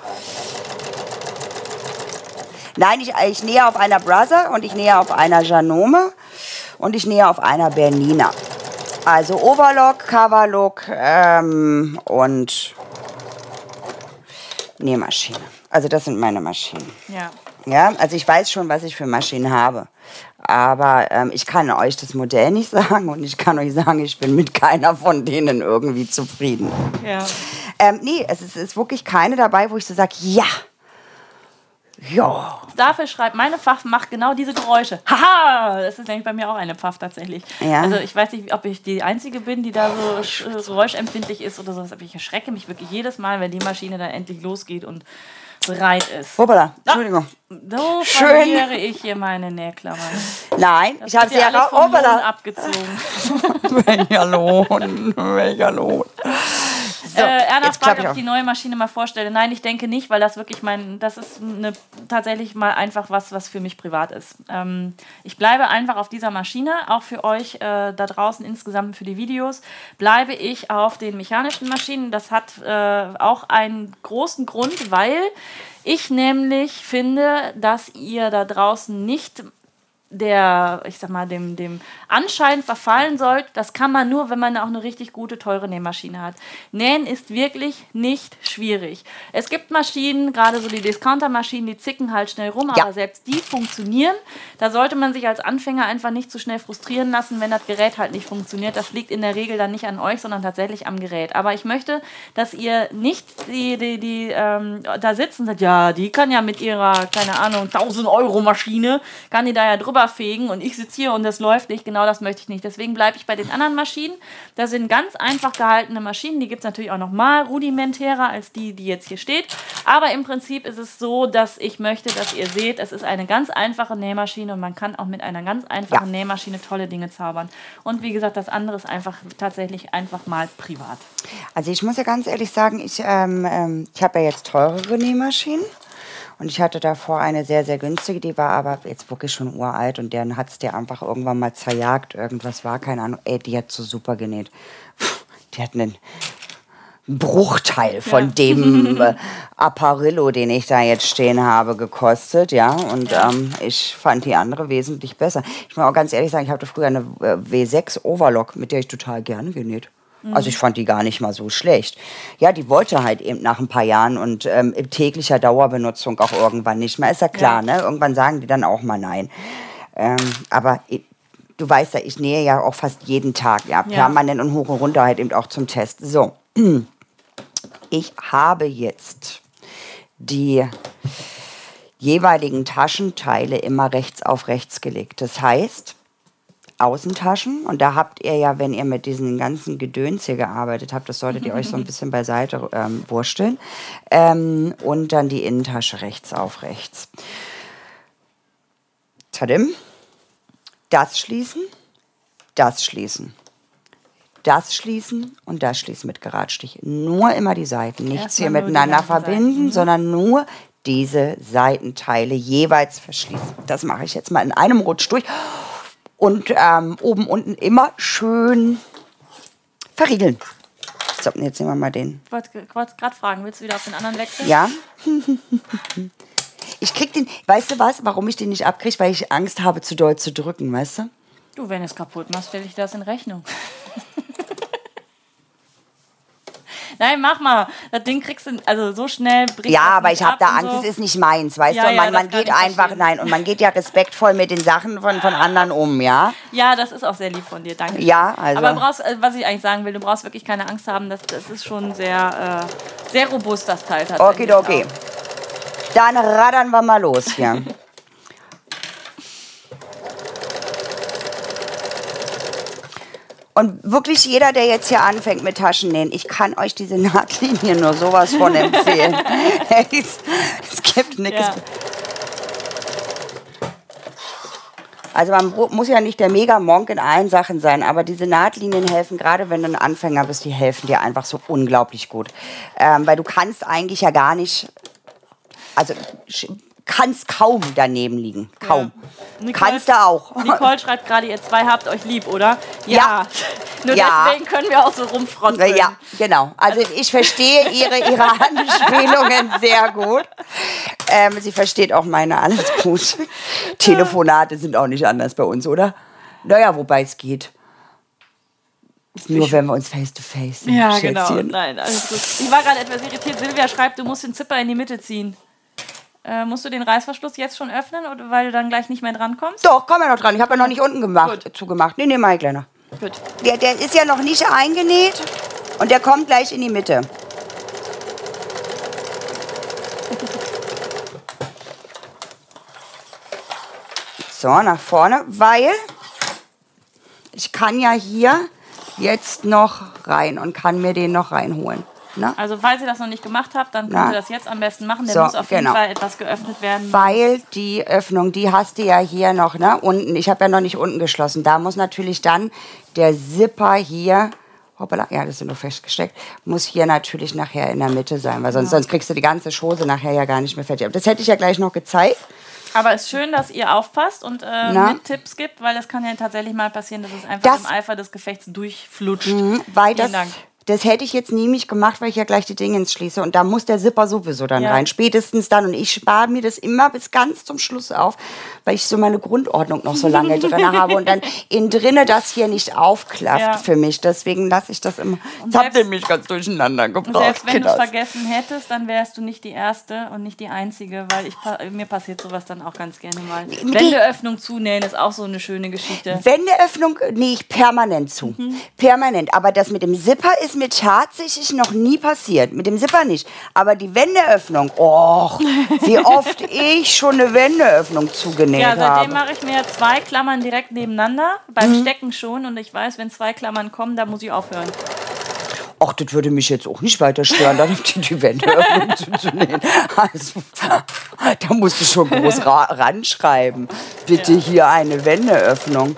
Nein, ich, ich nähe auf einer Brother und ich nähe auf einer Janome und ich nähe auf einer Bernina. Also Overlock, Coverlock ähm, und Nähmaschine. Also das sind meine Maschinen. Ja. Ja, also ich weiß schon, was ich für Maschinen habe. Aber ähm, ich kann euch das Modell nicht sagen und ich kann euch sagen, ich bin mit keiner von denen irgendwie zufrieden. Ja. Ähm, nee, es ist, ist wirklich keine dabei, wo ich so sage, ja. Ja. Dafür schreibt, meine Pfaff macht genau diese Geräusche. Haha! Das ist nämlich bei mir auch eine Pfaff tatsächlich. Ja. Also ich weiß nicht, ob ich die Einzige bin, die da so sch- geräuschempfindlich ist oder sowas. Aber ich erschrecke mich wirklich jedes Mal, wenn die Maschine dann endlich losgeht und bereit ist. Hoppala, Entschuldigung. So Schön. verliere ich hier meine Nähklammern. Nein, Das ich habe wird sie dir ja alles raus. vom Lohn Hoppala. abgezogen. Welcher Lohn, welcher Lohn. So, äh, Erna jetzt fragt, klapp ob ich ich die neue Maschine mal vorstelle. Nein, ich denke nicht, weil das wirklich mein, das ist eine, tatsächlich mal einfach was, was für mich privat ist. Ähm, ich bleibe einfach auf dieser Maschine, auch für euch äh, da draußen insgesamt für die Videos, bleibe ich auf den mechanischen Maschinen. Das hat äh, auch einen großen Grund, weil ich nämlich finde, dass ihr da draußen nicht der, ich sag mal, dem, dem Anschein verfallen sollt. Das kann man nur, wenn man auch eine richtig gute, teure Nähmaschine hat. Nähen ist wirklich nicht schwierig. Es gibt Maschinen, gerade so die Discounter-Maschinen, die zicken halt schnell rum, Ja. aber selbst die funktionieren. Da sollte man sich als Anfänger einfach nicht zu schnell frustrieren lassen, wenn das Gerät halt nicht funktioniert. Das liegt in der Regel dann nicht an euch, sondern tatsächlich am Gerät. Aber ich möchte, dass ihr nicht die, die, die ähm, da sitzen und sagt, ja, die kann ja mit ihrer, keine Ahnung, tausend Euro Maschine, kann die da ja drüber fegen und ich sitze hier und das läuft nicht. Genau das möchte ich nicht. Deswegen bleibe ich bei den anderen Maschinen. Das sind ganz einfach gehaltene Maschinen. Die gibt es natürlich auch noch mal rudimentärer als die, die jetzt hier steht. Aber im Prinzip ist es so, dass ich möchte, dass ihr seht, es ist eine ganz einfache Nähmaschine und man kann auch mit einer ganz einfachen Ja. Nähmaschine tolle Dinge zaubern. Und wie gesagt, das andere ist einfach tatsächlich einfach mal privat. Also ich muss ja ganz ehrlich sagen, ich, ähm, ähm, ich habe ja jetzt teurere Nähmaschinen. Und ich hatte davor eine sehr, sehr günstige, die war aber jetzt wirklich schon uralt und dann hat es dir einfach irgendwann mal zerjagt. Irgendwas war, keine Ahnung. Ey, die hat so super genäht. die hat einen Bruchteil von ja. dem äh, Apparillo, den ich da jetzt stehen habe, gekostet, ja, und ja. Ähm, ich fand die andere wesentlich besser. Ich muss auch ganz ehrlich sagen, ich hatte früher eine äh, W sechs Overlock, mit der ich total gerne genäht. Mhm. Also ich fand die gar nicht mal so schlecht. Ja, die wollte halt eben nach ein paar Jahren und ähm, in täglicher Dauerbenutzung auch irgendwann nicht mehr. Ist ja klar, ja. ne? Irgendwann sagen die dann auch mal nein. Ähm, aber ich, du weißt ja, ich nähe ja auch fast jeden Tag, ja, permanent ja. und hoch und runter halt eben auch zum Test. So. Ich habe jetzt die jeweiligen Taschenteile immer rechts auf rechts gelegt. Das heißt, Außentaschen, und da habt ihr ja, wenn ihr mit diesen ganzen Gedöns hier gearbeitet habt, das solltet ihr euch so ein bisschen beiseite ähm, wursteln, ähm, und dann die Innentasche rechts auf rechts. Tadim, das schließen, das schließen. Das schließen und das schließen mit Geradstich. Nur immer die Seiten. Nichts hier miteinander verbinden, mhm. sondern nur diese Seitenteile jeweils verschließen. Das mache ich jetzt mal in einem Rutsch durch. Und ähm, oben, unten immer schön verriegeln. So, jetzt nehmen wir mal den. Ich wollte gerade fragen, willst du wieder auf den anderen wechseln? Ja. Ich krieg den, weißt du was, warum ich den nicht abkriege? Weil ich Angst habe, zu doll zu drücken, weißt du? Du, wenn es kaputt machst, stelle ich das in Rechnung. Nein, mach mal. Das Ding kriegst du, also so schnell bricht Ja, aber ich habe da Angst, so. Es ist nicht meins, weißt ja, du? Man, ja, man geht einfach, verstehen. Nein, und man geht ja respektvoll mit den Sachen von, von anderen um, ja? Ja, das ist auch sehr lieb von dir, danke. Ja, also. Aber du brauchst, was ich eigentlich sagen will, du brauchst wirklich keine Angst haben, das, das ist schon sehr, äh, sehr robust, das Teil tatsächlich. Okay, okay. Dann raddern wir mal los hier. Und wirklich jeder, der jetzt hier anfängt mit Taschennähen, ich kann euch diese Nahtlinie nur sowas von empfehlen. es, es gibt nichts. Ja. Also man muss ja nicht der Mega-Monk in allen Sachen sein, aber diese Nahtlinien helfen, gerade wenn du ein Anfänger bist, die helfen dir einfach so unglaublich gut. Ähm, weil du kannst eigentlich ja gar nicht, also kannst kaum daneben liegen. Kaum. Ja. Nicole, kannst du auch. Nicole schreibt gerade, ihr zwei habt euch lieb, oder? Ja. ja. Nur ja. deswegen können wir auch so rumfronten. Ja, genau. Also ich verstehe ihre, ihre Anspielungen sehr gut. Ähm, sie versteht auch meine, alles gut. Telefonate sind auch nicht anders bei uns, oder? Naja, wobei es geht. Nur ich, wenn wir uns face to face sehen. Ja, Schätzchen. Genau. Nein, alles gut. Ich war gerade etwas irritiert. Silvia schreibt, du musst den Zipper in die Mitte ziehen. Äh, musst du den Reißverschluss jetzt schon öffnen, oder weil du dann gleich nicht mehr dran kommst? Doch, komm ja noch dran. Ich habe ja noch nicht unten gemacht, Gut. zugemacht. Nee, nee, mach ich kleiner. Gut. Der, der ist ja noch nicht eingenäht und der kommt gleich in die Mitte. So, nach vorne, weil ich kann ja hier jetzt noch rein und kann mir den noch reinholen. Ne? Also falls ihr das noch nicht gemacht habt, dann könnt Na. ihr das jetzt am besten machen. Der so, muss auf jeden genau. Fall etwas geöffnet werden. Weil die Öffnung, die hast du ja hier noch, ne? Unten. Ich habe ja noch nicht unten geschlossen. Da muss natürlich dann der Zipper hier, hoppala, ja, das ist nur festgesteckt, muss hier natürlich nachher in der Mitte sein, weil sonst, ja. sonst kriegst du die ganze Chose nachher ja gar nicht mehr fertig. Das hätte ich ja gleich noch gezeigt. Aber es ist schön, dass ihr aufpasst und äh, mit Tipps gibt, weil es kann ja tatsächlich mal passieren, dass es einfach das, im Eifer des Gefechts durchflutscht. Mh, weil Vielen das, Dank. Das hätte ich jetzt nämlich gemacht, weil ich ja gleich die Dinge ins schließe. Und da muss der Zipper sowieso dann ja. rein. Spätestens dann. Und ich spare mir das immer bis ganz zum Schluss auf, weil ich so meine Grundordnung noch so lange drin habe. Und dann innen drinne das hier nicht aufklafft ja. für mich. Deswegen lasse ich das immer. Jetzt habt ihr mich ganz durcheinander gebracht. Selbst wenn du es vergessen hättest, dann wärst du nicht die Erste und nicht die Einzige. Weil ich, mir passiert sowas dann auch ganz gerne mal. Wendeöffnung zunähen ist auch so eine schöne Geschichte. Wendeöffnung nähe ich permanent zu. Mhm. Permanent. Aber das mit dem Zipper ist mir tatsächlich noch nie passiert. Mit dem Zipper nicht. Aber die Wendeöffnung, oh, wie oft ich schon eine Wendeöffnung zugenäht habe. Ja, seitdem mache ich mir zwei Klammern direkt nebeneinander. Beim mhm. Stecken schon. Und ich weiß, wenn zwei Klammern kommen, da muss ich aufhören. Ach, das würde mich jetzt auch nicht weiter stören, dann die, die Wendeöffnung zuzunähen. Also, da musst du schon groß ra ranschreiben. Bitte ja. hier eine Wendeöffnung.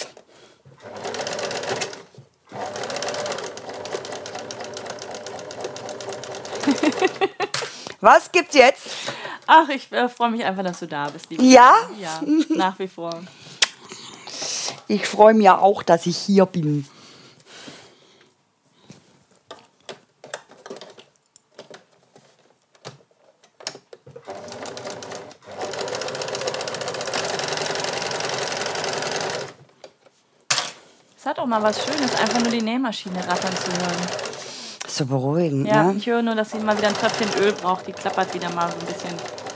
Was gibt's jetzt? Ach, ich äh, freue mich einfach, dass du da bist. Liebe Ja? Ja, nach wie vor. Ich freue mich auch, dass ich hier bin. Es hat auch mal was Schönes, einfach nur die Nähmaschine rattern zu hören. So beruhigend, ja, ne? Ich höre nur, dass sie mal wieder ein Tröpfchen Öl braucht. Die klappert wieder mal so ein bisschen.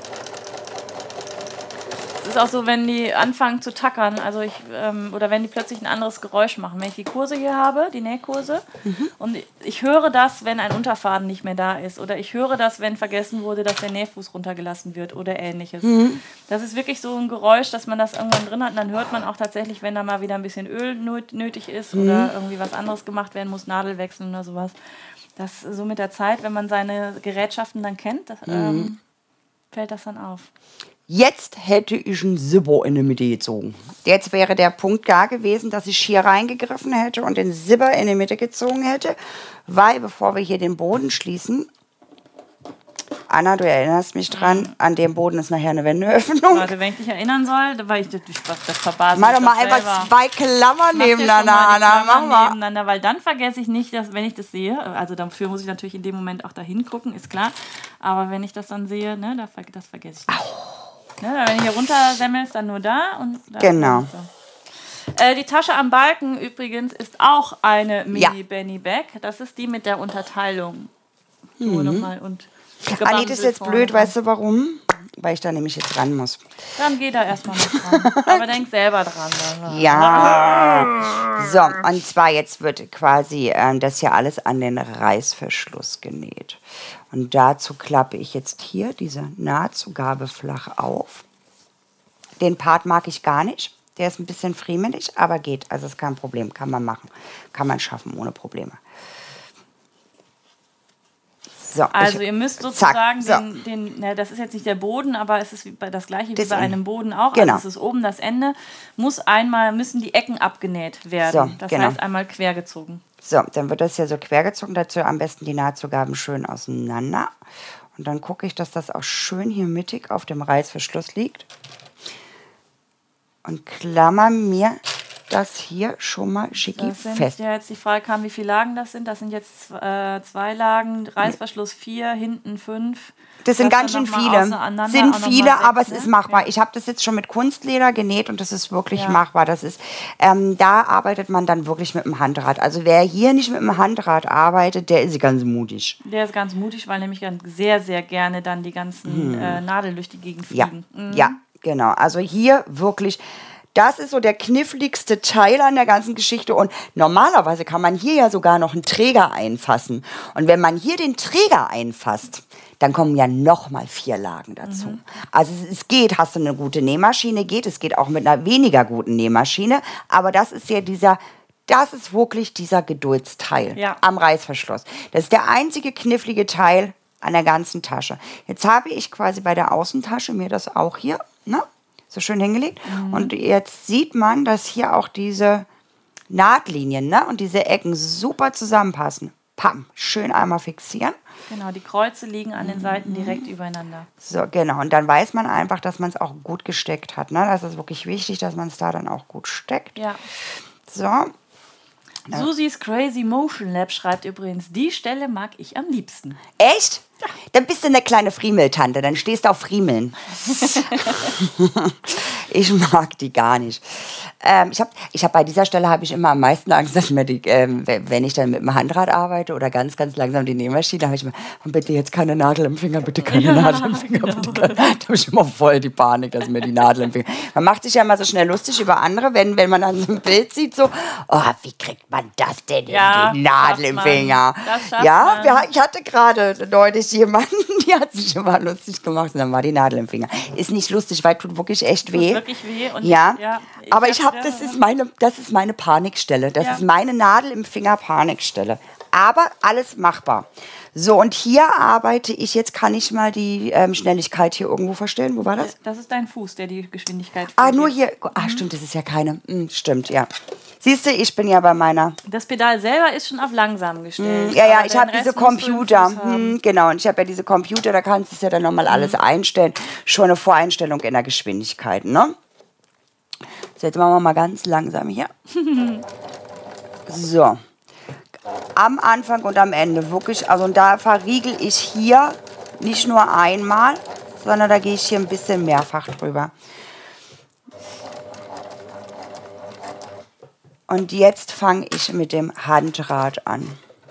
Es ist auch so, wenn die anfangen zu tackern, also ich, ähm, oder wenn die plötzlich ein anderes Geräusch machen. Wenn ich die Kurse hier habe, die Nähkurse, mhm. und ich höre das, wenn ein Unterfaden nicht mehr da ist. Oder ich höre das, wenn vergessen wurde, dass der Nähfuß runtergelassen wird oder ähnliches. Mhm. Das ist wirklich so ein Geräusch, dass man das irgendwann drin hat. Und dann hört man auch tatsächlich, wenn da mal wieder ein bisschen Öl nötig ist mhm. oder irgendwie was anderes gemacht werden muss, Nadel wechseln oder sowas. Das so mit der Zeit, wenn man seine Gerätschaften dann kennt, das, mhm. ähm, fällt das dann auf. Jetzt hätte ich einen Zipper in die Mitte gezogen. Jetzt wäre der Punkt da gewesen, dass ich hier reingegriffen hätte und den Zipper in die Mitte gezogen hätte, weil bevor wir hier den Boden schließen, Anna, du erinnerst mich dran, an dem Boden ist nachher eine Wendeöffnung. Warte, wenn ich dich erinnern soll, weil ich das, das verbase. Mach doch mal einfach selber. zwei Klammern nebeneinander, Anna. Mach mal. Nebeneinander, weil dann vergesse ich nicht, dass, wenn ich das sehe, also dafür muss ich natürlich in dem Moment auch da hingucken, ist klar. Aber wenn ich das dann sehe, ne, das vergesse ich nicht. Au. Ne, wenn ich hier runter semmelst, dann nur da. Und da genau. So. Äh, die Tasche am Balken übrigens ist auch eine Mini-Benny-Bag. Das ist die mit der Unterteilung. So, mhm. nochmal und... Anni, das ist jetzt blöd, dran. Weißt du warum? Weil ich da nämlich jetzt ran muss. Dann geh da erstmal mit dran. Aber denk selber dran. Dann. Ja. So, und zwar jetzt wird quasi äh, das hier alles an den Reißverschluss genäht. Und dazu klappe ich jetzt hier diese Nahtzugabe flach auf. Den Part mag ich gar nicht. Der ist ein bisschen friemelig, aber geht. Also ist kein Problem, kann man machen. Kann man schaffen, ohne Probleme. So, also ich, ihr müsst sozusagen, zack, den, so. den, na, das ist jetzt nicht der Boden, aber es ist wie bei, das gleiche das wie bei einem Boden auch. Genau. Also es ist oben das Ende, muss einmal, müssen die Ecken abgenäht werden. So, das genau. heißt einmal quer gezogen. So, dann wird das hier so quer gezogen, dazu am besten die Nahtzugaben schön auseinander. Und dann gucke ich, dass das auch schön hier mittig auf dem Reißverschluss liegt. Und klammer mir das hier schon mal schicki das sind, fest. Ja, jetzt die Frage kam, wie viele Lagen das sind. Das sind jetzt äh, zwei Lagen, Reißverschluss vier, hinten fünf. Das sind ganz schön viele. Sind viele, aber es ist machbar. Ja. Ich habe das jetzt schon mit Kunstleder genäht und das ist wirklich ja. machbar. Das ist, ähm, da arbeitet man dann wirklich mit dem Handrad. Also wer hier nicht mit dem Handrad arbeitet, der ist ganz mutig. Der ist ganz mutig, weil nämlich sehr, sehr gerne dann die ganzen hm. äh, Nadeln durch die Gegend fliegen. Ja, mhm. ja, genau. Also hier wirklich... Das ist so der kniffligste Teil an der ganzen Geschichte und normalerweise kann man hier ja sogar noch einen Träger einfassen. Und wenn man hier den Träger einfasst, dann kommen ja noch mal vier Lagen dazu. Mhm. Also es, es geht, hast du eine gute Nähmaschine, geht, es geht auch mit einer weniger guten Nähmaschine, aber das ist ja dieser, das ist wirklich dieser Geduldsteil ja. am Reißverschluss. Das ist der einzige knifflige Teil an der ganzen Tasche. Jetzt habe ich quasi bei der Außentasche mir das auch hier, ne? So schön hingelegt. Mhm. Und jetzt sieht man, dass hier auch diese Nahtlinien, ne, und diese Ecken super zusammenpassen. Pam, schön einmal fixieren. Genau, die Kreuze liegen an den Seiten mhm. direkt übereinander. So, genau. Und dann weiß man einfach, dass man es auch gut gesteckt hat. Ne? Das ist wirklich wichtig, dass man es da dann auch gut steckt. Ja. So. Susis Crazy Motion Lab schreibt übrigens, die Stelle mag ich am liebsten. Echt? Ja. Dann bist du eine kleine Friemeltante, dann stehst du auf Friemeln. Ich mag die gar nicht. Ähm, ich habe ich hab bei dieser Stelle habe ich immer am meisten Angst, dass mir die, ähm, wenn ich dann mit dem Handrad arbeite oder ganz, ganz langsam die Nähmaschine, habe ich immer, oh, bitte jetzt keine Nadel im Finger, bitte keine ja, Nadel im Finger. Genau. Bitte keine. Da habe ich immer voll die Panik, dass mir die Nadel im Finger. Man macht sich ja immer so schnell lustig über andere, wenn, wenn man dann so ein Bild sieht, so, oh, wie kriegt man das denn ja, in die Nadel im Finger? Das ja, wir, ich hatte gerade neulich jemanden, die hat sich immer lustig gemacht und dann war die Nadel im Finger. Ist nicht lustig, weil tut wirklich echt weh. Tut wirklich weh. Und ja, ich, ja ich aber ich habe, ja, das ist meine, das ist meine Panikstelle. Das ja. ist meine Nadel im Finger Panikstelle. Aber alles machbar. So, und hier arbeite ich, jetzt kann ich mal die ähm, Schnelligkeit hier irgendwo verstellen. Wo war das? Das ist dein Fuß, der die Geschwindigkeit Ah, nur hier. Ah, stimmt, das ist ja keine. Hm, stimmt, ja. Siehst du, ich bin ja bei meiner... Das Pedal selber ist schon auf langsam gestellt. Hm, ja, ja, ich habe diese Computer. Hm, genau, und ich habe ja diese Computer, da kannst du es ja dann nochmal alles mhm. einstellen. Schon eine Voreinstellung in der Geschwindigkeit, ne? So, jetzt machen wir mal ganz langsam hier. So. Am Anfang und am Ende wirklich, also und da verriegel ich hier nicht nur einmal, sondern da gehe ich hier ein bisschen mehrfach drüber. Und jetzt fange ich mit dem Handrad an.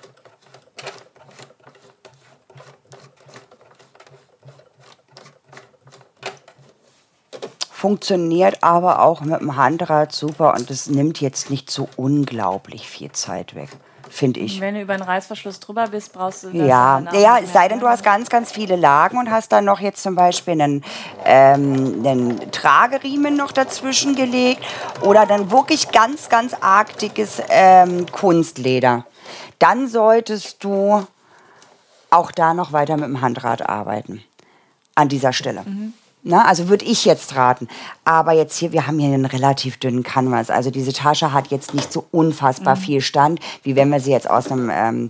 Funktioniert aber auch mit dem Handrad super und es nimmt jetzt nicht so unglaublich viel Zeit weg, finde ich. Wenn du über den Reißverschluss drüber bist, brauchst du das. Ja, danach ja, nicht es mehr. sei denn, du hast ganz, ganz viele Lagen und hast dann noch jetzt zum Beispiel einen, ähm, einen Trageriemen noch dazwischen gelegt oder dann wirklich ganz, ganz arg dickes ähm, Kunstleder. Dann solltest du auch da noch weiter mit dem Handrad arbeiten. An dieser Stelle. Mhm. Na, also würde ich jetzt raten. Aber jetzt hier, wir haben hier einen relativ dünnen Canvas. Also diese Tasche hat jetzt nicht so unfassbar mhm. viel Stand, wie wenn wir sie jetzt aus einem ähm,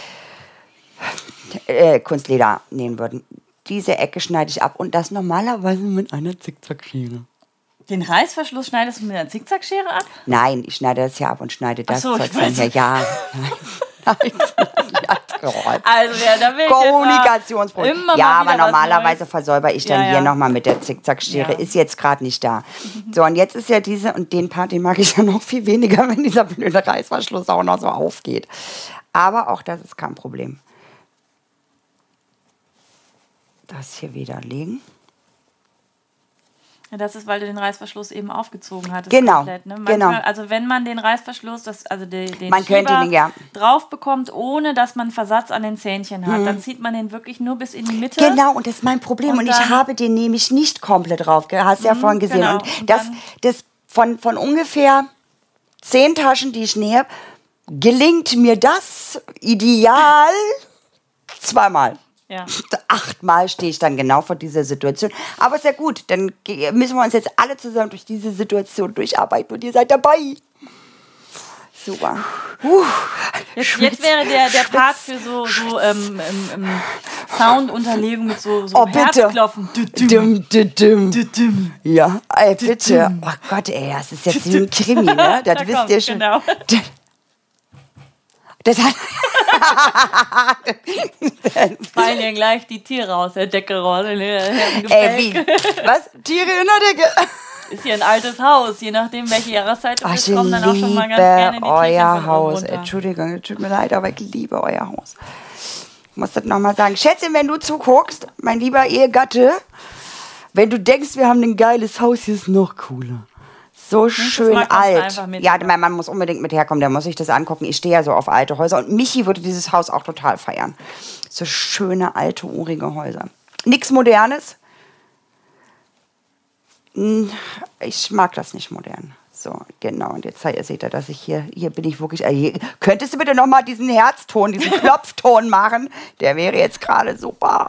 äh, Kunstleder nähen würden. Diese Ecke schneide ich ab und das normalerweise mit einer Zickzackschere. Den Reißverschluss schneidest du mit einer Zickzackschere ab? Nein, ich schneide das hier ab und schneide das so, Zeug von hier. Ja, nein. Also, ja, da will ich Kommunikationsproblem. immer Ja, mal aber normalerweise versäuber ich dann ja, ja. hier nochmal mit der Zickzackschere. Ja. Ist jetzt gerade nicht da. So, und jetzt ist ja diese, und den Part, den mag ich ja noch viel weniger, wenn dieser blöde Reißverschluss auch noch so aufgeht. Aber auch das ist kein Problem. Das hier wieder legen. Ja, das ist, weil du den Reißverschluss eben aufgezogen hattest. Genau, komplett, ne? Manchmal, genau. Also wenn man den Reißverschluss, das, also den, den Man könnte Schieber ihn, ja. drauf bekommt, ohne dass man Versatz an den Zähnchen hat, mhm. dann zieht man den wirklich nur bis in die Mitte. Genau, und das ist mein Problem. Und, Und ich dann- habe den nämlich nicht komplett drauf. Hast du ja Mhm, vorhin gesehen. genau. Und Und das, dann- das von, von ungefähr zehn Taschen, die ich nähe, gelingt mir das ideal zweimal. Ja. Achtmal stehe ich dann genau vor dieser Situation. Aber ist ja gut, dann ge- müssen wir uns jetzt alle zusammen durch diese Situation durcharbeiten und ihr seid dabei. Super. Uh, Jetzt, jetzt wäre der, der Part für so, so ähm, ähm, ähm, Soundunterlegung mit so, so Oh, bitte. Herzklopfen. Dü-düm. Düm, düm, düm. Dü-düm. Ja, ey, bitte. Oh Gott, ey, das ist jetzt wie ein Krimi, ne? Das Da wisst kommt's, ihr schon. genau. Das hat Fallen dir gleich die Tiere aus der Decke raus. In der- im Ey, wie? Gepäck. Was? Tiere in der Decke? Ist hier ein altes Haus, je nachdem, welche Jahreszeit du Ach, bist, ich kommen dann auch schon mal ganz liebe gerne die Tiere euer von Haus. oben runter. Entschuldigung, tut mir leid, aber ich liebe euer Haus. Ich muss das nochmal sagen. Schätzchen, wenn du zuguckst, mein lieber Ehegatte, wenn du denkst, wir haben ein geiles Haus, hier ist noch cooler. So schön Mal, kommst du alt. einfach mit. Ja, mein Mann muss unbedingt mit herkommen, der muss sich das angucken. Ich stehe ja so auf alte Häuser und Michi würde dieses Haus auch total feiern. So schöne, alte, urige Häuser. Nichts Modernes. Hm, Ich mag das nicht modern. So, genau. Und jetzt seht ihr, dass ich hier, hier bin ich wirklich, äh, hier, könntest du bitte nochmal diesen Herzton, diesen Klopfton machen? Der wäre jetzt gerade super.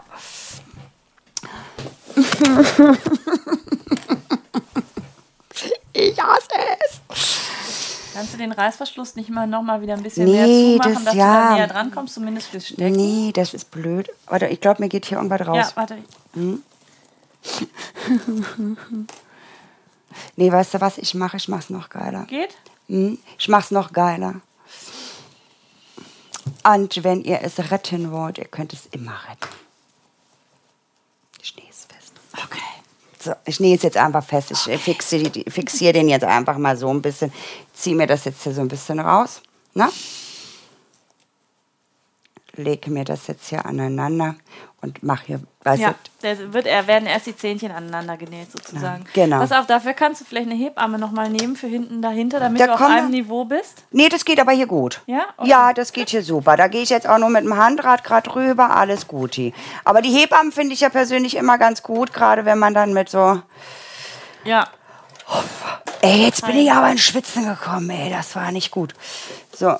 Ich hasse es. Kannst du den Reißverschluss nicht mal noch mal wieder ein bisschen Nee, mehr zumachen, das- dass ja. du da näher dran kommst, zumindest fürs Stecken? Nee, das ist blöd. Warte, ich glaube, mir geht hier irgendwas raus. Ja, warte. Nee, weißt du was, ich mache? Ich mach's noch geiler. Geht? Hm? Ich mach's noch geiler. Und wenn ihr es retten wollt, ihr könnt es immer retten. Ich nähe es fest. Okay. So, ich nähe es jetzt einfach fest. Ich fixiere, die- fixiere den jetzt einfach mal so ein bisschen. Ziehe mir das jetzt hier so ein bisschen raus. Ne? Lege mir das jetzt hier aneinander und mache hier, weißt Ja, du, der wird, er werden erst die Zähnchen aneinander genäht sozusagen. Ja, genau. Pass auf, dafür kannst du vielleicht eine Hebamme noch mal nehmen für hinten dahinter, damit Da du auf kommen einem wir- Niveau bist. nee, das geht aber hier gut. Ja? Okay. Ja, das geht hier super. Da gehe ich jetzt auch nur mit dem Handrad gerade rüber, alles guti. Aber die Hebammen finde ich ja persönlich immer ganz gut, gerade wenn man dann mit so... Ja. Ey, jetzt bin ich aber ins Schwitzen gekommen, ey, das war nicht gut. So.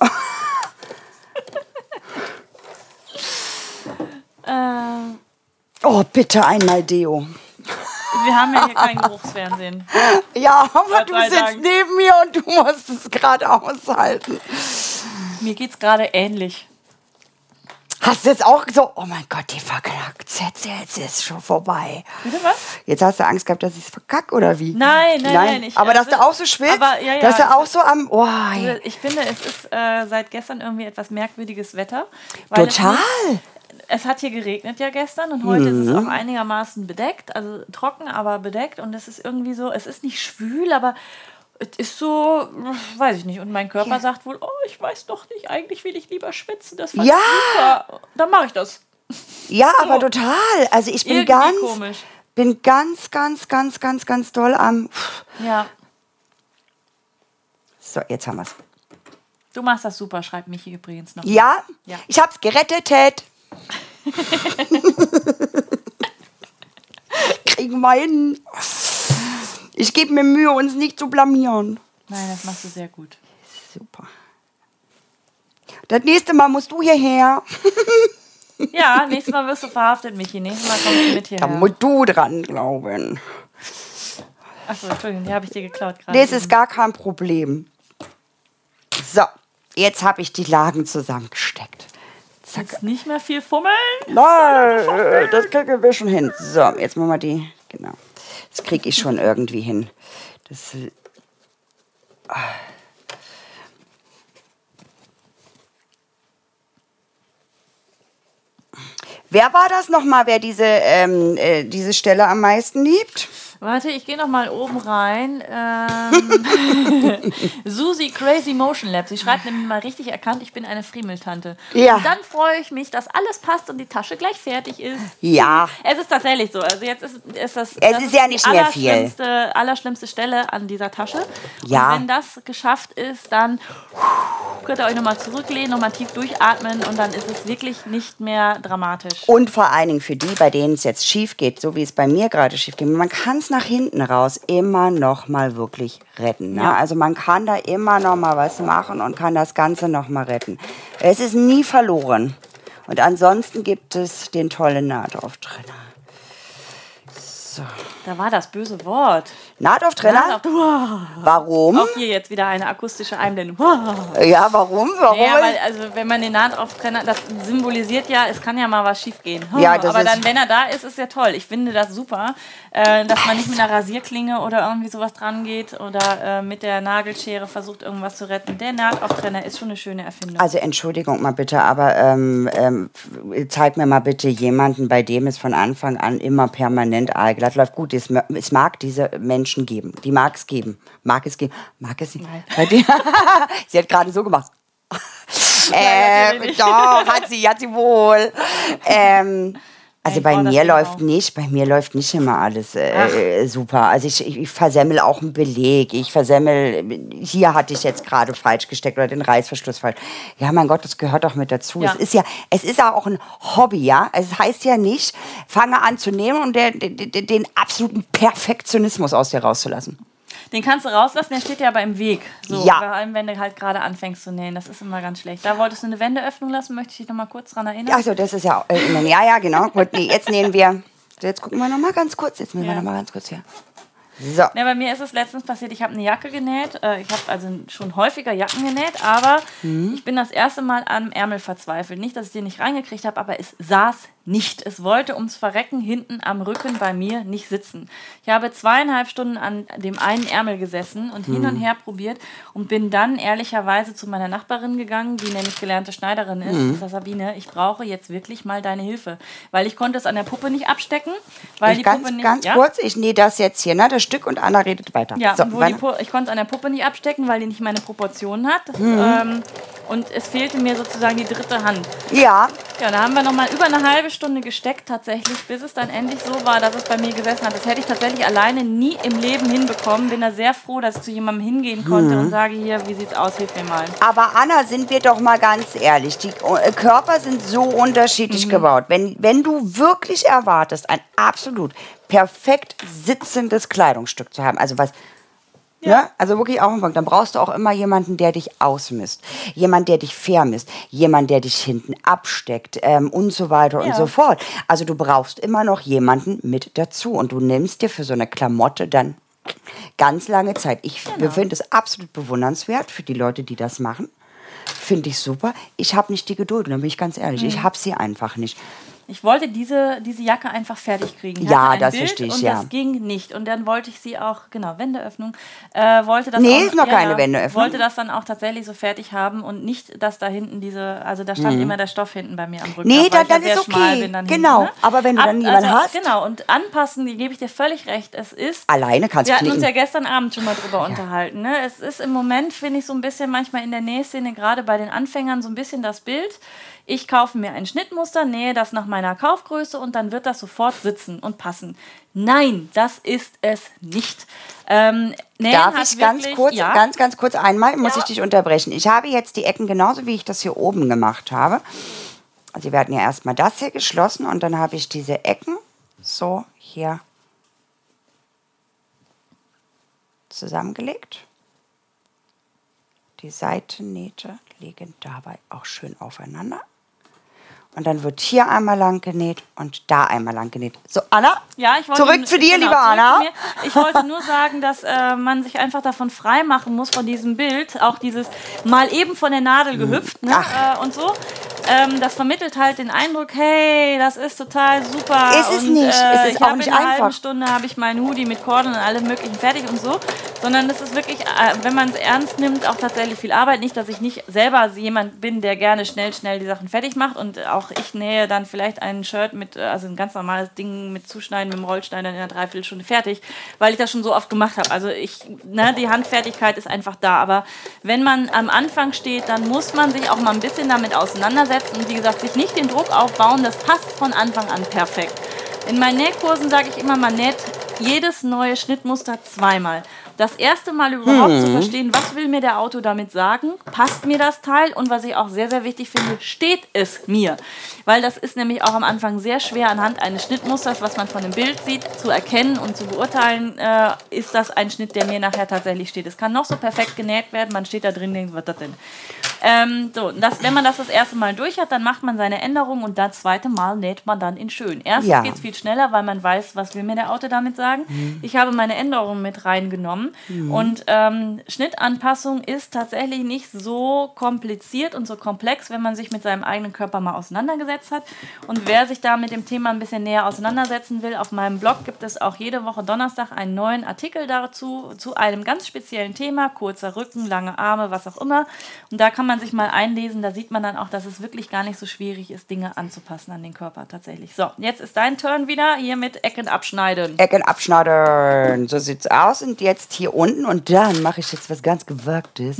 Äh, Oh, bitte einmal Deo. wir haben ja hier kein Geruchsfernsehen. Ja, aber Gott du sei sitzt Dank. neben mir und du musst es gerade aushalten. Mir geht's gerade ähnlich. Hast du jetzt auch so, oh mein Gott, die verkackt. Jetzt, jetzt ist schon vorbei. Bitte was? Jetzt hast du Angst gehabt, dass ich es verkacke, oder wie? Nein, nein, nein. Ich, aber äh, dass du auch so schwitzt, aber, ja, ja, dass du ich- auch so am... Oh, Also ich finde, es ist äh, seit gestern irgendwie etwas merkwürdiges Wetter. weil total. Es, nicht, es hat hier geregnet ja gestern und heute ist es Mhm. auch einigermaßen bedeckt, also trocken, aber bedeckt und es ist irgendwie so, es ist nicht schwül, aber Es ist so, weiß ich nicht. Und mein Körper ja. sagt wohl, oh, ich weiß doch nicht, eigentlich will ich lieber schwitzen. Das fand ja. ich super. Dann mache ich das. Ja, so. Aber total. Also ich bin Irgendwie ganz, komisch. bin ganz, ganz, ganz, ganz, ganz doll am... Ja. So, jetzt haben wir es. Du machst das super, schreibt Michi übrigens noch. Ja? Ja. Ich hab's gerettet, Ted. Kriegen wir hin. Ich gebe mir Mühe, uns nicht zu blamieren. Nein, das machst du sehr gut. Super. Das nächste Mal musst du hierher. Ja, nächstes Mal wirst du verhaftet, Michi. Nächstes Mal kommst du mit hierher. Da musst du dran glauben. Achso, Entschuldigung, die habe ich dir geklaut gerade. Das ist gar kein Problem. So, jetzt habe ich die Lagen zusammengesteckt. Zack. Jetzt nicht mehr viel fummeln? Nein, das kriegen wir schon hin. So, jetzt machen wir die, genau. Das kriege ich schon irgendwie hin. Das... Wer war das nochmal, wer diese, ähm, äh, diese Stelle am meisten liebt? Warte, ich gehe noch mal oben rein. Ähm, Susi Crazy Motion Lab. Sie schreibt nämlich mal richtig erkannt, ich bin eine Friemeltante. Ja. Und dann freue ich mich, dass alles passt und die Tasche gleich fertig ist. Ja. Es ist tatsächlich so. Also jetzt ist, ist das, es das ist ja nicht die mehr viel. Allerschlimmste, allerschlimmste Stelle an dieser Tasche. Ja. Und wenn das geschafft ist, dann könnt ihr euch nochmal zurücklehnen, nochmal tief durchatmen und dann ist es wirklich nicht mehr dramatisch. Und vor allen Dingen für die, bei denen es jetzt schief geht, so wie es bei mir gerade schief geht, man kann es nach hinten raus immer noch mal wirklich retten. Ne? Ja. Also man kann da immer noch mal was machen und kann das Ganze noch mal retten. Es ist nie verloren. Und ansonsten gibt es den tollen Nahtauftrainer. So. Da war das böse Wort. Nahtauftrainer? Nahtauf- Warum? Auch hier jetzt wieder eine akustische Einblendung. Ja, warum? Warum? Ja, weil also wenn man den Nahtauftrainer, das symbolisiert ja, es kann ja mal was schief gehen. Ja, das aber ist dann, wenn er da ist, ist ja toll. Ich finde das super, äh, dass man nicht mit einer Rasierklinge oder irgendwie sowas dran geht oder äh, mit der Nagelschere versucht, irgendwas zu retten. Der Nahtauftrainer ist schon eine schöne Erfindung. Also Entschuldigung mal bitte, aber ähm, ähm, zeig mir mal bitte jemanden, bei dem es von Anfang an immer permanent aalglatt läuft. Gut, es, es mag diese Menschen geben. Die mag es geben. Mag es geben. Mag es nicht. Sie hat gerade so gemacht. äh, doch, hat sie, hat sie wohl. Ähm, also bei mir läuft nicht, bei mir läuft nicht immer alles äh, super. Also ich, ich, ich versemmel auch einen Beleg. Ich versemmel, hier hatte ich jetzt gerade falsch gesteckt oder den Reißverschluss falsch. Ja, mein Gott, das gehört doch mit dazu. Ja. Es ist ja, es ist ja auch ein Hobby, ja. Es heißt ja nicht, fange an zu nehmen und der, den, den absoluten Perfektionismus aus dir rauszulassen. Den kannst du rauslassen, der steht ja aber im Weg. So, ja. Vor allem, wenn du halt gerade anfängst zu nähen. Das ist immer ganz schlecht. Da wolltest du eine Wendeöffnung lassen, möchte ich dich noch mal kurz dran erinnern. Achso, das ist ja, äh, ja, ja, genau. Gut, nee, jetzt nähen wir. Jetzt gucken wir noch mal ganz kurz. Jetzt nähen ja. wir noch mal ganz kurz hier. So. Ja, bei mir ist es letztens passiert, ich habe eine Jacke genäht. Ich habe also schon häufiger Jacken genäht, aber mhm. ich bin das erste Mal am Ärmel verzweifelt. Nicht, dass ich den nicht reingekriegt habe, aber es saß nicht. Es wollte ums Verrecken hinten am Rücken bei mir nicht sitzen. Ich habe zweieinhalb Stunden an dem einen Ärmel gesessen und hin und her probiert und bin dann ehrlicherweise zu meiner Nachbarin gegangen, die nämlich gelernte Schneiderin ist. Mhm. Ich sage, Sabine, ich brauche jetzt wirklich mal deine Hilfe. Weil ich konnte es an der Puppe nicht abstecken. Weil ich die ganz, Puppe nicht, ganz ja? kurz, ich nähe das jetzt hier, ne, das Stück und Anna redet weiter. Ja, so, wo die Pu- ich konnte es an der Puppe nicht abstecken, weil die nicht meine Proportionen hat. Mhm. Ähm, und es fehlte mir sozusagen die dritte Hand. Ja. Ja, da haben wir noch mal über eine halbe Stunde gesteckt tatsächlich, bis es dann endlich so war, dass es bei mir gesessen hat. Das hätte ich tatsächlich alleine nie im Leben hinbekommen. Bin da sehr froh, dass ich zu jemandem hingehen konnte mhm. und sage, hier, wie sieht's aus, hilf mir mal. Aber Anna, sind wir doch mal ganz ehrlich, die Körper sind so unterschiedlich mhm. gebaut. Wenn, wenn du wirklich erwartest, ein absolut perfekt sitzendes Kleidungsstück zu haben, also was... Ja. Ja, also wirklich auch ein Punkt. Dann brauchst du auch immer jemanden, der dich ausmisst. Jemand, der dich fair misst. Jemand, der dich hinten absteckt ähm, und so weiter ja. und so fort. Also du brauchst immer noch jemanden mit dazu. Und du nimmst dir für so eine Klamotte dann ganz lange Zeit. Ich genau. finde es absolut bewundernswert für die Leute, die das machen. Finde ich super. Ich habe nicht die Geduld, und da bin ich ganz ehrlich. Mhm. Ich habe sie einfach nicht. Ich wollte diese, diese Jacke einfach fertig kriegen. Ich Ja, hatte ein das Bild verstehe ich, und ja. das ging nicht. Und dann wollte ich sie auch, genau, Wendeöffnung, äh, wollte das Nee, auch, ist noch ja, keine ja, Wendeöffnung. wollte das dann auch tatsächlich so fertig haben und nicht, dass da hinten diese, also da stand immer der Stoff hinten bei mir am Rücken. Nee, ab, weil dann, ich ja dann ist sehr schmal okay. bin dann Genau, hinten, ne? aber wenn du Ab, dann jemanden also, hast... Genau, und anpassen, die gebe ich dir völlig recht, es ist... Alleine kannst du Wir hatten uns ja knicken. gestern Abend schon mal drüber unterhalten. Ne? Es ist im Moment, finde ich, so ein bisschen manchmal in der Nähszene, gerade bei den Anfängern, so ein bisschen das Bild. Ich kaufe mir ein Schnittmuster, nähe das nach meiner Kaufgröße und dann wird das sofort sitzen und passen. Nein, das ist es nicht. Ähm, Nähen Darf hat ich ganz wirklich- kurz, ja? ganz, ganz kurz einmal, muss Ja. ich dich unterbrechen. Ich habe jetzt die Ecken genauso, wie ich das hier oben gemacht habe. Also wir hatten ja erstmal das hier geschlossen und dann habe ich diese Ecken so hier zusammengelegt. Die Seitennähte liegen dabei auch schön aufeinander. Und dann wird hier einmal lang genäht und da einmal lang genäht. So, Anna, Ja, ich wollte, zurück zu dir, genau, liebe zurück Anna. zu mir. Ich wollte nur sagen, dass äh, man sich einfach davon frei machen muss, von diesem Bild, auch dieses mal eben von der Nadel gehüpft, ne, Ach. äh, und so. Ähm, das vermittelt halt den Eindruck, hey, das ist total super. Ist es und, nicht. Äh, Es ist ich auch habe nicht in einer einfach. halben Stunde habe ich meinen Hoodie mit Kordeln und allem möglichen fertig und so. Sondern das ist wirklich, äh, wenn man es ernst nimmt, auch tatsächlich viel Arbeit. Nicht, dass ich nicht selber jemand bin, der gerne schnell, schnell die Sachen fertig macht. Und auch ich nähe dann vielleicht ein Shirt mit, also ein ganz normales Ding mit Zuschneiden, mit dem Rollschneider in einer Dreiviertelstunde fertig, weil ich das schon so oft gemacht habe. Also ich, ne, die Handfertigkeit ist einfach da. Aber wenn man am Anfang steht, dann muss man sich auch mal ein bisschen damit auseinandersetzen und wie gesagt, sich nicht den Druck aufbauen. Das passt von Anfang an perfekt. In meinen Nähkursen sage ich immer, man näht jedes neue Schnittmuster zweimal. Das erste Mal überhaupt Hm. zu verstehen, was will mir der Autor damit sagen, passt mir das Teil und was ich auch sehr, sehr wichtig finde, steht es mir. Weil das ist nämlich auch am Anfang sehr schwer anhand eines Schnittmusters, was man von dem Bild sieht, zu erkennen und zu beurteilen, äh, ist das ein Schnitt, der mir nachher tatsächlich steht. Es kann noch so perfekt genäht werden, man steht da drin und denkt, was ist das denn? Ähm, so, das, wenn man das das erste Mal durch hat, dann macht man seine Änderungen und das zweite Mal näht man dann in schön. Erstens Ja. geht es viel schneller, weil man weiß, was will mir der Autor damit sagen. Mhm. Ich habe meine Änderungen mit reingenommen und ähm, Schnittanpassung ist tatsächlich nicht so kompliziert und so komplex, wenn man sich mit seinem eigenen Körper mal auseinandergesetzt hat. Und wer sich da mit dem Thema ein bisschen näher auseinandersetzen will, auf meinem Blog gibt es auch jede Woche Donnerstag einen neuen Artikel dazu, zu einem ganz speziellen Thema, kurzer Rücken, lange Arme, was auch immer. Und da kann man sich mal einlesen, da sieht man dann auch, dass es wirklich gar nicht so schwierig ist, Dinge anzupassen an den Körper tatsächlich. So, jetzt ist dein Turn wieder, hier mit Ecken abschneiden. Ecken abschneiden. So sieht's aus. Und jetzt hier unten. Und dann mache ich jetzt was ganz Gewagtes.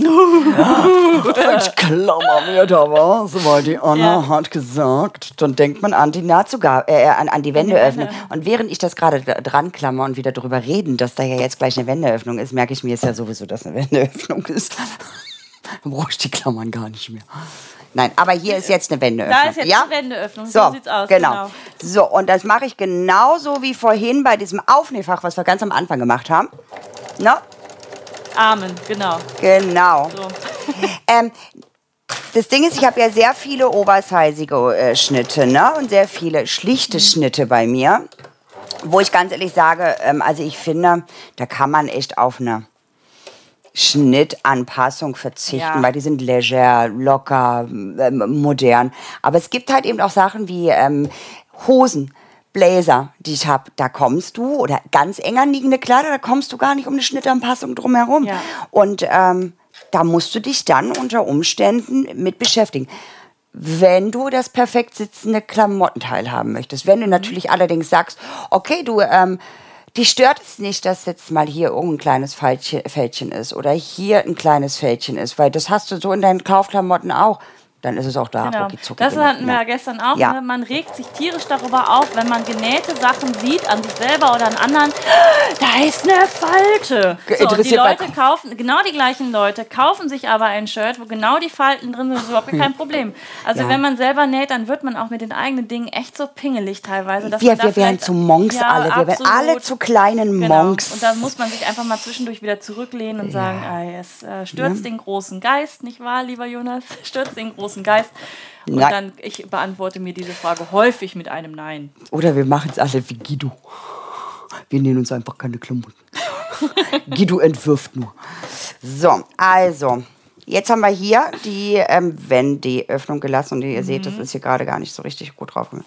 Ich klammer mir da was, weil die Anna Ja. hat gesagt, dann denkt man an die Nahtzugabe, äh, an, an die Wendeöffnung. Wende. Und während ich das gerade d- dran klammer und wieder drüber reden, dass da ja jetzt gleich eine Wendeöffnung ist, merke ich mir ist ja sowieso, dass eine Wendeöffnung ist. Dann brauche ich die Klammern gar nicht mehr. Nein, aber hier ist jetzt eine Wendeöffnung. Da ist jetzt ja? die Wendeöffnung, so, So, sieht's aus. genau. So, und das mache ich genauso wie vorhin bei diesem Aufnähfach, was wir ganz am Anfang gemacht haben. Na, Armen, genau. genau. So. Ähm, das Ding ist, ich habe ja sehr viele oversizige äh, Schnitte, ne? Und sehr viele schlichte Schnitte bei mir. Wo ich ganz ehrlich sage, ähm, also ich finde, da kann man echt auf eine Schnittanpassung verzichten, Ja. weil die sind leger, locker, ähm, modern. Aber es gibt halt eben auch Sachen wie ähm, Hosen, Blazer, die ich habe. Da kommst du, oder ganz eng anliegende Kleider, da kommst du gar nicht um eine Schnittanpassung drumherum. Ja. Und ähm, da musst du dich dann unter Umständen mit beschäftigen. Wenn du das perfekt sitzende Klamottenteil haben möchtest. Wenn du natürlich allerdings sagst, okay, du, ähm, dich stört es nicht, dass jetzt mal hier irgendein kleines Fältchen, Fältchen ist oder hier ein kleines Fältchen ist, weil das hast du so in deinen Kaufklamotten auch. Dann ist es auch da. Genau. rucki-zucki Das gemacht, hatten wir ja gestern auch. Ja. Ne? Man regt sich tierisch darüber auf, wenn man genähte Sachen sieht, an sich selber oder an anderen. Da ist eine Falte. Ge- So, und die interessiert bei- Leute kaufen, genau die gleichen Leute, kaufen sich aber ein Shirt, wo genau die Falten drin sind. Das ist überhaupt kein Problem. Also Ja. wenn man selber näht, dann wird man auch mit den eigenen Dingen echt so pingelig teilweise. Dass Wir, man da wir werden vielleicht- zu Monks Ja, alle. Wir werden absolut. alle zu kleinen Genau. Monks. Und dann muss man sich einfach mal zwischendurch wieder zurücklehnen und sagen, ah, es äh, stürzt den großen Geist, nicht wahr, lieber Jonas? Stürzt den großen Geist. Und Nein. dann, ich beantworte mir diese Frage häufig mit einem Nein. Oder wir machen es alle wie Guido. Wir nähen uns einfach keine Klamotten. Guido entwirft nur. So, also, jetzt haben wir hier die ähm, Wendeöffnung gelassen. Und ihr seht, das ist hier gerade gar nicht so richtig gut drauf gemacht.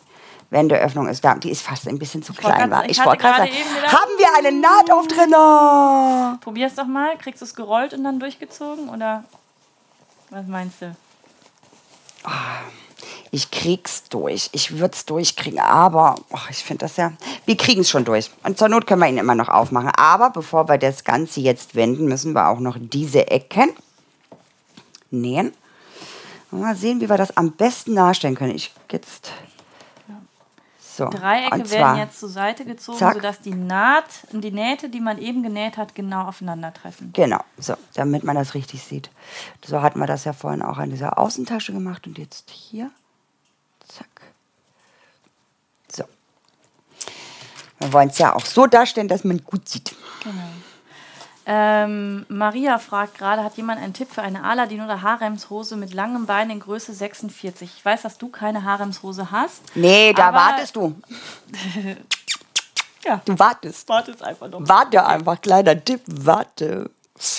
Wendeöffnung ist da. Die ist fast ein bisschen zu klein. War. Ich, ich wollte gerade sagen, gedacht, haben wir einen Nahtauftrenner? Probier's doch mal. Kriegst du es gerollt und dann durchgezogen? Oder was meinst du? Oh, ich krieg's durch. Ich würde es durchkriegen. Aber oh, ich finde das ja... Wir kriegen es schon durch. Und zur Not können wir ihn immer noch aufmachen. Aber bevor wir das Ganze jetzt wenden, müssen wir auch noch diese Ecken nähen. Mal sehen, wie wir das am besten nachstellen können. Ich jetzt... So, Dreiecke werden jetzt zur Seite gezogen, zack, sodass die Naht, die Nähte, die man eben genäht hat, genau aufeinandertreffen. Genau, so, damit man das richtig sieht. So hatten wir das ja vorhin auch an dieser Außentasche gemacht und jetzt hier. Zack. So. Wir wollen es ja auch so darstellen, dass man gut sieht. Genau. Ähm, Maria fragt gerade, hat jemand einen Tipp für eine Aladin- oder Haremshose mit langem Bein in Größe sechsundvierzig? Ich weiß, dass du keine Haremshose hast. Nee, da wartest du. Ja. Du wartest. Wartest einfach noch. Warte einfach, kleiner Tipp, warte.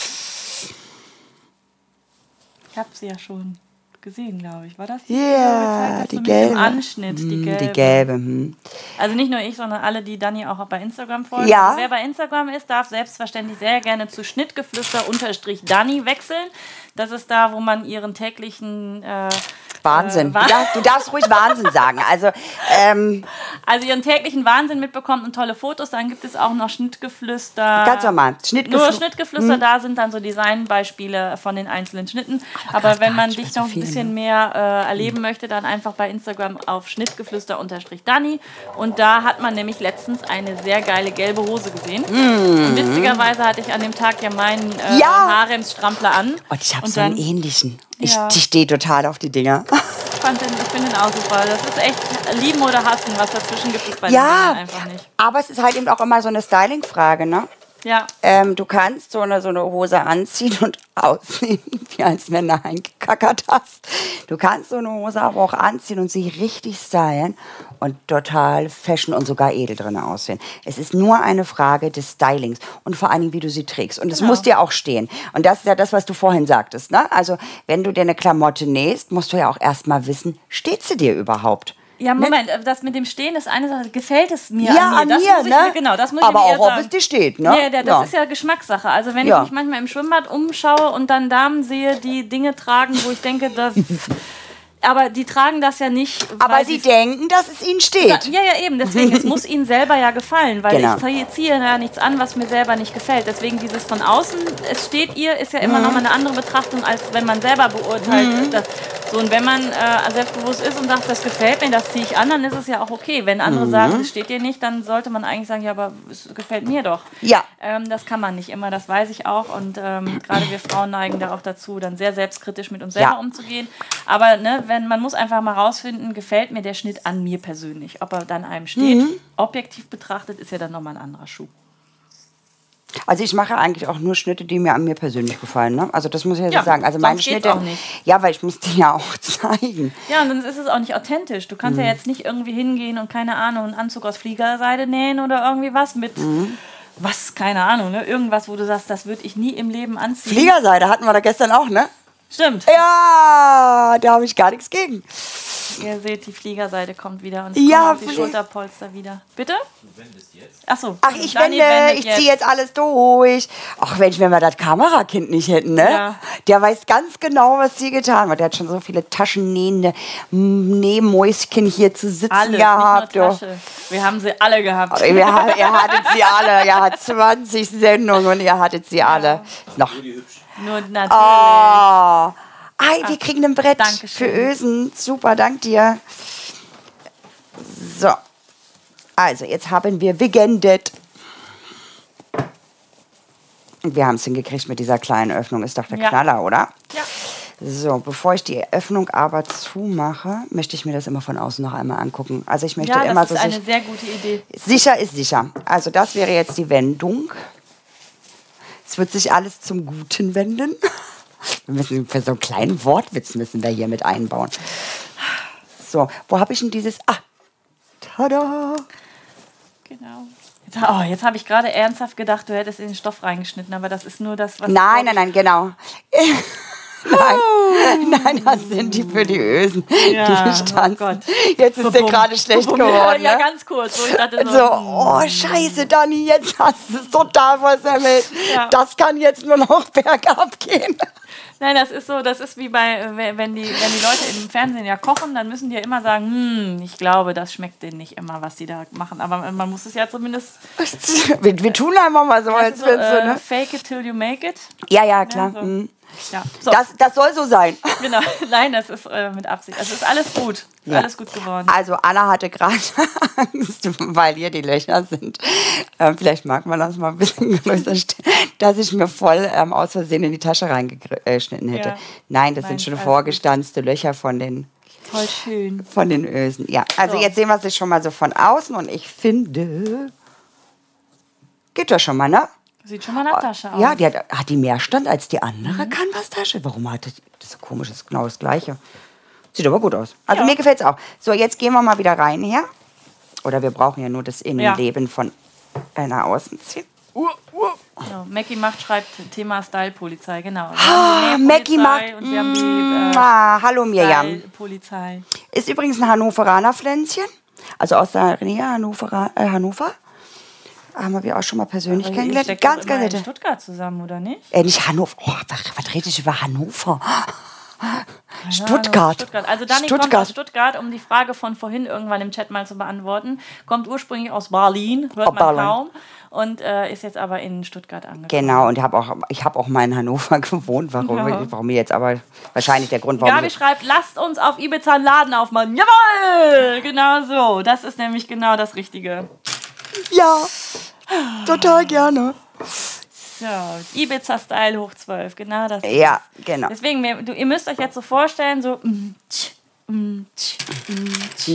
Ich habe sie ja schon gesehen, glaube ich. War das die yeah, die gelbe? Anschnitt, hm, die gelbe. Die gelbe hm. Also nicht nur ich, sondern alle, die Dani auch bei Instagram folgen. Ja. Also wer bei Instagram ist, darf selbstverständlich sehr gerne zu Schnittgeflüster-Dani wechseln. Das ist da, wo man ihren täglichen... Äh, Wahnsinn. Äh, du, darfst, du darfst ruhig Wahnsinn sagen. Also, ähm, also ihren täglichen Wahnsinn mitbekommt und tolle Fotos. Dann gibt es auch noch Schnittgeflüster. Ganz normal. Schnittgeflü- Nur Schnittgeflüster, hm. da sind dann so Designbeispiele von den einzelnen Schnitten. Aber Gott, wenn man Gott, dich so noch ein viel, bisschen ne? mehr äh, erleben hm. möchte, dann einfach bei Instagram auf Schnittgeflüster-Dani. Und da hat man nämlich letztens eine sehr geile gelbe Hose gesehen. Hm. Und witzigerweise hatte ich an dem Tag ja meinen äh, ja. Haremsstrampler an. Und ich habe so dann, einen ähnlichen. Ich, ja. ich stehe total auf die Dinger. Ich, fand den, ich finde den auch super. Das ist echt lieben oder hassen, was dazwischen gibt es bei ja, den Dingen einfach nicht. Aber es ist halt eben auch immer so eine Styling-Frage, ne? Ja. Ähm, du kannst so eine, so eine Hose anziehen und aussehen, wie als wenn du eingekackert hast. Du kannst so eine Hose aber auch anziehen und sie richtig stylen und total fashion und sogar edel drin aussehen. Es ist nur eine Frage des Stylings und vor allen Dingen, wie du sie trägst. Und es genau. muss dir auch stehen. Und das ist ja das, was du vorhin sagtest, ne? Also, wenn du dir eine Klamotte nähst, musst du ja auch erstmal wissen, steht sie dir überhaupt? Ja, Moment, ne? Das mit dem Stehen ist eine Sache. Gefällt es mir ja, an mir? An das mir, muss ich, ne? Genau, das muss aber ich mir auch, ob sagen. es dir steht, ne? Nee, das ja. ist ja Geschmackssache. Also wenn ja. ich mich manchmal im Schwimmbad umschaue und dann Damen sehe, die Dinge tragen, wo ich denke, das... Aber die tragen das ja nicht. Aber sie denken, dass es ihnen steht. Ja, ja, eben. Deswegen, es muss ihnen selber ja gefallen. Weil genau. ich ziehe ja nichts an, was mir selber nicht gefällt. Deswegen dieses von außen, es steht ihr, ist ja immer mhm. noch mal eine andere Betrachtung, als wenn man selber beurteilt. Mhm. Dass, so, und wenn man äh, selbstbewusst ist und sagt, das gefällt mir, das ziehe ich an, dann ist es ja auch okay. Wenn andere mhm. sagen, es steht dir nicht, dann sollte man eigentlich sagen, ja, aber es gefällt mir doch. Ja. Ähm, das kann man nicht immer, das weiß ich auch. Und ähm, gerade wir Frauen neigen da auch dazu, dann sehr selbstkritisch mit uns selber ja. umzugehen. Aber ne, wenn, man muss einfach mal rausfinden, gefällt mir der Schnitt an mir persönlich. Ob er dann einem steht, mhm. objektiv betrachtet, ist ja dann nochmal ein anderer Schuh. Also ich mache eigentlich auch nur Schnitte, die mir an mir persönlich gefallen. Ne? Also das muss ich ja, ja so sagen. Also meine Schnitte, auch nicht. Ja, weil ich muss die ja auch zeigen. Ja, und dann ist es auch nicht authentisch. Du kannst mhm. ja jetzt nicht irgendwie hingehen und keine Ahnung, einen Anzug aus Fliegerseide nähen oder irgendwie was mit... Mhm. Was, keine Ahnung, ne? Irgendwas, wo du sagst, das würde ich nie im Leben anziehen. Fliegerseide hatten wir da gestern auch, ne? Stimmt. Ja, da habe ich gar nichts gegen. Ihr seht, die Fliegerseite kommt wieder und es ja, kommen auch die Schulterpolster wieder. Bitte? Du wendest jetzt. Ach so. Ach, ich wende, ich ziehe jetzt alles durch. Ach Mensch, wenn wir das Kamerakind nicht hätten, ne? Ja. Der weiß ganz genau, was sie getan hat. Der hat schon so viele taschennähende Nebenmäuschen hier zu sitzen alle, gehabt. Nicht nur Tasche. Wir haben sie alle gehabt. Wir, ihr hattet sie alle. Er hat zwanzig Sendungen und ihr hattet sie alle. Ja. Ist noch. Nur die hübsch. Nur natürlich. Oh. Ei, wir Ach, kriegen ein Brett Dankeschön. für Ösen. Super, dank dir. So. Also, jetzt haben wir Vegendet. Und wir haben es hingekriegt mit dieser kleinen Öffnung. Ist doch der ja. Knaller, oder? Ja. So, bevor ich die Öffnung aber zumache, möchte ich mir das immer von außen noch einmal angucken. Also ich möchte ja, immer das ist so eine sich, sehr gute Idee. Sicher ist sicher. Also das wäre jetzt die Wendung. Es wird sich alles zum Guten wenden. Wir müssen für so einen kleinen Wortwitz müssen wir hier mit einbauen. So, wo habe ich denn dieses... Ah, tada! Genau. Jetzt, oh, jetzt habe ich gerade ernsthaft gedacht, du hättest in den Stoff reingeschnitten, aber das ist nur das, was... Nein, nein, nein, genau. Nein, nein, das sind die für die Ösen, Ja, die gestanzt. oh Gott. Jetzt ist dir gerade schlecht Ja, geworden. ja, ne? ganz kurz. Wo ich dachte So, so, oh scheiße, Dani, jetzt hast du es total versemmelt. Ja. Das kann jetzt nur noch bergab gehen. Nein, das ist so, das ist wie bei, wenn die, wenn die Leute im Fernsehen ja kochen, dann müssen die ja immer sagen, hm, ich glaube, das schmeckt denen nicht immer, was die da machen. Aber man muss es ja zumindest... Wir, wir tun einfach mal so, als so, wenn äh, so, ne? fake it till you make it. Ja, ja, klar. Ja, so. Mhm. Ja. So, Das, das soll so sein. genau. Nein, das ist äh, mit Absicht. Also ist alles gut. Ist Ja. alles gut geworden. Also Anna hatte gerade Angst, weil hier die Löcher sind. Ähm, vielleicht mag man das mal ein bisschen größer stellen, dass ich mir voll ähm, aus Versehen in die Tasche reingeschnitten hätte. Ja. Nein, das Nein, sind schon alles vorgestanzte Löcher von den, Voll schön. von den Ösen. Ja, also So. jetzt sehen wir sie schon mal so von außen und ich finde, geht das schon mal, ne? Sieht schon mal nach Tasche aus. Ja, die hat, hat die mehr Stand als die andere Canvas-Tasche. Warum hat die, das ist komisch, das ist genau das Gleiche. Sieht aber gut aus. Also Ja. mir gefällt es auch. So, jetzt gehen wir mal wieder rein hier. Oder wir brauchen ja nur das Innenleben von einer Außenziehen. Uh, uh. Genau. Mackie Macht schreibt Thema Style-Polizei, genau. Wir Ah, haben die Mackie Nähpolizei Macht. Und wir haben die Ah, hallo äh, Mirjam. Style-Polizei. Ist übrigens ein Hannoveraner Pflänzchen. Also aus der Nähe Hannover. Äh, Hannover. Haben wir auch schon mal persönlich Aber ihr kennengelernt. steckt Ganz, doch ganz immer in nett. Stuttgart zusammen, oder nicht? Äh, nicht Hannover. Oh, was, was rede ich über Hannover? Ja, Stuttgart. Stuttgart. Also Dani kommt aus Stuttgart, um die Frage von vorhin irgendwann im Chat mal zu beantworten. Kommt ursprünglich aus Berlin, hört Oh, man Berlin. kaum. Und äh, ist jetzt aber in Stuttgart angekommen. Genau, und hab auch, ich habe auch mal in Hannover gewohnt. Warum, Ja. warum mir jetzt aber wahrscheinlich der Grund, warum. Gabi ich, schreibt, lasst uns auf Ibiza einen Laden aufmachen. Jawohl! Genau so. Das ist nämlich genau das Richtige. ja, total gerne. So, Ibiza-Style hoch zwölf. Genau das. ist Ja, es. genau. Deswegen, wir- du, ihr müsst euch jetzt so vorstellen, so mm, tsch, mm, tsch, mm, tsch,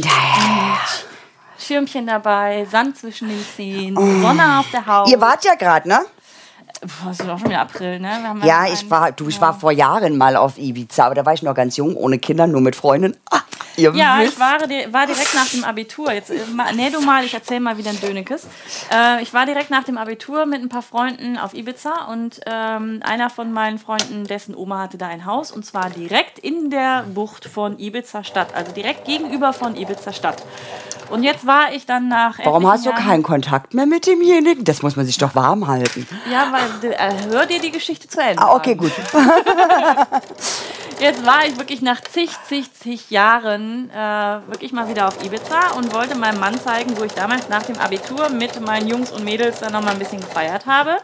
Schirmchen dabei, Sand zwischen den Zehen, Sonne auf der Haut. Ihr wart ja gerade, ne? Boah, ist doch schon wieder April, ne? Wir haben Ja, einen- ich war, du, ich war vor Jahren mal auf Ibiza, aber da war ich noch ganz jung, ohne Kinder, nur mit Freundinnen. Ah, ihr Ja, wisst. ich war, di- war direkt nach dem Abitur. Jetzt, äh, ma- nee, du mal, ich erzähl mal wieder ein Dönekes. Äh, ich war direkt nach dem Abitur mit ein paar Freunden auf Ibiza und ähm, einer von meinen Freunden, dessen Oma hatte da ein Haus und zwar direkt in der Bucht von Ibiza Stadt, also direkt gegenüber von Ibiza Stadt. Und jetzt war ich dann nach Warum etlichen hast du Jahren- keinen Kontakt mehr mit demjenigen? Das muss man sich doch warm halten. Ja, weil, äh, hör dir die Geschichte zu Ende Ah, okay, an. gut. Jetzt war ich wirklich nach zig, zig, zig Jahren äh, wirklich mal wieder auf Ibiza und wollte meinem Mann zeigen, wo ich damals nach dem Abitur mit meinen Jungs und Mädels dann noch mal ein bisschen gefeiert habe.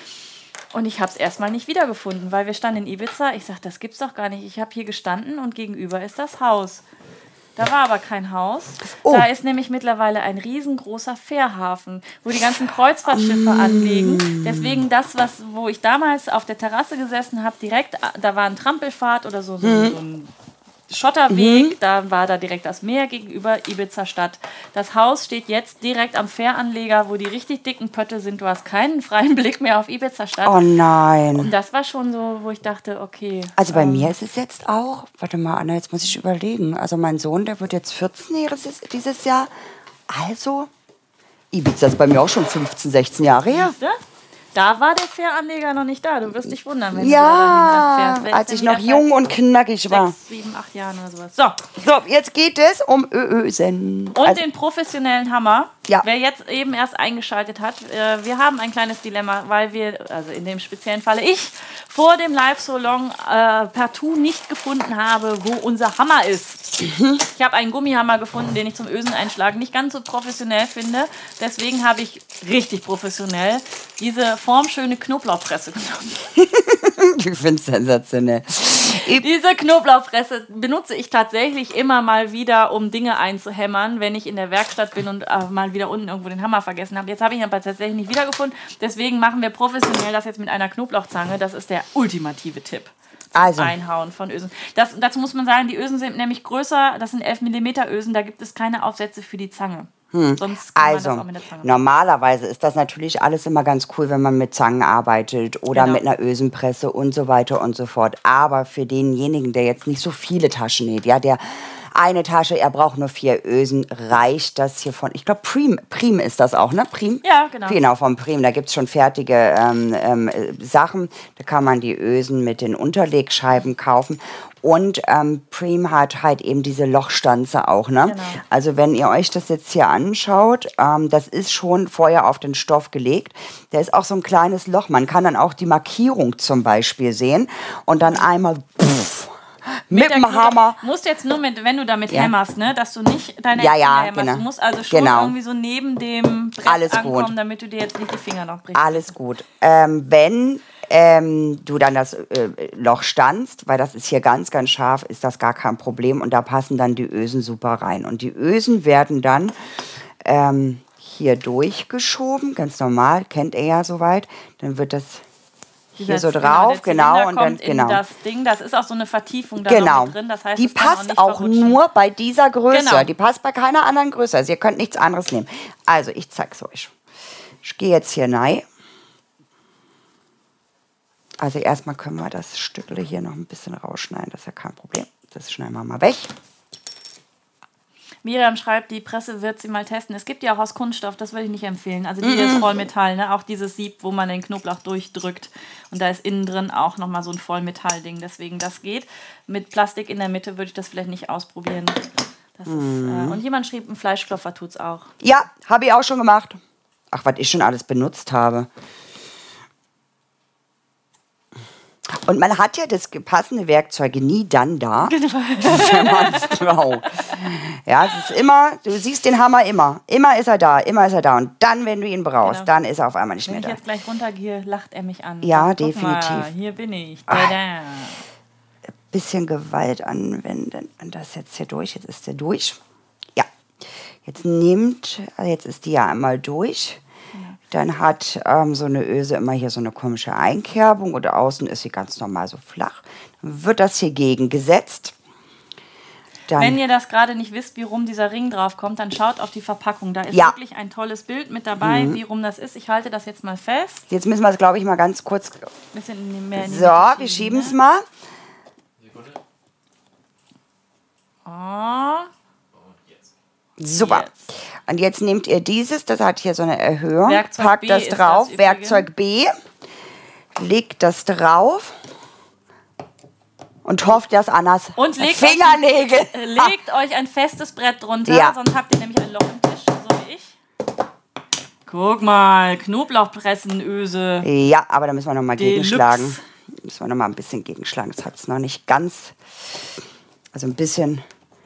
Und ich habe es erstmal nicht wiedergefunden, weil wir standen in Ibiza. Ich sage, das gibt's doch gar nicht. Ich habe hier gestanden und gegenüber ist das Haus. Da war aber kein Haus. Oh. Da ist nämlich mittlerweile ein riesengroßer Fährhafen, wo die ganzen Kreuzfahrtschiffe anlegen. Deswegen das, was, wo ich damals auf der Terrasse gesessen habe, direkt, da war ein Trampelpfad oder so, so, so ein Schotterweg, da war da direkt das Meer gegenüber Ibiza Stadt. Das Haus steht jetzt direkt am Fähranleger, wo die richtig dicken Pötte sind. Du hast keinen freien Blick mehr auf Ibiza Stadt. Oh nein. Und das war schon so, wo ich dachte, okay. Also bei ähm, mir ist es jetzt auch, warte mal, Anna, jetzt muss ich überlegen. Also mein Sohn, der wird jetzt vierzehn dieses, dieses Jahr. Also, Ibiza ist bei mir auch schon fünfzehn, sechzehn Jahre her. siehste? Da war der Fähranleger noch nicht da. Du wirst dich wundern, wenn du Ja, da dahin fährst. Wer ist als denn ich noch erst jung seit und knackig war. Sechs, sieben, acht Jahren oder sowas. So. So, jetzt geht es um Ösen. Und Also, den professionellen Hammer. Ja. Wer jetzt eben erst eingeschaltet hat, äh, wir haben ein kleines Dilemma, weil wir, also in dem speziellen Falle ich, vor dem Live-Salon äh, partout nicht gefunden habe, wo unser Hammer ist. Ich habe einen Gummihammer gefunden, den ich zum Öseneinschlagen nicht ganz so professionell finde. Deswegen habe ich richtig professionell diese formschöne Knoblauchpresse genommen. ich finde es sensationell. Diese Knoblauchpresse benutze ich tatsächlich immer mal wieder, um Dinge einzuhämmern, wenn ich in der Werkstatt bin und äh, mal wieder unten irgendwo den Hammer vergessen habe. Jetzt habe ich ihn aber tatsächlich nicht wiedergefunden. Deswegen machen wir professionell das jetzt mit einer Knoblauchzange. Das ist der ultimative Tipp. Also, Einhauen von Ösen. Das, dazu muss man sagen, die Ösen sind nämlich größer. Das sind elf Millimeter Ösen. Da gibt es keine Aufsätze für die Zange. Sonst kann man also das auch mit der Zange machen. normalerweise ist das natürlich alles immer ganz cool, wenn man mit Zangen arbeitet oder Genau. mit einer Ösenpresse und so weiter und so fort. Aber für denjenigen, der jetzt nicht so viele Taschen näht, ja, der Eine Tasche, er braucht nur vier Ösen, reicht das hier von, ich glaube Prim, Prim ist das auch, ne? Prim? Ja, genau. Genau, vom Prim, da gibt es schon fertige ähm, ähm, Sachen, da kann man die Ösen mit den Unterlegscheiben kaufen. Und ähm, Prim hat halt eben diese Lochstanze auch, ne? Genau. Also wenn ihr euch das jetzt hier anschaut, ähm, das ist schon vorher auf den Stoff gelegt. Da ist auch so ein kleines Loch. Man kann dann auch die Markierung zum Beispiel sehen und dann einmal pff, mit, mit dem Hammer. Du musst jetzt nur, mit, wenn du damit ja. hämmerst, ne, dass du nicht deine ja, Finger ja, hämmerst. genau. Du musst also schon genau. irgendwie so neben dem Brett Alles ankommen, gut. damit du dir jetzt nicht die Finger noch brichst. Alles gut. Ähm, wenn ähm, du dann das äh, Loch stanzt, weil das ist hier ganz, ganz scharf, ist das gar kein Problem und da passen dann die Ösen super rein. Und die Ösen werden dann ähm, hier durchgeschoben, ganz normal, kennt ihr ja soweit. Dann wird das hier so drauf, genau, und dann genau. Das Ding, das ist auch so eine Vertiefung da genau. noch drin. Das heißt, die passt auch, auch nur bei dieser Größe. Genau. Die passt bei keiner anderen Größe. Also ihr könnt nichts anderes nehmen. Also ich zeig's euch. Ich gehe jetzt hier rein. Also erstmal können wir das Stückle hier noch ein bisschen rausschneiden. Das ist ja kein Problem. Das schneiden wir mal weg. Miriam schreibt, die Presse wird sie mal testen. Es gibt ja auch aus Kunststoff, das würde ich nicht empfehlen. Also die mm-hmm. ist Vollmetall, ne? Auch dieses Sieb, wo man den Knoblauch durchdrückt. Und da ist innen drin auch nochmal so ein Vollmetallding. Deswegen, das geht. Mit Plastik in der Mitte würde ich das vielleicht nicht ausprobieren. Das mm. ist, äh, und jemand schrieb, ein Fleischklopfer tut's auch. Ja, habe ich auch schon gemacht. Ach, was ich schon alles benutzt habe. Und man hat ja das passende Werkzeug nie dann da, genau. wenn man es braucht. Ja, es ist immer, du siehst den Hammer immer. Immer ist er da, immer ist er da. Und dann, wenn du ihn brauchst, genau. dann ist er auf einmal nicht wenn mehr da. Wenn ich jetzt gleich runtergehe, lacht er mich an. Ja, Guck definitiv. Mal, hier bin ich. Ach, ein bisschen Gewalt anwenden. Und das jetzt hier durch. Jetzt ist der durch. Ja. Jetzt nimmt, also jetzt ist die ja einmal durch. Dann hat ähm, so eine Öse immer hier so eine komische Einkerbung und außen ist sie ganz normal so flach. Dann wird das hier gegengesetzt. Dann Wenn ihr das gerade nicht wisst, wie rum dieser Ring drauf kommt, dann schaut auf die Verpackung. Da ist ja. wirklich ein tolles Bild mit dabei, mhm. wie rum das ist. Ich halte das jetzt mal fest. Jetzt müssen wir es, glaube ich, mal ganz kurz... Bisschen mehr in die so, wir schieben es mal. Sekunde. Oh. Super. Jetzt. Und jetzt nehmt ihr dieses, das hat hier so eine Erhöhung, Werkzeug packt B das drauf, das Werkzeug B, legt das drauf und hofft, dass Annas und legt Fingernägel... Euch, äh, legt euch ein festes Brett drunter, ja. sonst habt ihr nämlich ein Loch im Tisch, so wie ich. Guck mal, Knoblauchpressenöse. Ja, aber da müssen wir noch mal gegenschlagen. Müssen wir noch mal ein bisschen gegenschlagen, das hat es noch nicht ganz... Also ein bisschen...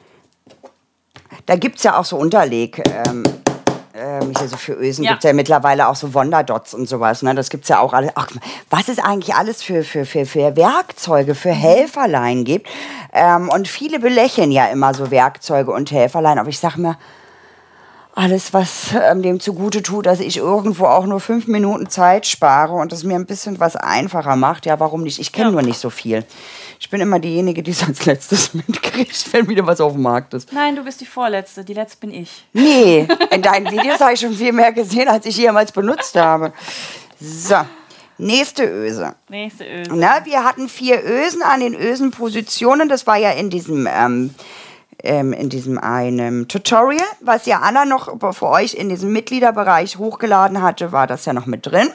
Da gibt es ja auch so Unterleg, ähm, ähm, hier so für Ösen ja. gibt es ja mittlerweile auch so Wonderdots und sowas. Ne? Das gibt es ja auch alles. Ach, was es eigentlich alles für, für, für, für Werkzeuge, für Helferlein gibt. Ähm, und viele belächeln ja immer so Werkzeuge und Helferlein. Aber ich sage mir, alles, was ähm, dem zugute tut, dass ich irgendwo auch nur fünf Minuten Zeit spare und es mir ein bisschen was einfacher macht, ja, warum nicht? Ich kenne ja. nur nicht so viel. Ich bin immer diejenige, die es als letztes mitkriegt, wenn wieder was auf dem Markt ist. Nein, du bist die Vorletzte. Die Letzte bin ich. Nee, in deinen Videos habe ich schon viel mehr gesehen, als ich jemals benutzt habe. So, nächste Öse. Nächste Öse. Na, wir hatten vier Ösen an den Ösenpositionen. Das war ja in diesem... Ähm, in diesem einen Tutorial, was ja Anna noch für euch in diesem Mitgliederbereich hochgeladen hatte, war das ja noch mit drin.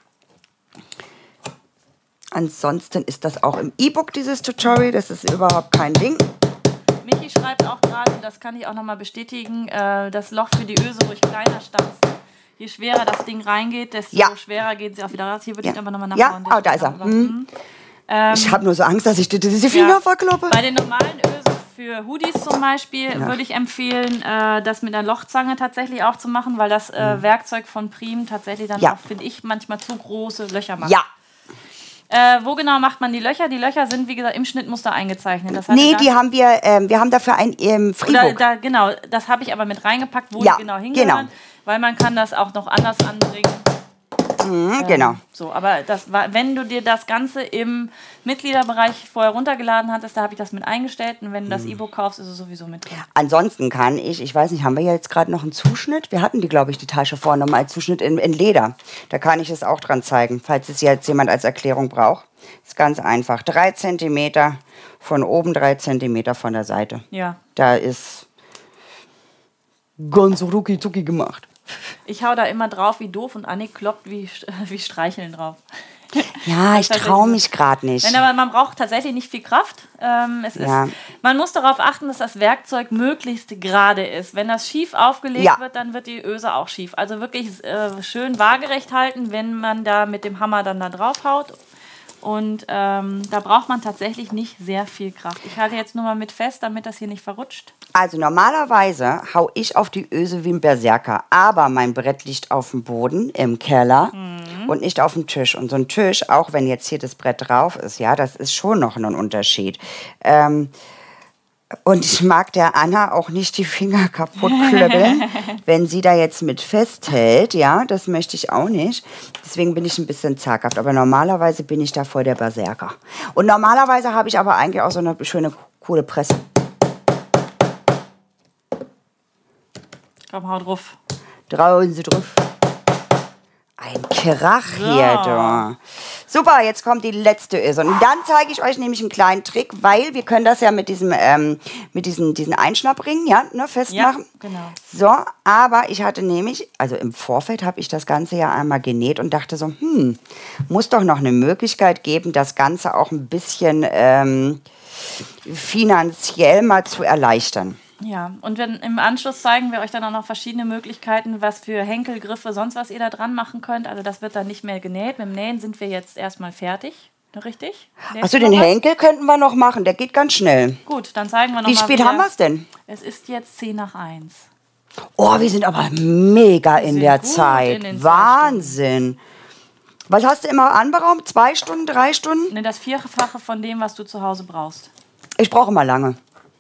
Ansonsten ist das auch im E-Book, dieses Tutorial, das ist überhaupt kein Ding. Michi schreibt auch gerade, das kann ich auch nochmal bestätigen, äh, das Loch für die Öse ruhig kleiner stanzen. Je schwerer das Ding reingeht, desto ja. schwerer geht sie auch wieder raus. Hier würde ja. ich einfach nochmal nachschauen. Ja, oh, da ist er. Hm. Ähm, ich habe nur so Angst, dass ich die, diese Finger ja. verkloppe. Bei den normalen Ösen für Hoodies zum Beispiel ja. würde ich empfehlen, äh, das mit einer Lochzange tatsächlich auch zu machen, weil das äh, mhm. Werkzeug von Prim tatsächlich dann ja. auch, finde ich, manchmal zu große Löcher macht. Ja. Äh, wo genau macht man die Löcher? Die Löcher sind, wie gesagt, im Schnittmuster eingezeichnet. Das nee, die haben wir, ähm, wir haben dafür ein ähm, Fribook. Da, genau, das habe ich aber mit reingepackt, wo ja, die genau hingehören, genau. weil man kann das auch noch anders anbringen. Mhm, ähm, genau. So, aber das war, wenn du dir das Ganze im Mitgliederbereich vorher runtergeladen hattest, da habe ich das mit eingestellt. Und wenn du das E-Book kaufst, ist es sowieso mit drin. Ansonsten kann ich, ich weiß nicht, haben wir jetzt gerade noch einen Zuschnitt? Wir hatten die, glaube ich, die Tasche vorne mal als Zuschnitt in, in Leder. Da kann ich es auch dran zeigen, falls es jetzt jemand als Erklärung braucht. Ist ganz einfach. Drei Zentimeter von oben, drei Zentimeter von der Seite. Ja. Da ist ganz rucki zucki gemacht. Ich hau da immer drauf wie doof und Annik kloppt wie, wie Streicheln drauf. Ja, ich traue mich gerade nicht. Nein, aber man braucht tatsächlich nicht viel Kraft. Ähm, es Ja. ist, man muss darauf achten, dass das Werkzeug möglichst gerade ist. Wenn das schief aufgelegt Ja. wird, dann wird die Öse auch schief. Also wirklich äh, schön waagerecht halten, wenn man da mit dem Hammer dann da drauf haut. Und ähm, da braucht man tatsächlich nicht sehr viel Kraft. Ich halte jetzt nur mal mit fest, damit das hier nicht verrutscht. Also normalerweise hau ich auf die Öse wie ein Berserker, aber mein Brett liegt auf dem Boden im Keller und nicht auf dem Tisch. Und so ein Tisch, auch wenn jetzt hier das Brett drauf ist, ja, das ist schon noch ein Unterschied. Ähm, und ich mag der Anna auch nicht die Finger kaputt klöppeln, wenn sie da jetzt mit festhält, ja, das möchte ich auch nicht. Deswegen bin ich ein bisschen zaghaft, aber normalerweise bin ich da voll der Berserker. Und normalerweise habe ich aber eigentlich auch so eine schöne, coole Presse. Komm, hau drauf. Trauen Sie drauf. Ein Krach hier, du. Super, jetzt kommt die letzte Öse. Und dann zeige ich euch nämlich einen kleinen Trick, weil wir können das ja mit diesem, ähm, mit diesen, diesen Einschnappringen, ja, ne, festmachen. Ja, genau. So, aber ich hatte nämlich, also im Vorfeld habe ich das Ganze ja einmal genäht und dachte so, hm, muss doch noch eine Möglichkeit geben, das Ganze auch ein bisschen ähm, finanziell mal zu erleichtern. Ja, und wenn, im Anschluss zeigen wir euch dann auch noch verschiedene Möglichkeiten, was für Henkelgriffe, sonst was ihr da dran machen könnt. Also das wird dann nicht mehr genäht. Mit dem Nähen sind wir jetzt erstmal fertig. Richtig? Achso, den Henkel könnten wir noch machen, der geht ganz schnell. Gut, dann zeigen wir noch Wie mal. spät wieder. haben wir es denn? Es ist jetzt zehn nach eins. Oh, wir sind aber mega in sind der gut Zeit. in den zwei Wahnsinn. Was hast du immer anberaumt? Zwei Stunden, drei Stunden? Ne, das Vierfache von dem, was du zu Hause brauchst. Ich brauche immer lange.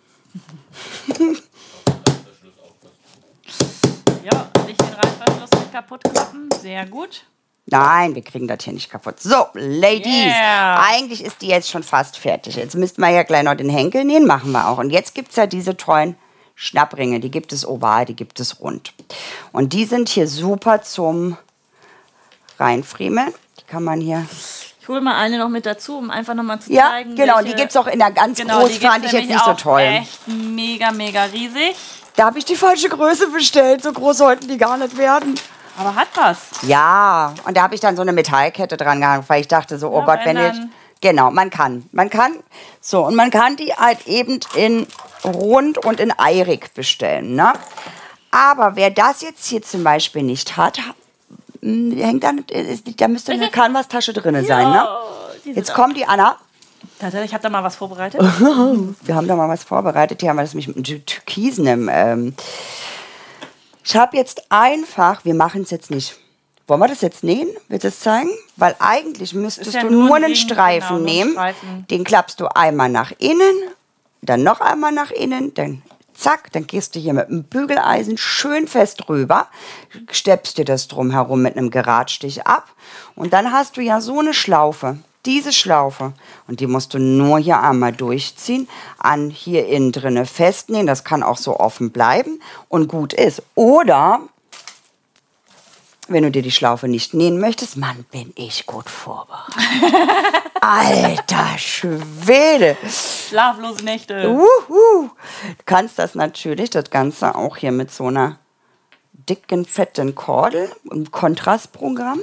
Ja, nicht den Reißverschluss mit kaputt klappen. Sehr gut. Nein, wir kriegen das hier nicht kaputt. So, Ladies, Yeah. eigentlich ist die jetzt schon fast fertig. Jetzt müssten wir ja gleich noch den Henkel nähen, machen wir auch. Und jetzt gibt es ja diese tollen Schnappringe. Die gibt es oval, die gibt es rund. Und die sind hier super zum Reinfriemeln. Die kann man hier... Ich hole mal eine noch mit dazu, um einfach nochmal zu Ja, zeigen. genau, welche, die gibt es auch in der ganz genau, groß, die gibt's fand ich jetzt nämlich nicht so auch toll. Echt mega, mega riesig. Da habe ich die falsche Größe bestellt. So groß sollten die gar nicht werden. Aber hat was. Ja, und da habe ich dann so eine Metallkette dran gehangen, weil ich dachte so, oh Ja, Gott, wenn wenn jetzt... dann- Genau, man kann. Man kann. So, und man kann die halt eben in rund und in eirig bestellen. Ne? Aber wer das jetzt hier zum Beispiel nicht hat, mh, hängt dann, ist, da müsste eine Canvas-Tasche drin sein. Ne? die sind Jetzt auch- kommt die Anna. Tatsächlich, ich habe da mal was vorbereitet. Wir haben da mal was vorbereitet. Hier haben wir das nämlich mit einem Türkisen im... Ähm ich habe jetzt einfach... Wir machen es jetzt nicht... Wollen wir das jetzt nähen? Willst du es zeigen? Weil eigentlich müsstest Ist ja du nur nur ein einen Ring, Streifen genau, nur einen nehmen. Streifen. Den klappst du einmal nach innen, dann noch einmal nach innen, dann zack, dann gehst du hier mit dem Bügeleisen schön fest rüber, steppst dir das drumherum mit einem Geradstich ab und dann hast du ja so eine Schlaufe. Diese Schlaufe. Und die musst du nur hier einmal durchziehen, an hier innen drinne festnähen. Das kann auch so offen bleiben und gut ist. Oder... wenn du dir die Schlaufe nicht nähen möchtest, Mann, bin ich gut vorbereitet. Alter Schwede. Schlaflose Nächte. Uhu. Du kannst das natürlich, das Ganze auch hier mit so einer dicken, fetten Kordel im Kontrastprogramm.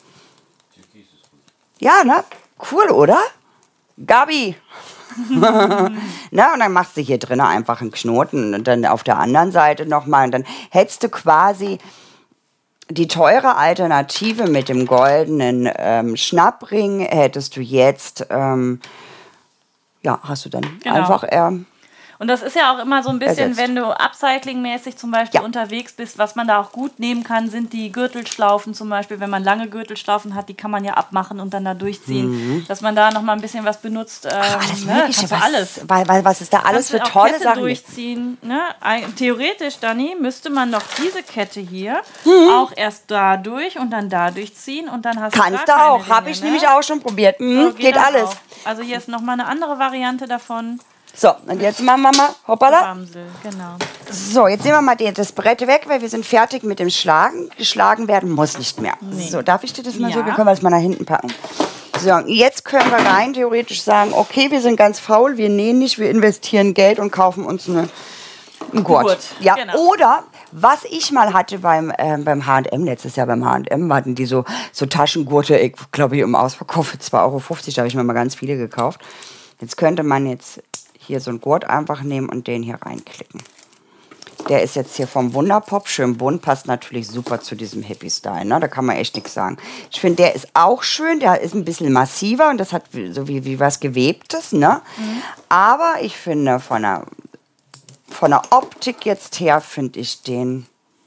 Ja, ne? Cool, oder? Gabi. Na, und dann machst du hier drinnen einfach einen Knoten und dann auf der anderen Seite nochmal. Und dann hättest du quasi die teure Alternative mit dem goldenen ähm, Schnappring, hättest du jetzt, ähm, ja, hast du dann Genau. einfach... Ähm, Und das ist ja auch immer so ein bisschen, ersetzt. wenn du upcycling-mäßig zum Beispiel Ja. unterwegs bist, was man da auch gut nehmen kann, sind die Gürtelschlaufen zum Beispiel. Wenn man lange Gürtelschlaufen hat, die kann man ja abmachen und dann da durchziehen. Mhm. Dass man da noch mal ein bisschen was benutzt. Ähm, Alles ne? Mögliche. Kannst du Was, alles. Weil, weil, was ist da alles Kannst du für auch tolle Kette Sachen? durchziehen. Ne? Ein- Theoretisch, Dani, müsste man doch diese Kette hier Mhm. auch erst da durch und dann da durchziehen und dann hast Kannst du du gar keine auch. Habe Ringe, ich ne? nämlich auch schon probiert. Mhm, So, geht dann alles. auch. Also hier ist noch mal eine andere Variante davon. So, und jetzt machen wir mal, hoppala. Bamsel, genau. So, jetzt nehmen wir mal die, das Brett weg, weil wir sind fertig mit dem Schlagen. Geschlagen werden muss nicht mehr. So, darf ich dir das mal Ja. so? Dann können wir das mal nach hinten packen. So, jetzt können wir rein theoretisch sagen, okay, wir sind ganz faul, wir nähen nicht, wir investieren Geld und kaufen uns eine, einen Gurt. Gurt, Ja, genau. oder was ich mal hatte beim, ähm, beim H und M, letztes Jahr beim H und M, hatten die so, so Taschengurte, ich glaube ich im Ausverkauf für zwei Euro fünfzig, da habe ich mir mal ganz viele gekauft. Jetzt könnte man jetzt hier so einen Gurt einfach nehmen und den hier reinklicken. Der ist jetzt hier vom Wunderpop, schön bunt, passt natürlich super zu diesem Hippie-Style, ne? Da kann man echt nichts sagen. Ich finde, der ist auch schön, der ist ein bisschen massiver und das hat so wie, wie was Gewebtes, ne? Mhm. Aber ich finde, von der, von der Optik jetzt her, finde ich den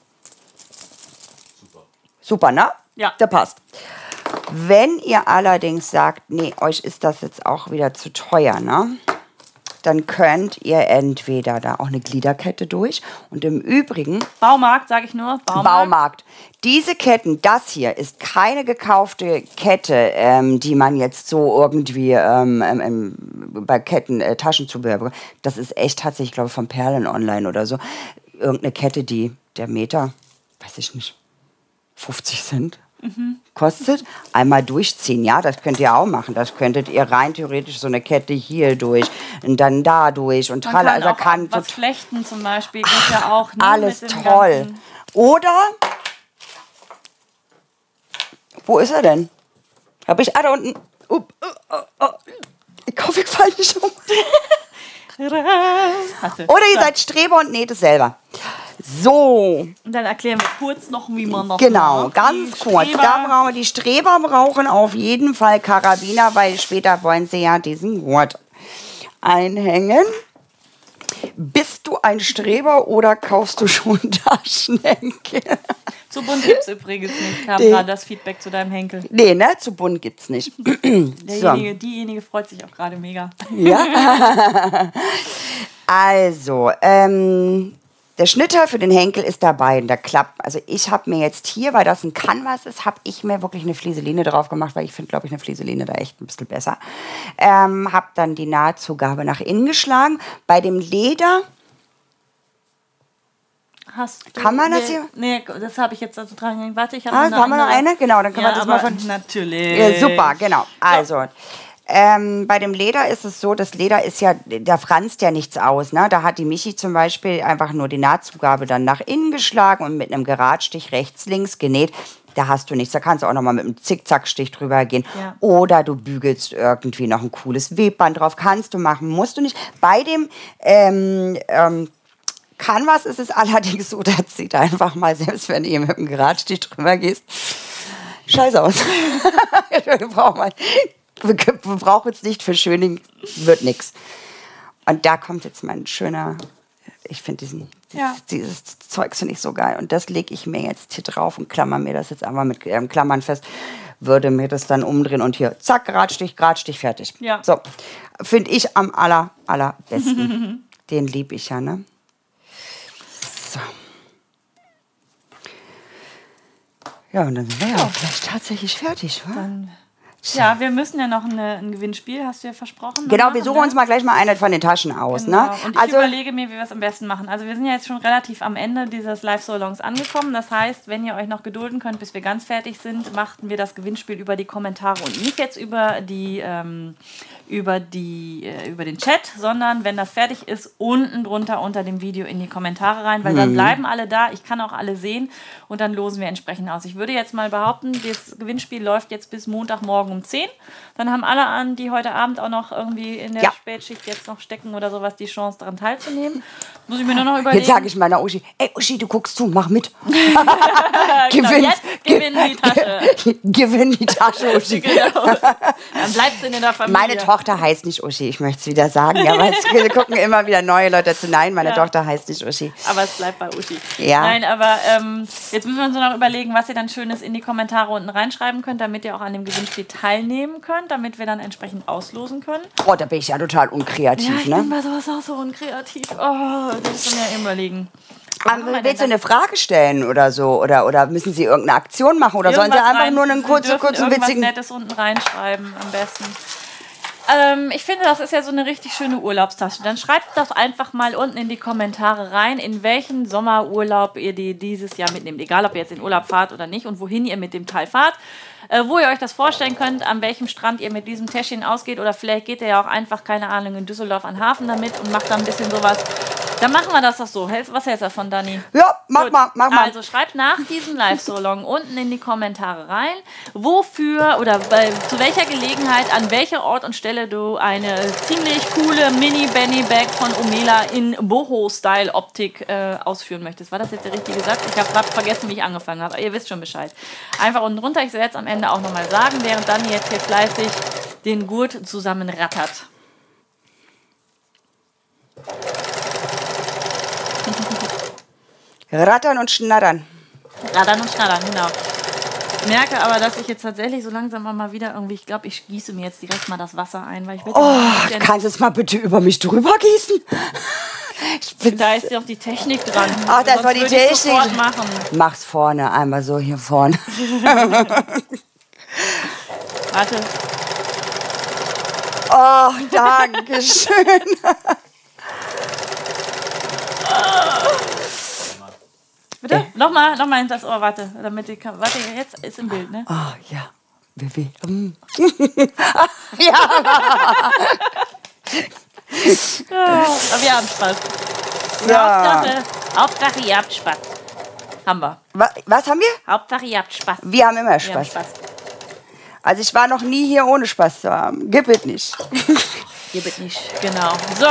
super. Super, ne? Ja. Der passt. Wenn ihr allerdings sagt, nee, euch ist das jetzt auch wieder zu teuer, ne? Dann könnt ihr entweder da auch eine Gliederkette durch und im Übrigen Baumarkt, sage ich nur. Baumarkt. Baumarkt. Diese Ketten, das hier ist keine gekaufte Kette, ähm, die man jetzt so irgendwie ähm, ähm, bei Ketten äh, Taschenzubehör bekommt. Das ist echt tatsächlich, ich glaube, von Perlen Online oder so. Irgendeine Kette, die der Meter, weiß ich nicht, fünfzig Cent mhm. kostet. Einmal durchziehen, ja, das könnt ihr auch machen. Das könntet ihr rein theoretisch so eine Kette hier durch und dann da durch und Man tralla. kann Also auch kann was flechten zum Beispiel, geht ja auch. Ne, alles mit dem toll. ganzen- Oder, wo ist er denn? Hab ich, ah, da unten. Uh, uh, uh, uh. Ich hoffe, ich falle nicht um. Hatte. Oder ihr So. seid Streber und näht es selber. So, Und dann erklären wir kurz noch, wie man noch genau, macht. ganz Die kurz. Streber- Da brauchen wir die Streber brauchen auf jeden Fall Karabiner, weil später wollen sie ja diesen Gurt einhängen. Bist du ein Streber oder kaufst du schon Taschenhenkel? Zu bunt gibt es übrigens nicht, kam Die- gerade das Feedback zu deinem Henkel. Nee, ne? Zu bunt gibt's nicht. Derjenige, diejenige freut sich auch gerade mega. Ja. Also, ähm, der Schnitter für den Henkel ist dabei und der klappt. Also ich habe mir jetzt hier, weil das ein Canvas ist, habe ich mir wirklich eine Flieseline drauf gemacht, weil ich finde, glaube ich, eine Flieseline da echt ein bisschen besser. Ähm, habe dann die Nahtzugabe nach innen geschlagen. Bei dem Leder, Hast du, Kann man das nee, hier? Nee, das habe ich jetzt also dran gegangen. Warte, ich habe ah, noch eine haben wir noch andere. eine? Genau, dann können Ja, wir das aber mal von... natürlich. Ja, super, genau. Also, ähm, bei dem Leder ist es so, das Leder ist ja, da franzt ja nichts aus. Ne? Da hat die Michi zum Beispiel einfach nur die Nahtzugabe dann nach innen geschlagen und mit einem Geradstich rechts, links genäht. Da hast du nichts. Da kannst du auch noch mal mit einem Zickzackstich drüber gehen. Ja. Oder du bügelst irgendwie noch ein cooles Webband drauf. Kannst du machen, musst du nicht. Bei dem ähm, ähm, Canvas ist es allerdings so, da zieht einfach mal, selbst wenn ihr mit einem Geradstich drüber gehst, scheiße aus. wir, brauchen mal, wir, wir brauchen jetzt nicht für Schöning, wird nix. Und da kommt jetzt mein schöner, ich finde diesen, Ja. dieses, dieses Zeug finde ich so geil. Und das lege ich mir jetzt hier drauf und klammer mir das jetzt einfach mit ähm, Klammern fest. Würde mir das dann umdrehen und hier, zack, Geradstich, Geradstich, fertig. Ja. So, finde ich am aller, allerbesten. Den liebe ich ja, ne? So. Ja, und dann sind wir ja auch gleich tatsächlich fertig, wa? Dann, ja, wir müssen ja noch eine, ein Gewinnspiel, hast du ja versprochen. Genau, machen, wir suchen ne? uns mal gleich mal eine von den Taschen aus, Genau. ne? Und ich Also, überlege mir, wie wir es am besten machen. Also wir sind ja jetzt schon relativ am Ende dieses Live-Salons angekommen. Das heißt, wenn ihr euch noch gedulden könnt, bis wir ganz fertig sind, machten wir das Gewinnspiel über die Kommentare und nicht jetzt über die ähm, über die äh, über den Chat, sondern wenn das fertig ist, unten drunter unter dem Video in die Kommentare rein, weil dann bleiben alle da. Ich kann auch alle sehen und dann losen wir entsprechend aus. Ich würde jetzt mal behaupten, das Gewinnspiel läuft jetzt bis Montagmorgen um zehn. Dann haben alle an, die heute Abend auch noch irgendwie in der Ja. Spätschicht jetzt noch stecken oder sowas, die Chance daran teilzunehmen. Muss ich mir nur noch überlegen. Jetzt sage ich meiner Uschi, ey Uschi, du guckst zu, mach mit. genau, Gewinn, jetzt gewinn die Tasche. Gewinn die Tasche, Uschi. Genau. Dann bleibt sie in der Familie. Meine Tochter heißt nicht Uschi, ich möchte es wieder sagen. Ja, aber es gucken immer wieder neue Leute zu. Nein, meine Ja. Tochter heißt nicht Uschi. Aber es bleibt bei Uschi. Ja. Nein, aber ähm, jetzt müssen wir uns noch überlegen, was ihr dann Schönes in die Kommentare unten reinschreiben könnt, damit ihr auch an dem Gewinnspiel teilnehmen könnt, damit wir dann entsprechend auslosen können. Oh, da bin ich ja total unkreativ, Ja, ich ne? bin bei sowas auch so unkreativ. Oh, das ist mir ja überlegen. Aber willst du eine Frage stellen oder so? Oder, oder müssen Sie irgendeine Aktion machen? Oder sollen Sie Irgendwas einfach rein- nur einen Sie kurzen, dürfen kurzen, irgendwas witzigen... Nettes unten reinschreiben, am besten. Ähm, ich finde, das ist ja so eine richtig schöne Urlaubstasche. Dann schreibt doch einfach mal unten in die Kommentare rein, in welchen Sommerurlaub ihr die dieses Jahr mitnehmt. Egal, ob ihr jetzt in Urlaub fahrt oder nicht und wohin ihr mit dem Teil fahrt. Äh, wo ihr euch das vorstellen könnt, an welchem Strand ihr mit diesem Täschchen ausgeht. Oder vielleicht geht ihr ja auch einfach, keine Ahnung, in Düsseldorf an den Hafen damit und macht da ein bisschen sowas. Dann machen wir das doch so. Was hältst du davon, Dani? Ja, mach Gut. mal, mach mal. Also schreibt nach diesem Live-Solong unten in die Kommentare rein, wofür oder bei, zu welcher Gelegenheit, an welcher Ort und Stelle du eine ziemlich coole Mini-Benny-Bag von Omela in Boho-Style-Optik äh, ausführen möchtest. War das jetzt der richtige Satz? Ich habe gerade vergessen, wie ich angefangen habe. Ihr wisst schon Bescheid. Einfach unten drunter. Ich werde es am Ende auch nochmal sagen, während Dani jetzt hier fleißig den Gurt zusammenrattert. Rattern und schnattern. Rattern und schnattern, genau. Ich merke aber, dass ich jetzt tatsächlich so langsam mal wieder irgendwie, ich glaube, ich gieße mir jetzt direkt mal das Wasser ein, weil ich will Oh, kannst du es mal bitte über mich drüber gießen? Ich bin da ist ja auch die Technik dran. Ach, das Sonst war die würde ich Technik. sofort machen. Mach's vorne, einmal so hier vorne. Warte. Oh, danke schön. Bitte? Nochmal, nochmal ins das Ohr, warte. Damit die Kam warte, jetzt ist im Bild, ne? Oh, ja. Baby. Mm. ja. Aber wir haben Spaß. Ja. Hauptsache, Hauptsache, ihr habt Spaß. Haben wir. Was, was haben wir? Hauptsache, ihr habt Spaß. Wir haben immer Wir haben Spaß. Spaß. Also ich war noch nie hier ohne Spaß zu haben. Gib es nicht. Gib es nicht. Genau. So.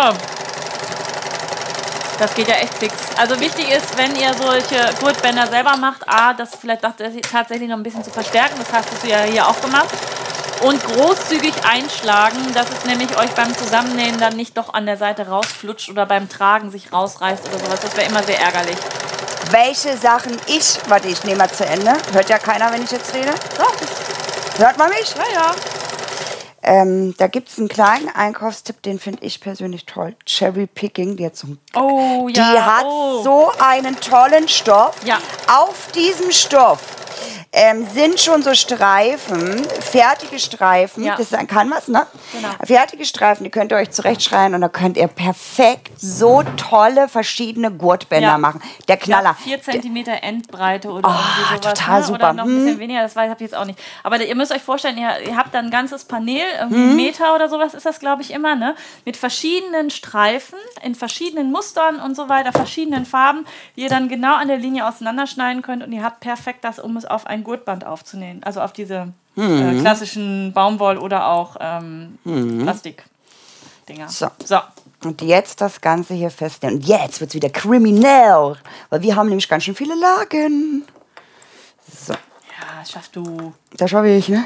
Das geht ja echt fix. Also wichtig ist, wenn ihr solche Gurtbänder selber macht, A, das vielleicht tatsächlich noch ein bisschen zu verstärken. Das hast du ja hier auch gemacht. Und großzügig einschlagen, dass es nämlich euch beim Zusammennähen dann nicht doch an der Seite rausflutscht oder beim Tragen sich rausreißt oder sowas. Das wäre immer sehr ärgerlich. Welche Sachen ich... Warte, ich nehme mal zu Ende. Hört ja keiner, wenn ich jetzt rede? Doch, Hört man mich? ja, ja. Ähm, da gibt es einen kleinen Einkaufstipp, den finde ich persönlich toll. Cherry Picking, die hat so, Oh, die ja. hat oh. so einen tollen Stoff. Ja. Auf diesem Stoff ähm, sind schon so Streifen, fertige Streifen. Ja. Das ist ein Canvas, ne? Genau. Fertige Streifen, die könnt ihr euch zurechtschreien und da könnt ihr perfekt so tolle verschiedene Gurtbänder Ja. machen. Der Knaller. Ja, vier Zentimeter Endbreite oder irgendwie sowas. total ne? super. Oder noch ein bisschen Hm. weniger, das weiß ich jetzt auch nicht. Aber ihr müsst euch vorstellen, ihr, ihr habt da ein ganzes Panel, irgendwie einen Meter oder sowas ist das, glaube ich, immer, ne? Mit verschiedenen Streifen, in verschiedenen Mustern und so weiter, verschiedenen Farben, die ihr dann genau an der Linie auseinanderschneiden könnt und ihr habt perfekt das, um es auf ein Gurtband aufzunähen. Also auf diese äh, klassischen Baumwoll- oder auch ähm, Plastik-Dinger. So. so. Und jetzt das Ganze hier festnehmen. Und jetzt wird es wieder kriminell. Weil wir haben nämlich ganz schön viele Lagen. So, Ja, das schaffst du. das schaffe ich, ne?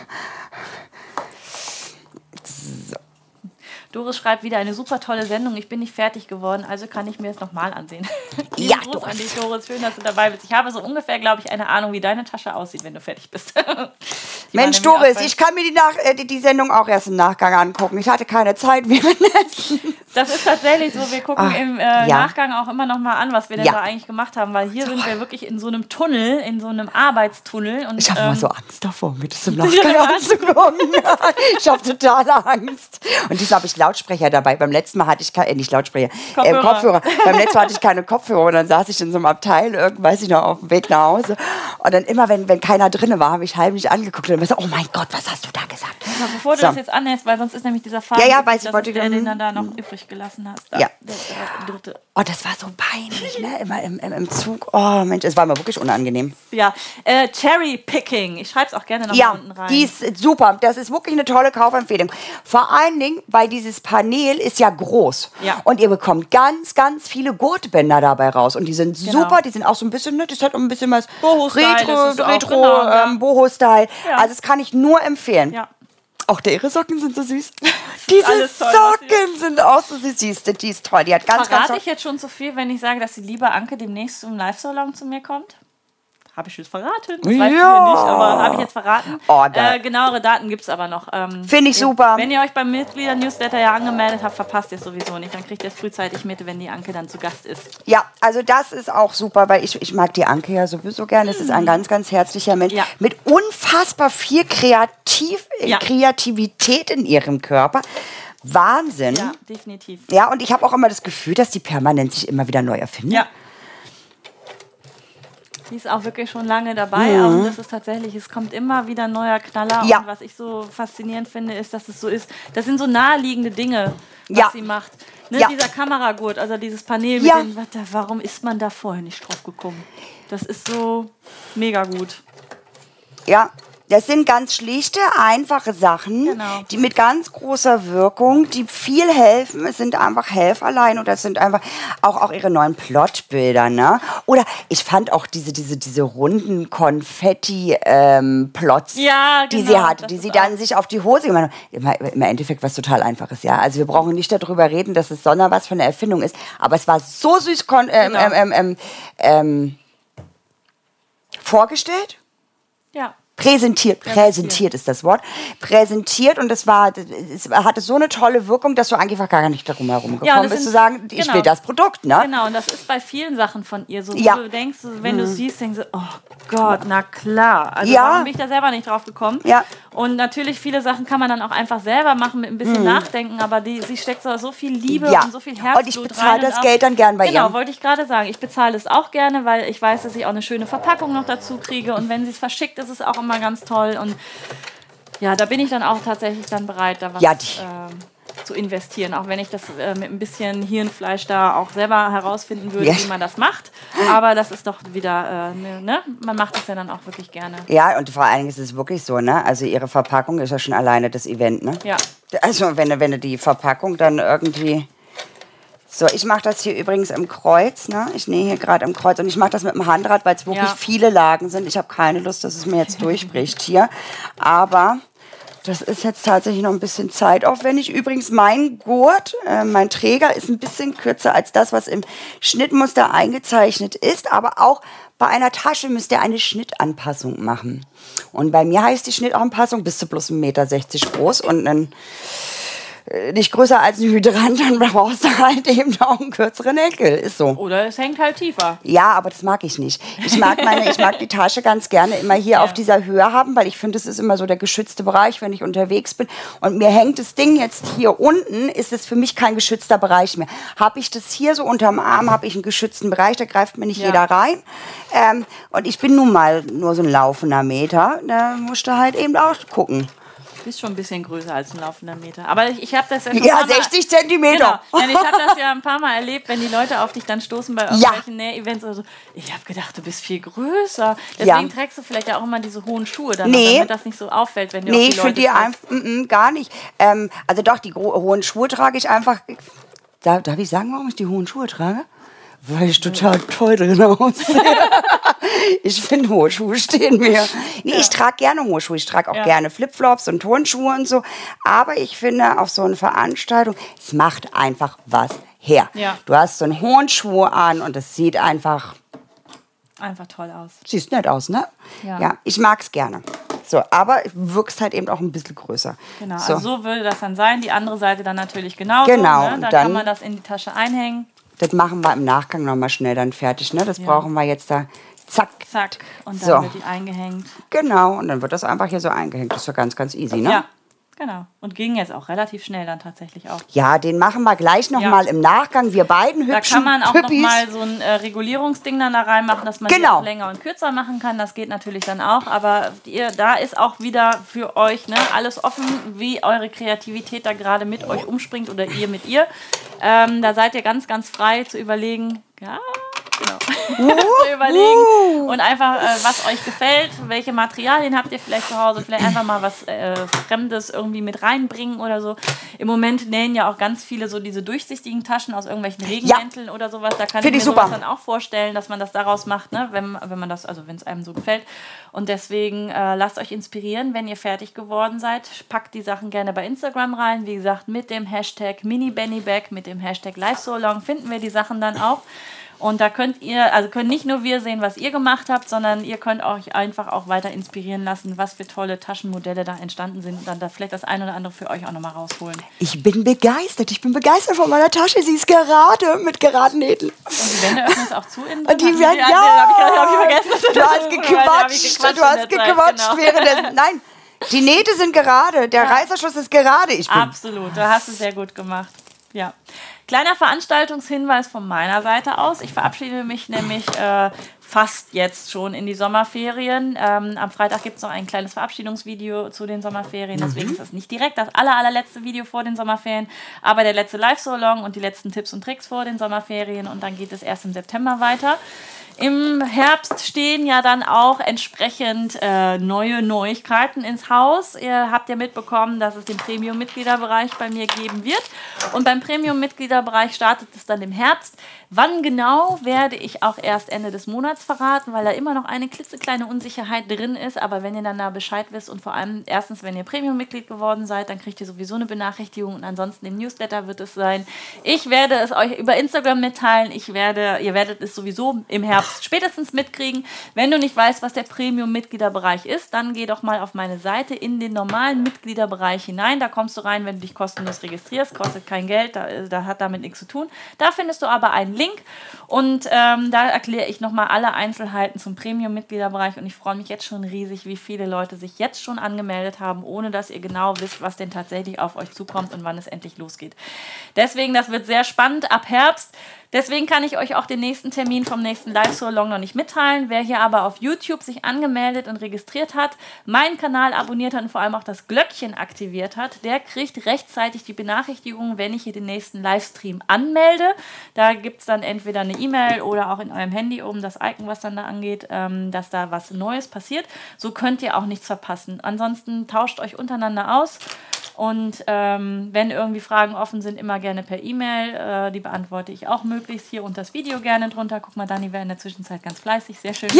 Doris schreibt wieder eine super tolle Sendung. Ich bin nicht fertig geworden, also kann ich mir es nochmal ansehen. Ja, Gruß Doris. an dich, Doris. Schön, dass du dabei bist. Ich habe so ungefähr, glaube ich, eine Ahnung, wie deine Tasche aussieht, wenn du fertig bist. Die war Mensch, nämlich Doris, auch bei- ich kann mir die, Nach äh, die, die Sendung auch erst im Nachgang angucken. Ich hatte keine Zeit währenddessen. Das ist tatsächlich so. Wir gucken Ah, im äh, ja. Nachgang auch immer noch mal an, was wir denn Ja. da eigentlich gemacht haben, weil hier sind wir wirklich in so einem Tunnel, in so einem Arbeitstunnel. Und, Ich habe ähm, mal so Angst davor, mir das im Nachgang anzugucken. Ich habe totale Angst. Und diesmal habe ich Lautsprecher dabei. Beim letzten Mal hatte ich keine, äh, nicht Lautsprecher, Kopfhörer. Äh, Kopfhörer. Beim letzten Mal hatte ich keine Kopfhörer und dann saß ich in so einem Abteil, irgend, weiß ich noch, auf dem Weg nach Hause. Und dann immer, wenn, wenn keiner drin war, habe ich heimlich angeguckt und immer so, oh mein Gott, was hast du da gesagt? Aber bevor du So. das jetzt anhältst, weil sonst ist nämlich dieser Faden, Ja, ja, weiß ich, das wollte ist der, ich- den du da noch übrig gelassen hast. Da, Ja. Der, der dritte. Oh, das war so peinlich, ne? Immer im, im, im Zug. Oh, Mensch, es war mir wirklich unangenehm. Ja, äh, Cherry Picking. Ich schreibe es auch gerne noch Ja, mal unten rein. die ist super. Das ist wirklich eine tolle Kaufempfehlung. Vor allen Dingen, weil dieses Panel ist ja groß. Ja. Und ihr bekommt ganz, ganz viele Gurtbänder dabei raus. Und die sind Genau. super. Die sind auch so ein bisschen, ne, das hat auch ein bisschen was Boho-Style Retro, ist es auch, Retro, genau, ja. ähm, Boho-Style. Ja. Also das kann ich nur empfehlen. Ja. Auch der, ihre Socken sind so süß. Diese alles toll, was sie- Socken sind auch so süß. Die ist, die ist toll. Die hat ganz, ganz Verrate ich jetzt schon zu viel, wenn ich sage, dass die liebe Anke demnächst zum Live-Salon zu mir kommt? Habe ich jetzt verraten? Das weiß ich Ja. ja nicht, aber habe ich jetzt verraten. Oh, da- äh, genauere Daten gibt es aber noch. Ähm, Finde ich ihr- super. Wenn ihr euch beim Mitglieder-Newsletter ja angemeldet habt, verpasst ihr es sowieso nicht. Dann kriegt ihr es frühzeitig mit, wenn die Anke dann zu Gast ist. Ja, also das ist auch super, weil ich, ich mag die Anke ja sowieso gerne. Es ist ein ganz, ganz herzlicher Mensch Ja. mit unfassbar viel Kreativ, äh, Ja. Kreativität in ihrem Körper. Wahnsinn. Ja, Ja, definitiv. und ich habe auch immer das Gefühl, dass die permanent sich immer wieder neu erfindet. Ja. Die ist auch wirklich schon lange dabei. Mhm. Und das ist tatsächlich, es kommt immer wieder ein neuer Knaller. Ja. Und was ich so faszinierend finde, ist, dass es so ist. Das sind so naheliegende Dinge, was Ja. sie macht. Ne, Ja. Dieser Kameragurt, also dieses Panel Ja. mit dem, warte, warum ist man da vorher nicht drauf gekommen? Das ist so mega gut. Ja, das sind ganz schlichte, einfache Sachen, Genau. die mit ganz großer Wirkung, die viel helfen. Es sind einfach Helferlein oder es sind einfach auch, auch ihre neuen Plotbilder, ne? Oder ich fand auch diese, diese, diese runden Konfetti-Plots, Ja, die genau, sie hatte, das die ist sie dann sich auf die Hose gemacht hat. Immer- Im Endeffekt was total Einfaches, ja. Also wir brauchen nicht darüber reden, dass es Sonder was für eine Erfindung ist, aber es war so süß kon ähm, Genau. ähm, ähm, ähm, ähm, vorgestellt. Ja. Präsentiert, präsentiert ist das Wort. Präsentiert und es war, es hatte so eine tolle Wirkung, dass du einfach gar nicht darum herum gekommen Ja, und das bist, sind- zu sagen, ich genau. will das Produkt, ne? Genau, und das ist bei vielen Sachen von ihr so. Ja. Wo du denkst, so, wenn du es siehst, denkst du, oh Gott, na klar. Also Ja. warum bin ich da selber nicht drauf gekommen? Ja. Und natürlich, viele Sachen kann man dann auch einfach selber machen, mit ein bisschen Nachdenken, aber die, sie steckt so, so viel Liebe Ja. und so viel Herzblut Und ich bezahle rein. das auch- Geld dann gern bei Genau, ihr. wollte ich gerade sagen. Ich bezahle es auch gerne, weil ich weiß, dass ich auch eine schöne Verpackung noch dazu kriege. Und wenn sie es verschickt, ist es auch immer ganz toll. Und ja, da bin ich dann auch tatsächlich dann bereit, da was Ja, die- ähm, zu investieren. Auch wenn ich das äh, mit ein bisschen Hirnfleisch da auch selber herausfinden würde, Ja. wie man das macht. Aber das ist doch wieder, äh, ne, ne? Man macht das ja dann auch wirklich gerne. Ja, und vor allen Dingen ist es wirklich so, ne? Also ihre Verpackung ist ja schon alleine das Event, ne? Ja. Also wenn, du- wenn du die Verpackung dann irgendwie... So, ich mache das hier übrigens im Kreuz, ne? Ich nähe hier gerade im Kreuz und ich mache das mit dem Handrad, weil es wirklich Ja. viele Lagen sind. Ich habe keine Lust, dass es mir jetzt durchbricht hier. Aber das ist jetzt tatsächlich noch ein bisschen zeitaufwendig. Übrigens, mein Gurt, äh, mein Träger ist ein bisschen kürzer als das, was im Schnittmuster eingezeichnet ist. Aber auch bei einer Tasche müsst ihr eine Schnittanpassung machen. Und bei mir heißt die Schnittanpassung, bist du bloß ein Meter sechzig groß und ein nicht größer als ein Hydrant, dann brauchst du halt eben auch einen kürzeren Enkel. Ist so. Oder es hängt halt tiefer. Ja, aber das mag ich nicht. Ich mag meine, ich mag die Tasche ganz gerne immer hier Ja. auf dieser Höhe haben, weil ich finde, es ist immer so der geschützte Bereich, wenn ich unterwegs bin. Und mir hängt das Ding jetzt hier unten, ist es für mich kein geschützter Bereich mehr. Habe ich das hier so unterm Arm, habe ich einen geschützten Bereich, da greift mir nicht Ja. jeder rein. Ähm, und ich bin nun mal nur so ein laufender Meter. Da musst du halt eben auch gucken. Du bist schon ein bisschen größer als ein laufender Meter. Aber ich, ich habe das ja schon Ja, ein paar Mal- sechzig Zentimeter. Genau. Ja, ich habe das ja ein paar Mal erlebt, wenn die Leute auf dich dann stoßen bei irgendwelchen Näh-Events oder so. Ich habe gedacht, du bist viel größer. Deswegen Ja. trägst du vielleicht ja auch immer diese hohen Schuhe, dann Nee. noch, damit das nicht so auffällt, wenn du Nee, auf die ich Leute finde die triffst. einfach mm, mm, gar nicht. Ähm, also doch, die gro- hohen Schuhe trage ich einfach. Darf, darf ich sagen, warum ich die hohen Schuhe trage? Weil ich total toll drin aussehe. Ich finde, hohe Schuhe stehen mir. Nee, ich trage gerne hohe Schuhe. Ich trage auch Ja. gerne Flipflops und Turnschuhe und so. Aber ich finde, auf so eine Veranstaltung, es macht einfach was her. Ja. Du hast so einen hohen Schuh an und es sieht einfach, Einfach toll aus. siehst nett aus, ne? Ja. Ja, ich mag's gerne. So, aber wirkst halt eben auch ein bisschen größer. Genau, So. also so würde das dann sein. Die andere Seite dann natürlich genauso. Genau, Ne? und Da dann- kann man das in die Tasche einhängen. Das machen wir im Nachgang nochmal schnell dann fertig. Ne? Das brauchen wir jetzt da. Zack. Zack. Und dann So. wird die eingehängt. Genau. Und dann wird das einfach hier so eingehängt. Das ist ja ganz, ganz easy, ne? Ja, Genau. Und ging jetzt auch relativ schnell dann tatsächlich auch. Ja, den machen wir gleich nochmal ja. im Nachgang. Wir beiden hübschen Da kann man auch Püppis. nochmal so ein äh, Regulierungsding dann da reinmachen, dass man genau. die auch länger und kürzer machen kann. Das geht natürlich dann auch. Aber ihr, da ist auch wieder für euch ne, alles offen, wie eure Kreativität da gerade mit euch umspringt oder ihr mit ihr. Ähm, da seid ihr ganz, ganz frei zu überlegen, ja, genau. Uh, zu überlegen uh. und einfach, äh, was euch gefällt, welche Materialien habt ihr vielleicht zu Hause, vielleicht einfach mal was äh, Fremdes irgendwie mit reinbringen oder so. Im Moment nähen ja auch ganz viele so diese durchsichtigen Taschen aus irgendwelchen Regenmänteln ja. oder sowas. Da kann Find ich mir ich sowas dann auch vorstellen, dass man das daraus macht, ne? wenn, wenn man das, also wenn es einem so gefällt. Und deswegen äh, lasst euch inspirieren, wenn ihr fertig geworden seid. Packt die Sachen gerne bei Instagram rein. Wie gesagt, mit dem Hashtag MiniBennyBag, mit dem Hashtag LiveSoLong finden wir die Sachen dann auch. Und da könnt ihr, also können nicht nur wir sehen, was ihr gemacht habt, sondern ihr könnt euch einfach auch weiter inspirieren lassen, was für tolle Taschenmodelle da entstanden sind und dann da vielleicht das ein oder andere für euch auch nochmal rausholen. Ich bin begeistert, ich bin begeistert von meiner Tasche, sie ist gerade mit geraden Nähten. Und die Wände öffnen es auch zu innen drin? Und die werden, ja, ja habe ich, hab ich vergessen. Du hast gequatscht, du hast gequatscht währenddessen. Nein, die Nähte sind gerade, der ja. Reißverschluss ist gerade. Ich bin Absolut, da hast du sehr gut gemacht. Ja. Kleiner Veranstaltungshinweis von meiner Seite aus. Ich verabschiede mich nämlich äh, fast jetzt schon in die Sommerferien. Ähm, am Freitag gibt es noch ein kleines Verabschiedungsvideo zu den Sommerferien. Deswegen ist das nicht direkt das aller, allerletzte Video vor den Sommerferien, aber der letzte Live-So-Long und die letzten Tipps und Tricks vor den Sommerferien. Und dann geht es erst im September weiter. Im Herbst stehen ja dann auch entsprechend äh, neue Neuigkeiten ins Haus. Ihr habt ja mitbekommen, dass es den Premium-Mitgliederbereich bei mir geben wird. Und beim Premium-Mitgliederbereich startet es dann im Herbst. Wann genau, werde ich auch erst Ende des Monats verraten, weil da immer noch eine klitzekleine Unsicherheit drin ist. Aber wenn ihr dann da Bescheid wisst und vor allem erstens, wenn ihr Premium-Mitglied geworden seid, dann kriegt ihr sowieso eine Benachrichtigung und ansonsten im Newsletter wird es sein. Ich werde es euch über Instagram mitteilen. Ich werde, ihr werdet es sowieso im Herbst spätestens mitkriegen. Wenn du nicht weißt, was der Premium-Mitgliederbereich ist, dann geh doch mal auf meine Seite in den normalen Mitgliederbereich hinein. Da kommst du rein, wenn du dich kostenlos registrierst. Kostet kein Geld, da, da hat damit nichts zu tun. Da findest du aber einen Link und ähm, da erkläre ich nochmal alle Einzelheiten zum Premium-Mitgliederbereich und ich freue mich jetzt schon riesig, wie viele Leute sich jetzt schon angemeldet haben, ohne dass ihr genau wisst, was denn tatsächlich auf euch zukommt und wann es endlich losgeht. Deswegen, das wird sehr spannend ab Herbst. Deswegen kann ich euch auch den nächsten Termin vom nächsten Live-So-Long noch nicht mitteilen. Wer hier aber auf YouTube sich angemeldet und registriert hat, meinen Kanal abonniert hat und vor allem auch das Glöckchen aktiviert hat, der kriegt rechtzeitig die Benachrichtigung, wenn ich hier den nächsten Livestream anmelde. Da gibt es dann entweder eine E-Mail oder auch in eurem Handy oben das Icon, was dann da angeht, ähm, dass da was Neues passiert. So könnt ihr auch nichts verpassen. Ansonsten tauscht euch untereinander aus. Und ähm, wenn irgendwie Fragen offen sind, immer gerne per E-Mail. Äh, die beantworte ich auch möglichst hier unter das Video gerne drunter. Guck mal, Dani wäre in der Zwischenzeit ganz fleißig, sehr schön. Ja!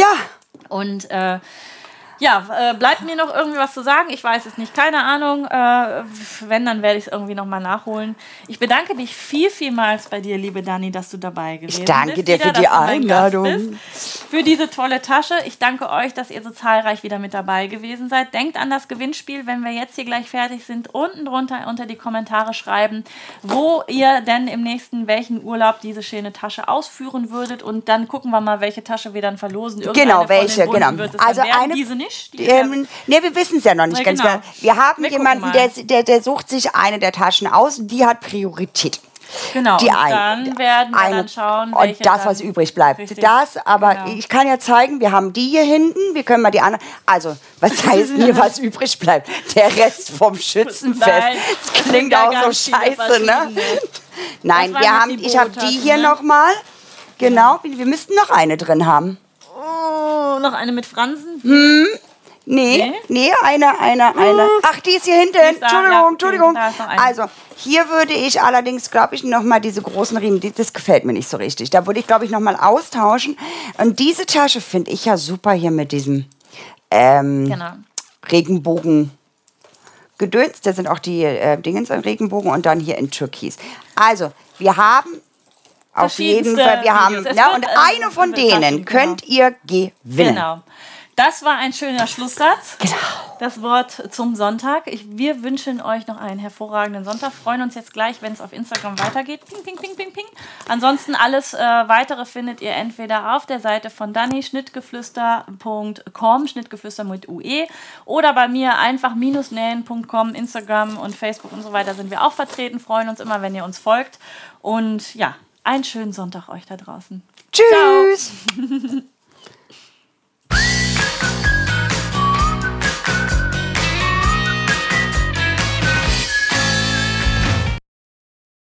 Und äh, ja, äh, bleibt mir noch irgendwie was zu sagen? Ich weiß es nicht, keine Ahnung. Äh, wenn, dann werde ich es irgendwie nochmal nachholen. Ich bedanke dich viel, vielmals bei dir, liebe Dani, dass du dabei gewesen bist. Ich danke dir für die Einladung. Für diese tolle Tasche. Ich danke euch, dass ihr so zahlreich wieder mit dabei gewesen seid. Denkt an das Gewinnspiel, wenn wir jetzt hier gleich fertig sind, unten drunter unter die Kommentare schreiben, wo ihr denn im nächsten, welchen Urlaub diese schöne Tasche ausführen würdet. Und dann gucken wir mal, welche Tasche wir dann verlosen. Irgendeine genau, welche, genau. Wird es also dann eine, diese nicht. Die ähm, ne, wir wissen es ja noch nicht Na, ganz genau. genau. Wir haben wir jemanden, der, der, der sucht sich eine der Taschen aus und die hat Priorität. Genau, die und eine, dann werden wir eine, dann schauen, und das, was übrig bleibt. Richtig, das, aber genau. ich kann ja zeigen, wir haben die hier hinten, wir können mal die anderen, also, was heißt mir, was übrig bleibt? Der Rest vom Schützenfest. Nein, das klingt auch so scheiße, ne? Nein, wir haben, ich habe die hier ne? nochmal, genau, wir müssten noch eine drin haben. Oh, noch eine mit Fransen? Hm. Nee, nee, nee, eine, eine, eine. Ach, die ist hier hinten. Ist da, Entschuldigung, ja, Entschuldigung. Da ist noch eine. Also, hier würde ich allerdings, glaube ich, noch mal diese großen Riemen, die, das gefällt mir nicht so richtig. Da würde ich, glaube ich, noch mal austauschen. Und diese Tasche finde ich ja super hier mit diesem ähm, genau. Regenbogen. Gedöns, da sind auch die äh, Dingens an Regenbogen und dann hier in Türkis. Also, wir haben auf jeden Fall, wir haben, ja, und eine von denen könnt ihr gewinnen. Genau. Das war ein schöner Schlusssatz. Genau. Das Wort zum Sonntag. Ich, wir wünschen euch noch einen hervorragenden Sonntag. Freuen uns jetzt gleich, wenn es auf Instagram weitergeht. Ping, ping, ping, ping, ping. Ansonsten alles äh, Weitere findet ihr entweder auf der Seite von Dani, schnittgeflüster punkt com, Schnittgeflüster mit U E, oder bei mir einfach nähen punkt com, Instagram und Facebook und so weiter sind wir auch vertreten. Freuen uns immer, wenn ihr uns folgt. Und ja, einen schönen Sonntag euch da draußen. Tschüss. Ciao.